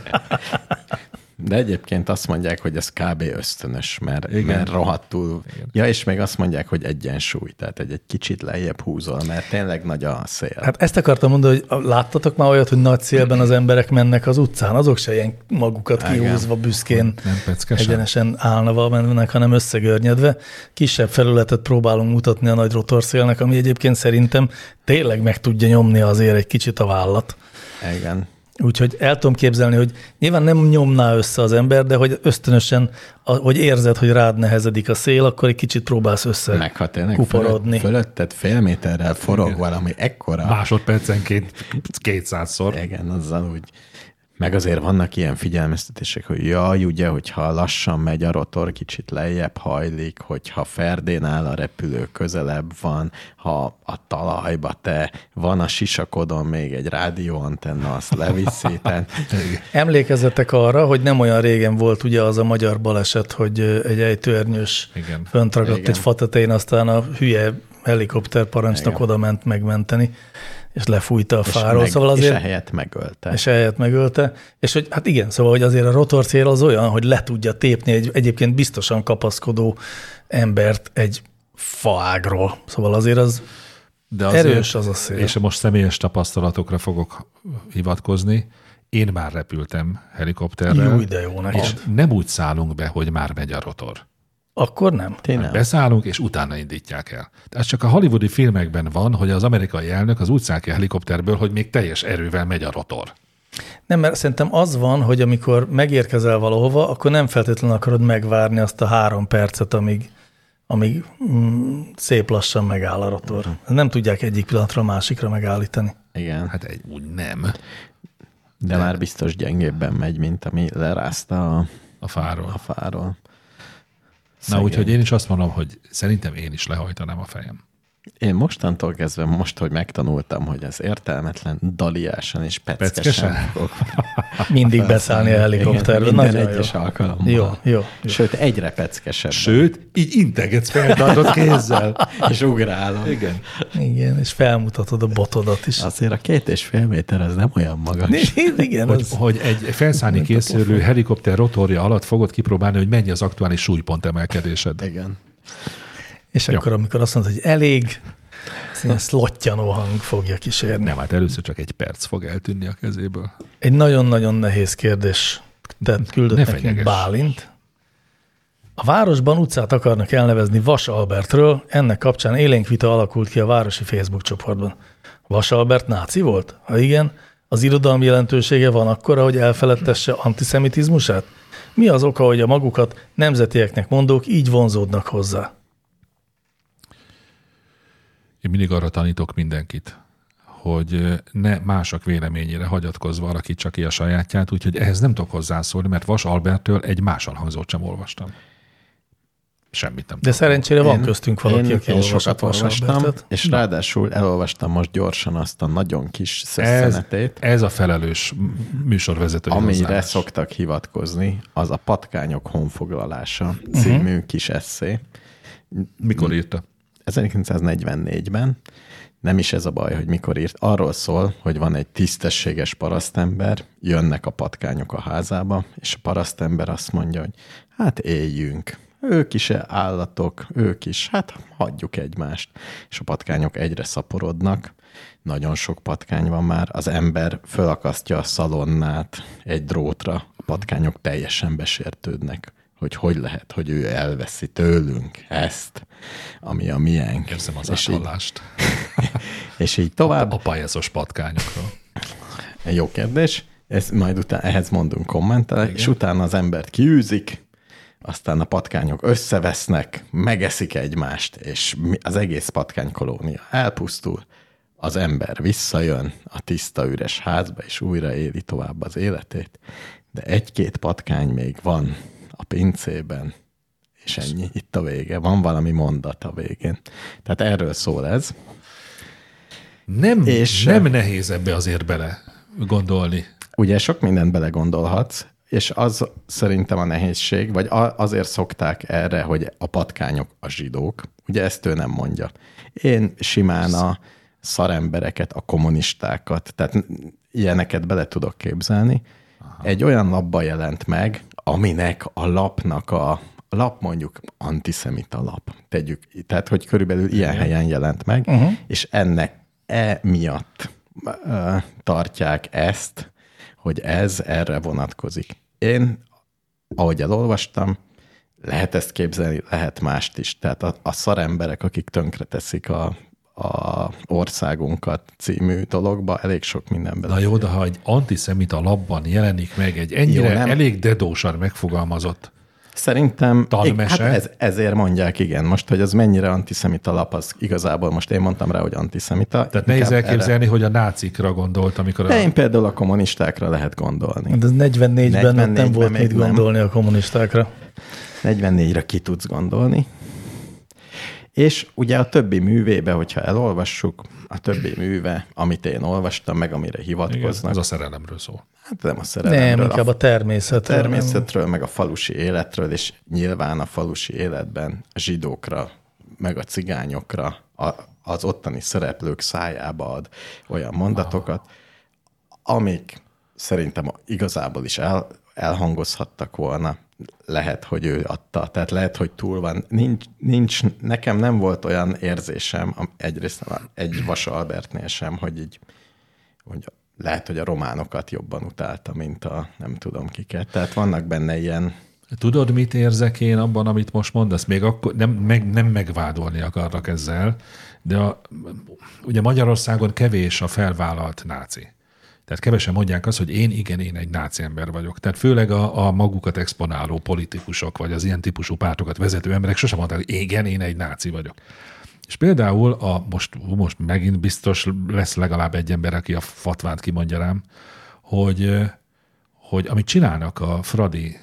De egyébként azt mondják, hogy ez kb. Ösztönös, mert, mert rohadtul... Igen. Ja, és még azt mondják, hogy egyensúly, tehát egy, egy kicsit lejjebb húzol, mert tényleg nagy a szél. Hát ezt akartam mondani, hogy láttatok már olyat, hogy nagy szélben az emberek mennek az utcán, azok se ilyen magukat kihúzva, büszkén, egyenesen állnava mennek, hanem összegörnyedve. Kisebb felületet próbálunk mutatni a nagy rotorszélnek, ami egyébként szerintem tényleg meg tudja nyomni azért egy kicsit a vállat. Igen. Úgyhogy el tudom képzelni, hogy nyilván nem nyomná össze az ember, de hogy ösztönösen, hogy érzed, hogy rád nehezedik a szél, akkor egy kicsit próbálsz össze meg ha tényleg kuporodni. Fölött, fölötted fél méterrel forog igen. valami ekkora. Másodpercenként kétszázszor. Igen, azzal úgy. Meg azért vannak ilyen figyelmeztetések, hogy jaj, ugye, hogyha lassan megy a rotor, kicsit lejjebb hajlik, hogyha ferdén áll a repülő, közelebb van, ha a talajba te van a sisakodon még egy rádióantenna, azt leviszi. Emlékezzetek arra, hogy nem olyan régen volt ugye az a magyar baleset, hogy egy ejtőernyős föntragadt Igen. egy fa tetején, aztán a hülye helikopterparancsnok oda ment megmenteni, és lefújta a fáról. Meg, szóval azért, és ehelyett megölte. És ehelyett megölte. És hogy hát igen, szóval hogy azért a rotorcél az olyan, hogy le tudja tépni egy egyébként biztosan kapaszkodó embert egy faágról. Szóval azért az De azért, erős az a szél. És most személyes tapasztalatokra fogok hivatkozni. Én már repültem helikopterrel. Jó, de jó neked. És nem úgy szállunk be, hogy már megy a rotor. Akkor nem. nem. Beszállunk, és utána indítják el. Tehát csak a hollywoodi filmekben van, hogy az amerikai elnök az úgy száll ki a helikopterből, hogy még teljes erővel megy a rotor. Nem, mert szerintem az van, hogy amikor megérkezel valahova, akkor nem feltétlenül akarod megvárni azt a három percet, amíg, amíg mm, szép lassan megáll a rotor. Uh-huh. Nem tudják egyik pillanatra a másikra megállítani. Igen. Hát egy, úgy nem. De, De már biztos gyengébben megy, mint ami lerázta a, a fáról. A fáról. Na, úgyhogy én is azt mondom, hogy szerintem én is lehajtanám a fejem. Én mostantól kezdve, most, hogy megtanultam, hogy az értelmetlen daliásan és peckesen fogok mindig beszállni a helikopterről. Minden egyes alkalommal. Jó, jó, jó. Sőt, egyre peckesebb. Sőt, így integetsz feltartod kézzel. És ugrálom. Igen. Igen, és felmutatod a botodat is. Azért a két és fél méter az nem olyan magas. Igen, hogy, az... hogy egy felszállni készülő helikopter rotorja alatt fogod kipróbálni, hogy mennyi az aktuális súlypont emelkedésed. Igen. És akkor, Jó. amikor azt mondod, hogy elég, ilyen szlottyanó hang fogja kísérni. Nem, hát először csak egy perc fog eltűnni a kezéből. Egy nagyon-nagyon nehéz kérdés tett, küldött nekünk fenyeges. Bálint. A városban utcát akarnak elnevezni Vas Albertről, ennek kapcsán élénk vita alakult ki a városi Facebook csoportban. Vas Albert náci volt? Ha igen, az irodalmi jelentősége van akkora, hogy elfeledtesse antiszemitizmusát? Mi az oka, hogy a magukat nemzetieknek mondók így vonzódnak hozzá? Én mindig arra tanítok mindenkit, hogy ne mások véleményére hagyatkozva alakítsa ki a sajátját, úgyhogy ehhez nem tudok hozzászólni, mert Vas Alberttől egy máson hangzót sem olvastam. Semmit nem. De szerencsére van én, köztünk valaki, én, aki én sokat olvastam, és Na. ráadásul elolvastam most gyorsan azt a nagyon kis szösszenetét. Ez, ez a felelős műsorvezető. Amire hozzáás. Szoktak hivatkozni, az a Patkányok honfoglalása című uh-huh. kis esszé. Mikor írta? ezerkilencszáznegyvennégyben. Nem is ez a baj, hogy mikor írt. Arról szól, hogy van egy tisztességes parasztember, jönnek a patkányok a házába, és a parasztember azt mondja, hogy hát éljünk. Ők is állatok, ők is, hát hagyjuk egymást. És a patkányok egyre szaporodnak, nagyon sok patkány van már. Az ember fölakasztja a szalonnát egy drótra, a patkányok teljesen besértődnek, hogy hogy lehet, hogy ő elveszi tőlünk ezt, ami a miénk. Érzem az és áthallást. Így, és így tovább. A, a pályázos patkányokról. Jó kérdés. Ez majd utána, ehhez mondunk kommentelek, és utána az embert kiűzik, aztán a patkányok összevesznek, megeszik egymást, és az egész patkánykolónia elpusztul, az ember visszajön a tiszta üres házba, és újra éli tovább az életét, de egy-két patkány még van a pincében, és ennyi, itt a vége. Van valami mondat a végén. Tehát erről szól ez. Nem, és nem nehéz ebbe azért bele gondolni. Ugye sok mindent belegondolhatsz, és az szerintem a nehézség, vagy azért szokták erre, hogy a patkányok a zsidók. Ugye ezt ő nem mondja. Én simán a szarembereket, a kommunistákat, tehát ilyeneket bele tudok képzelni. Aha. Egy olyan lapba jelent meg, aminek a lapnak a, a lap mondjuk antiszemita lap. Tegyük, tehát hogy körülbelül ilyen Igen. helyen jelent meg, uh-huh. és ennek e miatt uh, tartják ezt, hogy ez erre vonatkozik. Én, ahogy elolvastam, lehet ezt képzelni, lehet mást is. Tehát a, a szaremberek, akik tönkreteszik a, a országunkat című dologba, elég sok mindenben. Na jó, de ha egy antiszemita labban jelenik meg egy ennyire jó, elég dedósan megfogalmazott Szerintem tanmese. Hát ez, ezért mondják, igen. Most, hogy az mennyire antiszemita lap, az igazából most én mondtam rá, hogy antiszemita. Tehát nehéz elképzelni, erre... hogy a nácikra gondolt, amikor... De a... én például a kommunistákra lehet gondolni. De ez negyvennégyben negyvennégyben nem volt mit gondolni nem. a kommunistákra. negyvennégyre ki tudsz gondolni. És ugye a többi művébe, hogyha elolvassuk, a többi műve, amit én olvastam, meg amire hivatkoznak. Igen, ez a szerelemről szól. Hát nem a szerelemről. Nem, inkább a természetről. A természetről, meg a falusi életről, és nyilván a falusi életben a zsidókra, meg a cigányokra, a, az ottani szereplők szájába ad olyan mondatokat, Aha. amik szerintem igazából is el, elhangozhattak volna. Lehet, hogy ő adta. Tehát lehet, hogy túl van. Nincs, nincs, nekem nem volt olyan érzésem, egyrészt egy Vas Albertnél sem, hogy így, hogy lehet, hogy a románokat jobban utálta, mint a nem tudom kiket. Tehát vannak benne ilyen... Tudod, mit érzek én abban, amit most mondasz? Még akkor nem, meg, nem megvádolni akarnak ezzel, de a, ugye Magyarországon kevés a felvállalt náci. Tehát kevesen mondják azt, hogy én igen, én egy náci ember vagyok. Tehát főleg a, a magukat exponáló politikusok, vagy az ilyen típusú pártokat vezető emberek sosem mondták, hogy igen, én egy náci vagyok. És például a, most, most megint biztos lesz legalább egy ember, aki a fatvát kimondja rám, hogy, hogy amit csinálnak a fradi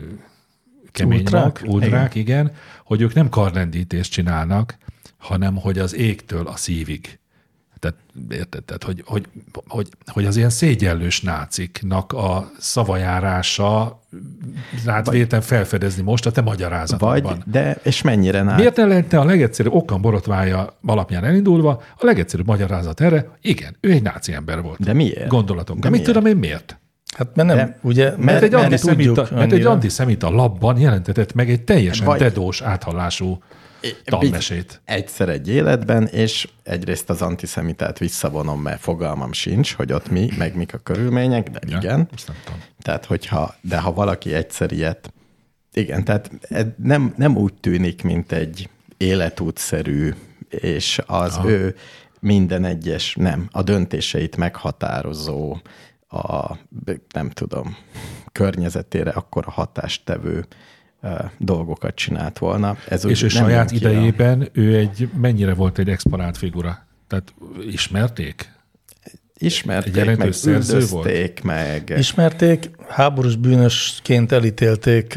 kemények, ultrák, igen. igen, hogy ők nem karrendítést csinálnak, hanem hogy az égtől a szívig. Tehát, érted? Tehát, hogy, hogy, hogy, hogy az ilyen szégyellős náciknak a szavajárása rád véletlen felfedezni most a te magyarázatodban. Vagy, de és mennyire náci? Miért ne lehetne a legegyszerűbb Okan borotvája alapján elindulva a legegyszerűbb magyarázat erre, igen, ő egy náci ember volt. De miért? Gondolatok. De, de mit miért? tudom én miért? Hát mert nem, de, ugye, mert, mert, egy mert, antiszemita, tudjuk, mert egy antiszemita labban jelentetett meg egy teljesen Vagy, dedós, áthallású tanmesét. Egyszer egy életben, és egyrészt az antiszemitát visszavonom, mert fogalmam sincs, hogy ott mi, meg mik a körülmények, de ja, igen. Tehát, hogyha, de ha valaki egyszer ilyet, igen, tehát nem, nem úgy tűnik, mint egy életútszerű, és az Aha. ő minden egyes, nem, a döntéseit meghatározó, a, nem tudom, környezetére akkora hatást tevő dolgokat csinált volna. Ez és ő saját idejében a... ő egy, mennyire volt egy exponált figura? Tehát ismerték? Ismerték, meg üldözték, meg... Ismerték, háborús bűnösként elítélték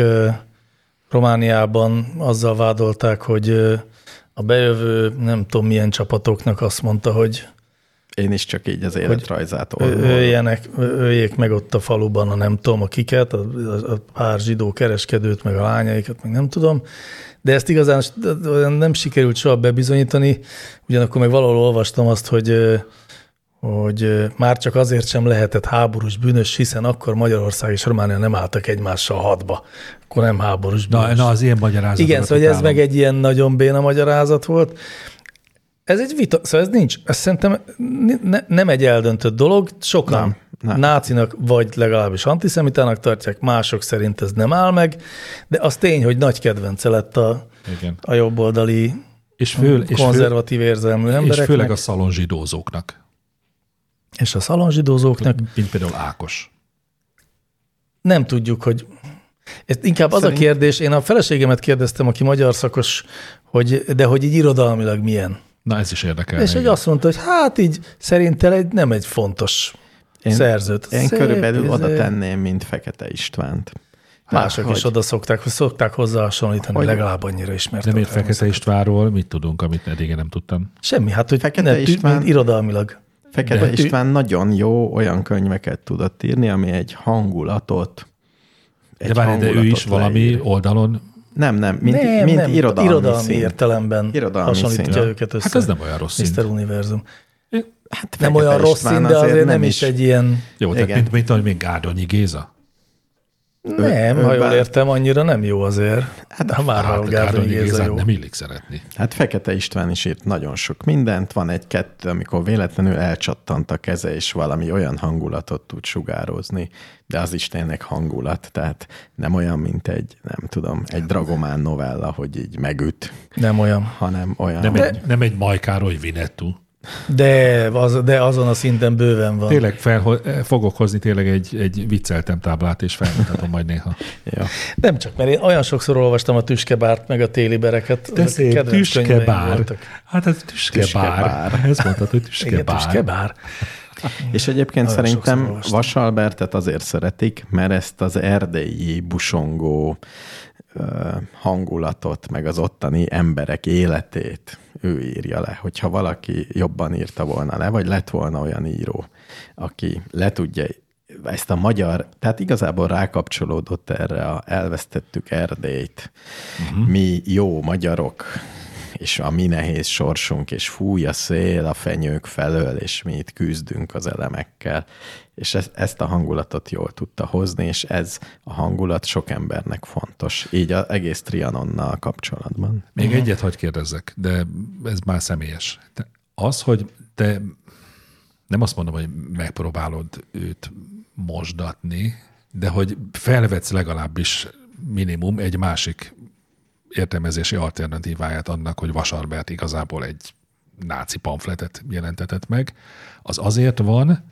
Romániában, azzal vádolták, hogy a bejövő nem tudom milyen csapatoknak azt mondta, hogy én is csak így az életrajzát olvom. Öljenek, öljék meg ott a faluban a nem tudom a kiket, a, a pár zsidó kereskedőt, meg a lányaikat, meg nem tudom. De ezt igazán nem sikerült soha bebizonyítani, ugyanakkor meg valahol olvastam azt, hogy, hogy már csak azért sem lehetett háborús bűnös, hiszen akkor Magyarország és Románia nem álltak egymással hadba. Akkor nem háborús bűnös. Na, na az ilyen magyarázat. Igen, szóval ez meg egy ilyen nagyon béna magyarázat volt. Ez egy vita, szóval ez nincs, ez szerintem ne, nem egy eldöntött dolog, sokan nem, nem. nácinak vagy legalábbis antiszemitának tartják, mások szerint ez nem áll meg, de az tény, hogy nagy kedvence lett a, a jobboldali és föl, konzervatív és föl, érzelmű embereknek. És főleg a szalonzsidózóknak. És a szalonzsidózóknak. Mint például Ákos. Nem tudjuk, hogy... Ez inkább Szerint... az a kérdés, én a feleségemet kérdeztem, aki magyar szakos, hogy, de hogy így irodalmilag milyen. Na ez is érdekel. És hogy azt mondta, hogy hát így szerintem egy, nem egy fontos én, szerzőt. Én Szép, körülbelül oda tenném, mint Fekete Istvánt. Mások hogy... is oda szokták, hogy szokták hozzá hasonlítani, hogy legalább annyira ismert. Nem ért Fekete Istvánról, mit tudunk, amit eddig nem tudtam? Semmi, hát hogy Fekete ne, István... mint irodalmilag. Fekete de. István nagyon jó olyan könyveket tudott írni, ami egy hangulatot egy De várj, de ő is valami leír. Oldalon... Nem, nem, mint, nem, mint nem, irodalmi, irodalmi értelemben irodalmi hasonlítja szín. Őket össze. Hát ez nem olyan rossz szint. miszter Univerzum. Hát nem olyan rossz szín, de azért, azért nem is egy ilyen... Jó, tehát mint, mint, mint még Gárdonyi Géza? Nem, ő, ha ő jól bár... értem, annyira nem jó azért. Hát ha már hát, a Gárdonyi Géza jó. Nem illik szeretni. Hát Fekete István is írt nagyon sok mindent. Van egy-kettő, amikor véletlenül elcsattant a keze, és valami olyan hangulatot tud sugározni, de az is tényleg hangulat. Tehát nem olyan, mint egy, nem tudom, egy Dragomán novella, hogy így megüt. Nem olyan. Hanem olyan. Nem, de... egy, nem egy Majkároly Vinettu. De, az, de azon a szinten bőven van. Tényleg fel, fogok hozni tényleg egy, egy vicceltem táblát, és felmutatom majd néha. Ja. Nem csak, mert én olyan sokszor olvastam a Tüskebárt, meg a Téli bereket. De szép, Tüskebár. Hát ez Tüskebár. Ez mondtad, hogy Tüskebár. Igen, Tüskebár. És egyébként nagyon szerintem Vasalbertet azért szeretik, mert ezt az erdélyi busongó hangulatot, meg az ottani emberek életét ő írja le. Hogyha valaki jobban írta volna le, vagy lett volna olyan író, aki le tudja ezt a magyar, tehát igazából rákapcsolódott erre a elvesztettük Erdélyt, uh-huh. mi jó magyarok, és a mi nehéz sorsunk, és fúj a szél a fenyők felől, és mi itt küzdünk az elemekkel, és ez, ezt a hangulatot jól tudta hozni, és ez a hangulat sok embernek fontos, így az egész Trianonnal kapcsolatban. Még uh-huh. egyet hadd kérdezzek, de ez már személyes. De az, hogy te nem azt mondom, hogy megpróbálod őt mosdatni, de hogy felvetsz legalábbis minimum egy másik értelmezési alternatíváját annak, hogy Vasarbert igazából egy náci pamfletet jelentetett meg, az azért van,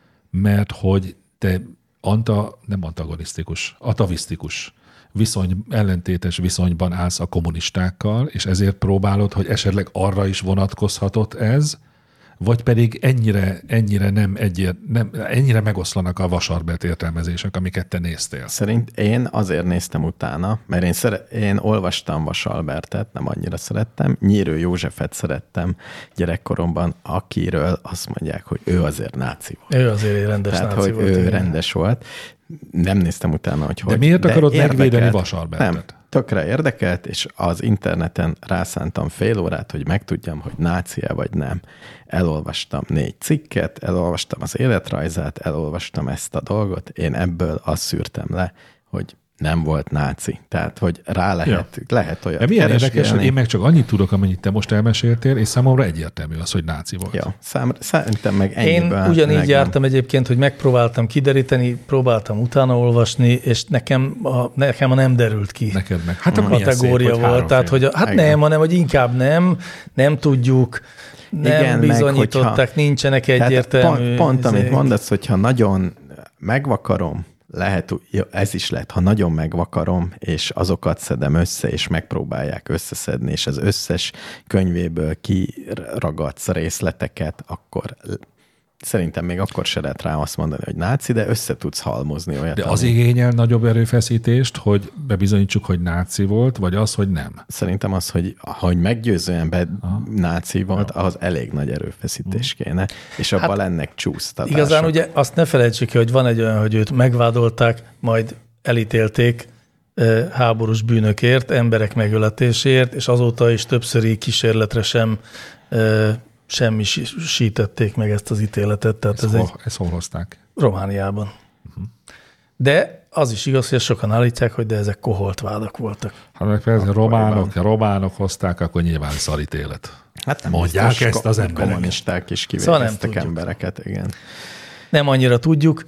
mert hogy te anta, nem antagonisztikus, atavisztikus viszony, ellentétes viszonyban állsz a kommunistákkal, és ezért próbálod, hogy esetleg arra is vonatkozhatott ez, vagy pedig ennyire, ennyire nem egyért, nem, ennyire megoszlanak a Vasarbert értelmezések, amiket te néztél? Szerint én azért néztem utána, mert én, szere- én olvastam Vasalbertet, nem annyira szerettem, Nyírő Józsefet szerettem gyerekkoromban, akiről azt mondják, hogy ő azért náci volt. Ő azért egy rendes Tehát, náci hogy volt. ő igen. rendes volt. Nem néztem utána, hogy De hogy. miért de akarod érdekelt, megvédeni Vasalbertet? Nem, tökre érdekelt, és az interneten rászántam fél órát, hogy megtudjam, hogy náci-e vagy nem. Elolvastam négy cikket, elolvastam az életrajzát, elolvastam ezt a dolgot, én ebből azt szűrtem le, hogy nem volt náci. Tehát, hogy rá lehet, ja. lehet olyan milyen érdekes, hogy én meg csak annyit tudok, amennyit te most elmeséltél, és számomra egyértelmű az, hogy náci volt. Ja, szám, szerintem meg ennyiből. Én ugyanígy jártam nem. egyébként, hogy megpróbáltam kideríteni, próbáltam utána olvasni, és nekem a, nekem a nem derült ki. Neked meg. Hát a kategória szép, volt. Tehát, hogy a, hát igen. nem, hanem, hogy inkább nem, nem tudjuk, nem igen, bizonyították, meg, hogyha, nincsenek egyértelmű. Pont, pont amit mondasz, hogyha nagyon megvakarom, lehet, ez is lehet, ha nagyon megvakarom, és azokat szedem össze, és megpróbálják összeszedni, és az összes könyvéből kiragadsz részleteket, akkor szerintem még akkor se lehet rá azt mondani, hogy náci, de össze tudsz halmozni olyat. De az ami... igényel nagyobb erőfeszítést, hogy bebizonyítsuk, hogy náci volt, vagy az, hogy nem? Szerintem az, hogy, hogy meggyőzően be Aha. náci volt, ahhoz elég nagy erőfeszítés kéne, és abban hát lennek csúsztatások. Igazán ugye azt ne felejtsük ki, hogy van egy olyan, hogy őt megvádolták, majd elítélték háborús bűnökért, emberek megöletésért, és azóta is többszöri kísérletre sem semmisítették meg ezt az ítéletet. Tehát ezt, ez hol, egy... ezt hol hozták? Romániában. Uh-huh. De az is igaz, hogy sokan állítják, hogy de ezek koholt vádak voltak. Ha meg persze románok, románok hozták, akkor nyilván szarítélet. Hát nem mondják biztos, ezt az emberek. Kommunisták is Szóval nem kivégeztek tudjuk. embereket, igen. Nem annyira tudjuk.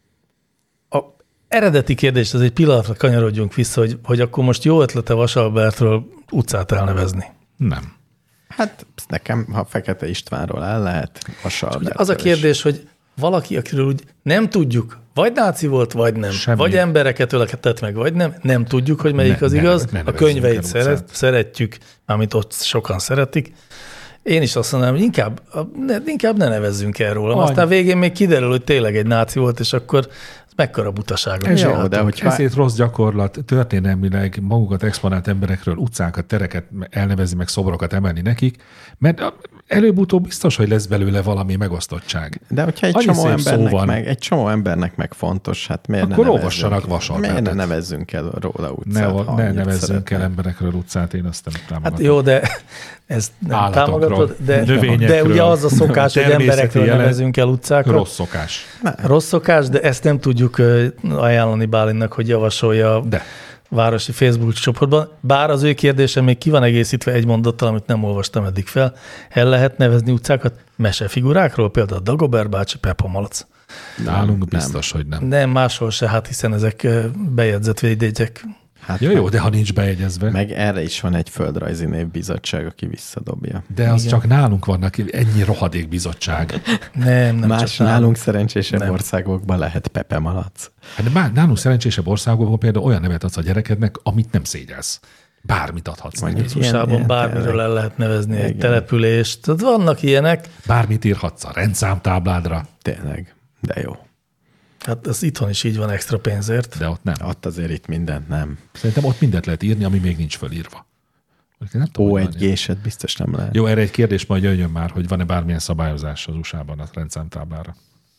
A eredeti kérdés, az egy pillanatra kanyarodjunk vissza, hogy, hogy akkor most jó ötlete Vasalbertről utcát elnevezni. Nem. Hát nekem, ha Fekete Istvánról el lehet, a Ugye az a kérdés, hogy valaki, akiről úgy nem tudjuk, vagy náci volt, vagy nem, Semmi. vagy embereket öleketett meg, vagy nem, nem tudjuk, hogy melyik Ne- az ne- igaz. ne A nevezzünk könyveit el szeret, utcát. szeretjük, mármint ott sokan szeretik. Én is azt mondanám, hogy inkább, ne, inkább ne nevezzünk el róla. Annyi. Aztán végén még kiderül, hogy tényleg egy náci volt, és akkor mekkora butaságot Jó, csináltunk. de hogyha- Ezért rossz gyakorlat történelmileg magukat exponált emberekről utcákat, tereket elnevezni, meg szobrokat emelni nekik, mert előbb-utóbb biztos, hogy lesz belőle valami megosztottság. De hogyha egy Annyi csomó, szép szó embernek van. meg, egy csomó embernek meg fontos, hát miért Akkor ne olvassanak nevezzünk- Vasalbertet. Miért ne nevezzünk el róla utcát? Ne, ha ne annyit nevezzünk szeretne? el emberekről utcát, én azt nem támogatom. Hát jó, de ezt nem Állatokról, támogatod, de, növényekről, de ugye az a szokás, hogy természeti emberekről jelen- nevezünk el utcákat. Rossz szokás. Rossz szokás, de ezt nem tudjuk ö, ajánlani Bálinnak, hogy javasolja a De. városi Facebook csoportban. Bár az ő kérdése még ki van egészítve egy mondattal, amit nem olvastam eddig fel. El lehet nevezni utcákat mesefigurákról, például Dagobert bácsi, Peppa Malac. Nálunk nem. biztos, hogy nem. Nem, máshol se, hát hiszen ezek ö, bejegyzett védjegyek. Hát Ja, meg, jó, de ha nincs bejegyezve. meg erre is van egy földrajzi névbizottság, aki visszadobja. De az Igen. csak nálunk vannak, ennyi rohadék bizottság. Nem, nem Más csak nálunk szerencsésebb Nem. országokban lehet Pepe Malac. Hát de már nálunk szerencsésebb országokban például olyan nevet adsz a gyerekednek, amit nem szégyelsz. Bármit adhatsz neki. Mondjuk. az u es á-ban Ilyen- bármiről tényleg. el lehet nevezni egy Igen. települést. Tehát vannak ilyenek. Bármit írhatsz a rendszámtábládra, Tényleg, de jó. Hát ez itthon is így van extra pénzért. de ott nem. Ott azért itt mindent nem. Szerintem ott mindent lehet írni, ami még nincs fölírva. Nem tudom, Ó, hogy egy van. géset biztos nem lehet. Jó, erre egy kérdés majd jöjjön már, hogy van-e bármilyen szabályozás az u es á-ban a rendszámtáblára.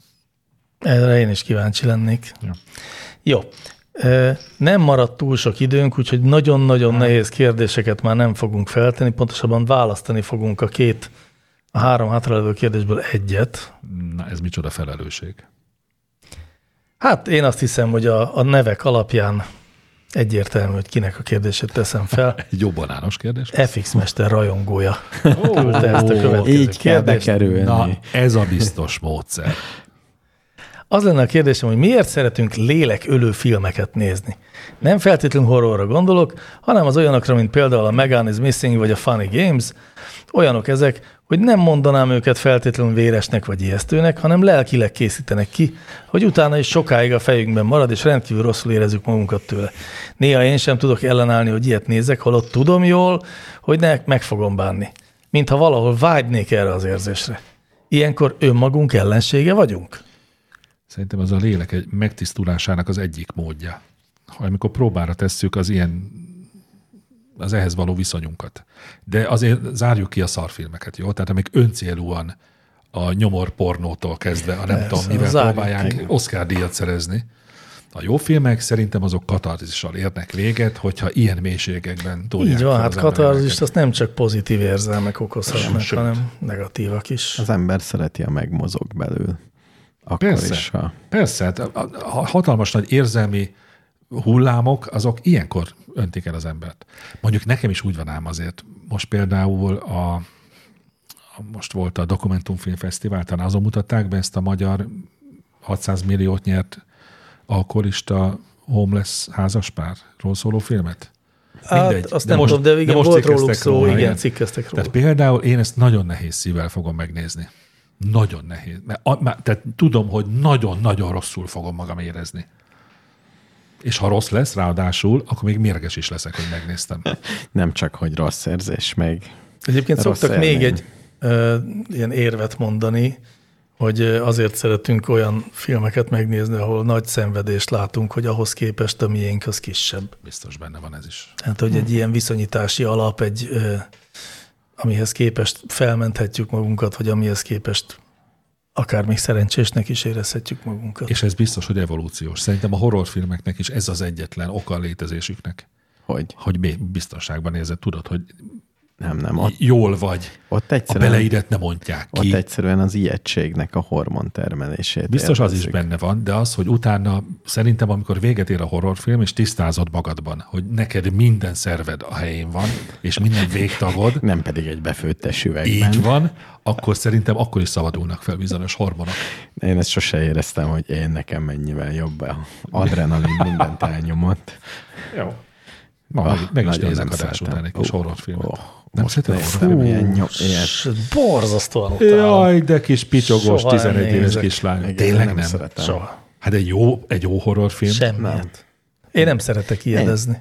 Erre én is kíváncsi lennék. Ja. Jó. Ö, Nem maradt túl sok időnk, úgyhogy nagyon-nagyon nehéz kérdéseket már nem fogunk feltenni, pontosabban választani fogunk a két, a három hátralévő kérdésből egyet. Na, ez micsoda felelősség. Hát én azt hiszem, hogy a, a nevek alapján egyértelmű, hogy kinek a kérdését teszem fel. Egy jó banános kérdés. ef iksz Mester rajongója küldte ezt a következő Így kell kérdést. bekerülni. Na, ez a biztos módszer. Az lenne a kérdésem, hogy miért szeretünk lélekölő filmeket nézni. Nem feltétlenül horrorra gondolok, hanem az olyanokra, mint például a Megan is Missing vagy a Funny Games. Olyanok ezek, hogy nem mondanám őket feltétlenül véresnek vagy ijesztőnek, hanem lelkileg készítenek ki, hogy utána is sokáig a fejünkben marad, és rendkívül rosszul érezzük magunkat tőle. Néha én sem tudok ellenállni, hogy ilyet nézek, holott tudom jól, hogy ne meg fogom bánni. Mintha valahol vágynék erre az érzésre. Ilyenkor önmagunk ellensége vagyunk? Szerintem az a lélek egy megtisztulásának az egyik módja. Ha amikor próbára tesszük az ilyen, az ehhez való viszonyunkat. De azért zárjuk ki a szarfilmeket, jó? Tehát amik öncélúan a nyomor pornótól kezdve, a nem Persze, tudom, mivel zárjuk próbálják ki. Oscar-díjat szerezni. A jó filmek szerintem azok katarzissal érnek véget, hogyha ilyen mélységekben tudják. Így van, fel hát az katarzist embereket. azt nem csak pozitív érzelmek okozhatnak, Sőt. hanem negatívak is. Az ember szereti, ha megmozog belül. Akkor Persze. is, ha... Persze, hát a, a, a hatalmas nagy érzelmi hullámok, azok ilyenkor öntik el az embert. Mondjuk nekem is úgy van ám azért. Most például a, a most volt a Dokumentumfilmfesztivál, talán azon mutatták be ezt a magyar hatszáz milliót nyert alkoholista homeless házaspárról szóló filmet. Hát Mindegy. azt De nem most- tudom, de de igen, most volt róluk cikkeztek szó, róla, igen, igen. cikkeztek róla. Tehát például én ezt nagyon nehéz szívvel fogom megnézni. Nagyon nehéz. Mert, a, mert, tehát tudom, hogy nagyon-nagyon rosszul fogom magam érezni. És ha rossz lesz, ráadásul, akkor még mérges is leszek, hogy megnéztem. Nem csak, hogy rossz érzés, meg Egyébként rossz szoktak még élmény. egy ö, ilyen érvet mondani, hogy ö, azért szeretünk olyan filmeket megnézni, ahol nagy szenvedést látunk, hogy ahhoz képest a miénk az kisebb. Biztos benne van ez is. Tehát, hogy egy ilyen viszonyítási alap, egy, ö, amihez képest felmenthetjük magunkat, vagy amihez képest akár még szerencsésnek is érezhetjük magunkat. És ez biztos, hogy evolúciós. Szerintem a horrorfilmeknek is ez az egyetlen oka a létezésüknek, hogy hogy mi biztonságban érzed. Tudod, hogy Nem, nem. Ott, jól vagy. Ott a beleidet nem mondják ki. Ott egyszerűen az ijegységnek a hormontermelését. Biztos élvezzük. az is benne van, de az, hogy utána szerintem, amikor véget ér a horrorfilm, és tisztázod magadban, hogy neked minden szerved a helyén van, és minden végtagod. Nem pedig egy befőttes üvegben. Így van, akkor szerintem akkor is szabadulnak fel bizonyos hormonok. Én ezt sose éreztem, hogy én nekem mennyivel jobb a adrenalin mindent elnyomott. Jó. Ma Ah, meg, meg is nagyon nézek nem adás szeretem. után egy kis horrorfilmet. Oh, Nem most szeretem néztem horrorfilmet? ilyen nyom, ilyen. Borzasztóan utálom. Jaj, de kis picsogós Soha nem tizenegy éves nézek. kislány. Igen, Tényleg nem nem? szeretem. Soha. Hát egy jó, egy jó horrorfilm. Semmiet. Én nem szeretek ijedezni.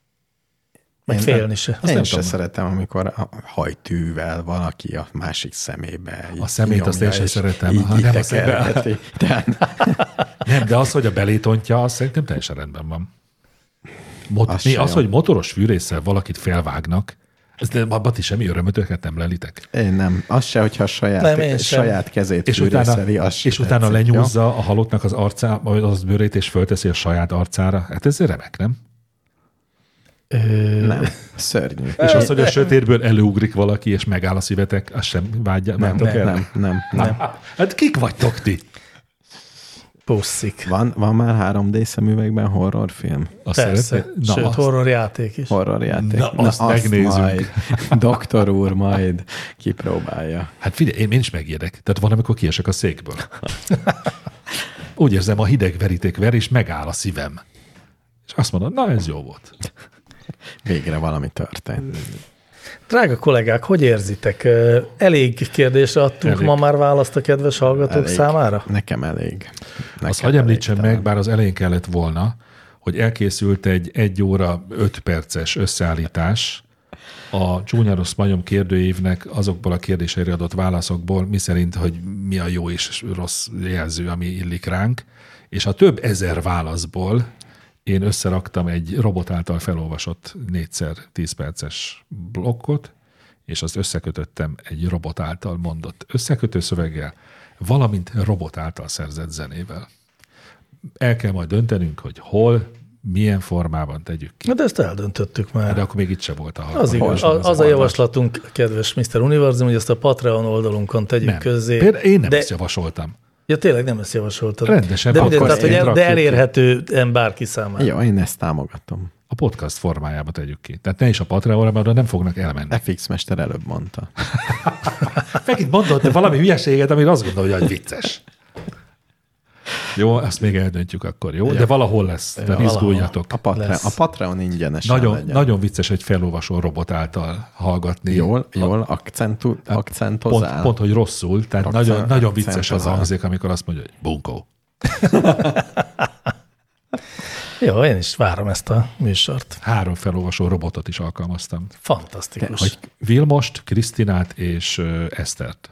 Meg Én félni nem- se. Azt Én nem se tudom. szeretem, amikor a hajtűvel valaki a másik szemébe így A szemét azt nyomja, én sem és szeretem, így, ha így nem a szembe. tekergeti. De Nem, de az, hogy a belétontja, az szerintem teljesen rendben van. Mot- Az mi, se az, jó. hogy motoros fűrésszel valakit felvágnak, ez de abban is semmi örömötöket nem lelitek. Én nem. Az se, hogyha a saját, Nem, én sem. saját kezét És utána, fűrészeli, az se és utána tetszik, lenyúzza a halottnak az arcára, vagy az bőrét, és fölteszi a saját arcára. Hát ez remek, nem? Ö, jó? Nem, szörnyű. És az, hogy a sötétből előugrik valaki, és megáll a szívetek, azt sem vágyja. Nem, vágytok nem, el? nem, nem, nem. Hát kik vagytok ti? Pusszik. Van, van már három dé szemüvegben horrorfilm? Azt Persze. szereted? Na, Sőt, azt- horrorjáték is. Horrorjáték. Na, azt megnézzük. majd doktor úr majd kipróbálja. Hát figyelj, én, én is megijedek. Tehát van, amikor kiesek a székből. Úgy érzem, a hideg veríték ver, és megáll a szívem. És azt mondod, na ez jó volt. Végre valami történt. Drága kollégák, hogy érzitek? Ö, Elég kérdésre adtunk Elég. ma már választ a kedves hallgatók Elég. számára? Nekem elég. Nekem Azt hadd említsem elég meg, bár az elején kellett volna, hogy elkészült egy egy óra öt perces összeállítás a Csúnya Rossz Majom kérdőívnek azokból a kérdéseire adott válaszokból, miszerint, hogy mi a jó és rossz jelző, ami illik ránk, és a több ezer válaszból én összeraktam egy robot által felolvasott négyszer tíz perces blokkot, és azt összekötöttem egy robot által mondott összekötő szöveggel, valamint robot által szerzett zenével. El kell majd döntenünk, hogy hol, milyen formában tegyük ki. De ezt eldöntöttük már. De akkor még itt se volt a Az, igaz, az, az a javaslatunk, kedves miszter Univerzum, hogy ezt a Patreon oldalunkon tegyük Nem. közzé. Például én nem de, ezt javasoltam. Ja, tényleg nem ezt javasoltad. Rendesen, De, akkor mindegy, tehát, hogy én el, de rakjuk ki. elérhető bárki számára. Jó, én ezt támogatom. A podcast formájába tegyük ki. Tehát ne is a Patreonra, mert oda nem fognak elmenni. ef iksz Mester előbb mondta. Megint mondod te valami hülyeséget, amire azt gondolod, hogy vicces. Jó, azt még eldöntjük akkor, jó? De valahol lesz, tehát valahol. izguljatok. A, Patre- Lesz. a Patreon ingyenesen Nagyon, legyen. nagyon vicces egy felolvasó robot által hallgatni. Jól, jól akcentu, akcentozál. Pont, pont, hogy rosszul, tehát Akcent- nagyon, nagyon vicces az akcentozál. hangzik, amikor azt mondja, hogy bunkó. Jó, én is várom ezt a műsort. Három felolvasó robotot is alkalmaztam. Fantasztikus. Hogy Vilmost, Krisztinát és ö, Esztert.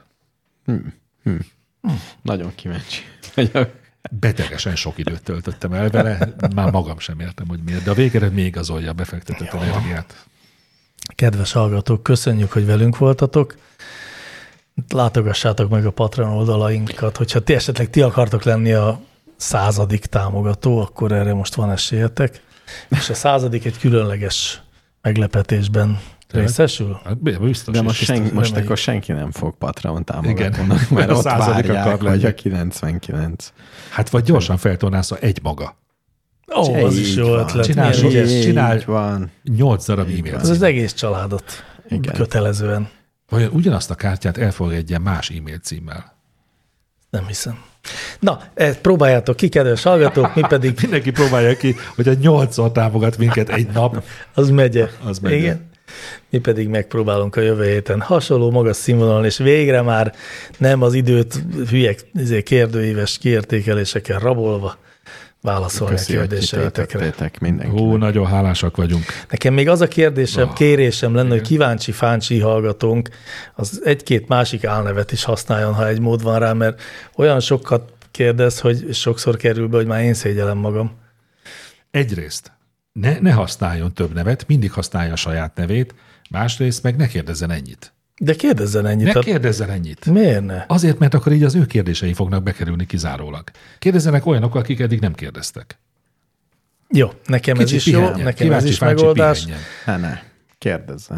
Nagyon kíváncsi vagyok. Betegesen sok időt töltöttem el vele, már magam sem értem, hogy miért, de a végeredmény igazolja a befektetett Jó. energiát. Kedves hallgatók, köszönjük, hogy velünk voltatok. Látogassátok meg a Patreon oldalainkat, hogyha ti esetleg ti akartok lenni a századik támogató, akkor erre most van esélyetek. És a századik egy különleges meglepetésben részesül. Hát biztos De is. most, sen, most reméljük. akkor senki nem fog Patreon Igen. támogatónak, mert A ott századik várják, akar lenni. hogy a kilencvenkilenc. Hát vagy gyorsan feltornálsz egy maga. Ó, az is Így jó van. ötlet. Csinálj Milyen sok- ügyes. csinálj- Így van. Nyolc darab Így e-mail. van. Ez az egész családot Igen. kötelezően. Vajon ugyanazt a kártyát elfogadja más e-mail címmel? Nem hiszem. Na, ezt próbáljátok ki, kedves hallgatók, mi pedig Mindenki próbálja ki, hogy a nyolcszor támogat minket egy nap. az megye. Az megye. Igen. Mi pedig megpróbálunk a jövő héten hasonló magas színvonalon, és végre már nem az időt hülye izé, kérdőíves kiértékelésekkel rabolva válaszolni a Köszi, hogy kérdéseitekre. kitöltöttétek mindenkinek. Hú, nagyon hálásak vagyunk. Nekem még az a kérdésem, Ah, kérésem lenne, igen. hogy kíváncsi fáncsi hallgatónk az egy-két másik álnevet is használjon, ha egy mód van rá, mert olyan sokat kérdez, hogy sokszor kerül be, hogy már én szégyellem magam. Egyrészt ne, ne használjon több nevet, mindig használja a saját nevét, másrészt meg ne kérdezzen ennyit. De kérdezzen ennyit. Ne hát kérdezzen ennyit. miért ne? Azért, mert akkor így az ő kérdései fognak bekerülni kizárólag. Kérdezzenek olyanok, akik eddig nem kérdeztek. Jó, nekem ez Kicsit is jó, pihenjen, nekem ez kíváncsi is fáncsi megoldás. pihenjen. Ne, ne, kérdezzen.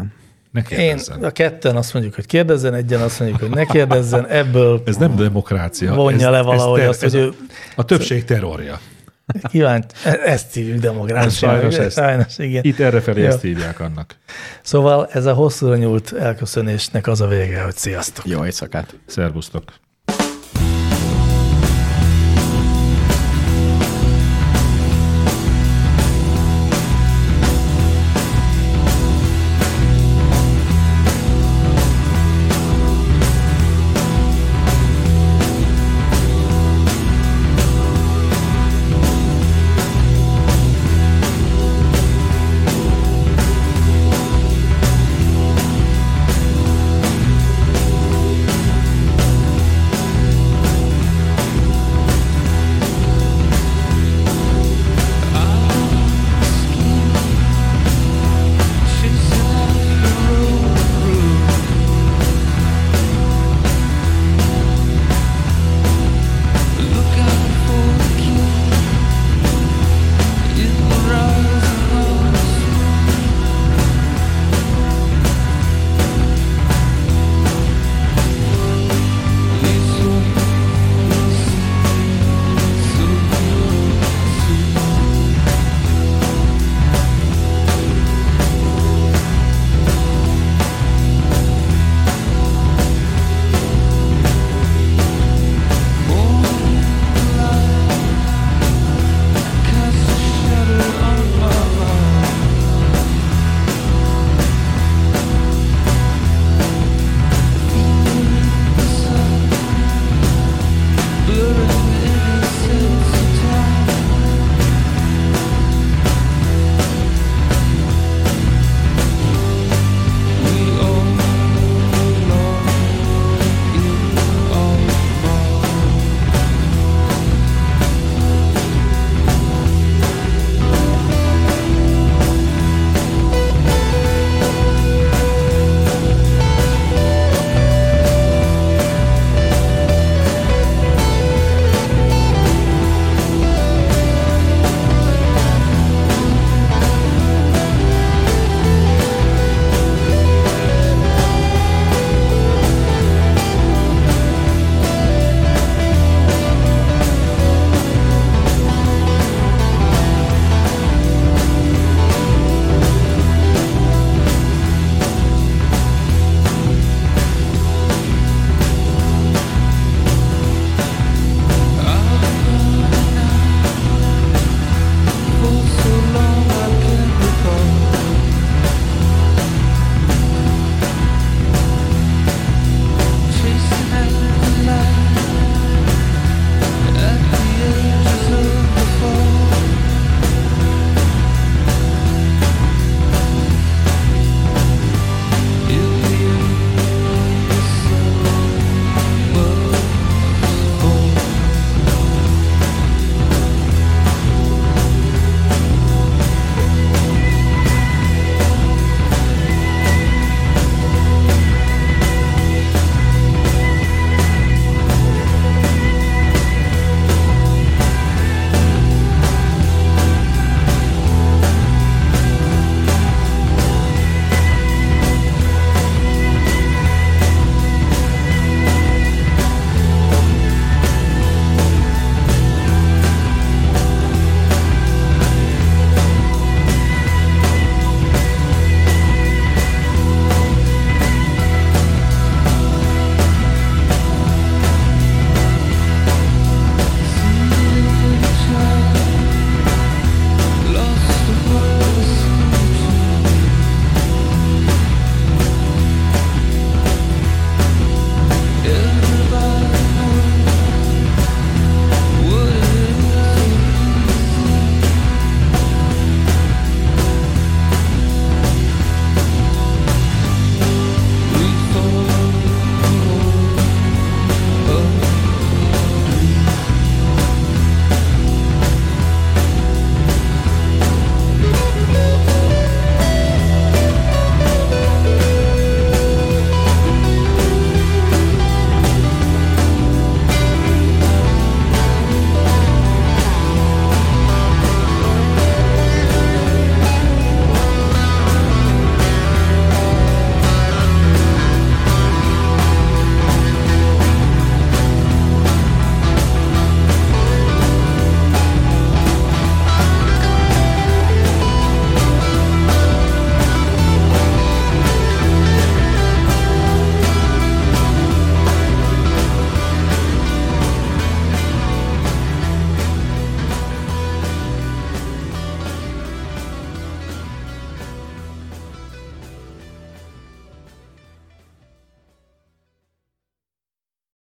Ne Én kérdezzen. a ketten azt mondjuk, hogy kérdezzen, egyen azt mondjuk, hogy ne kérdezzen, ebből Ez nem demokrácia. vonja ez, le valahogy ez azt, ez hogy a, ő a többség terrorja. kívánt, ezt hívjuk demokráciának. Sajnos ezt. Sajnos, igen. Itt errefelé Jó. ezt hívják annak. Szóval ez a hosszúra nyúlt elköszönésnek az a vége, hogy sziasztok. Jó éjszakát! Szervusztok!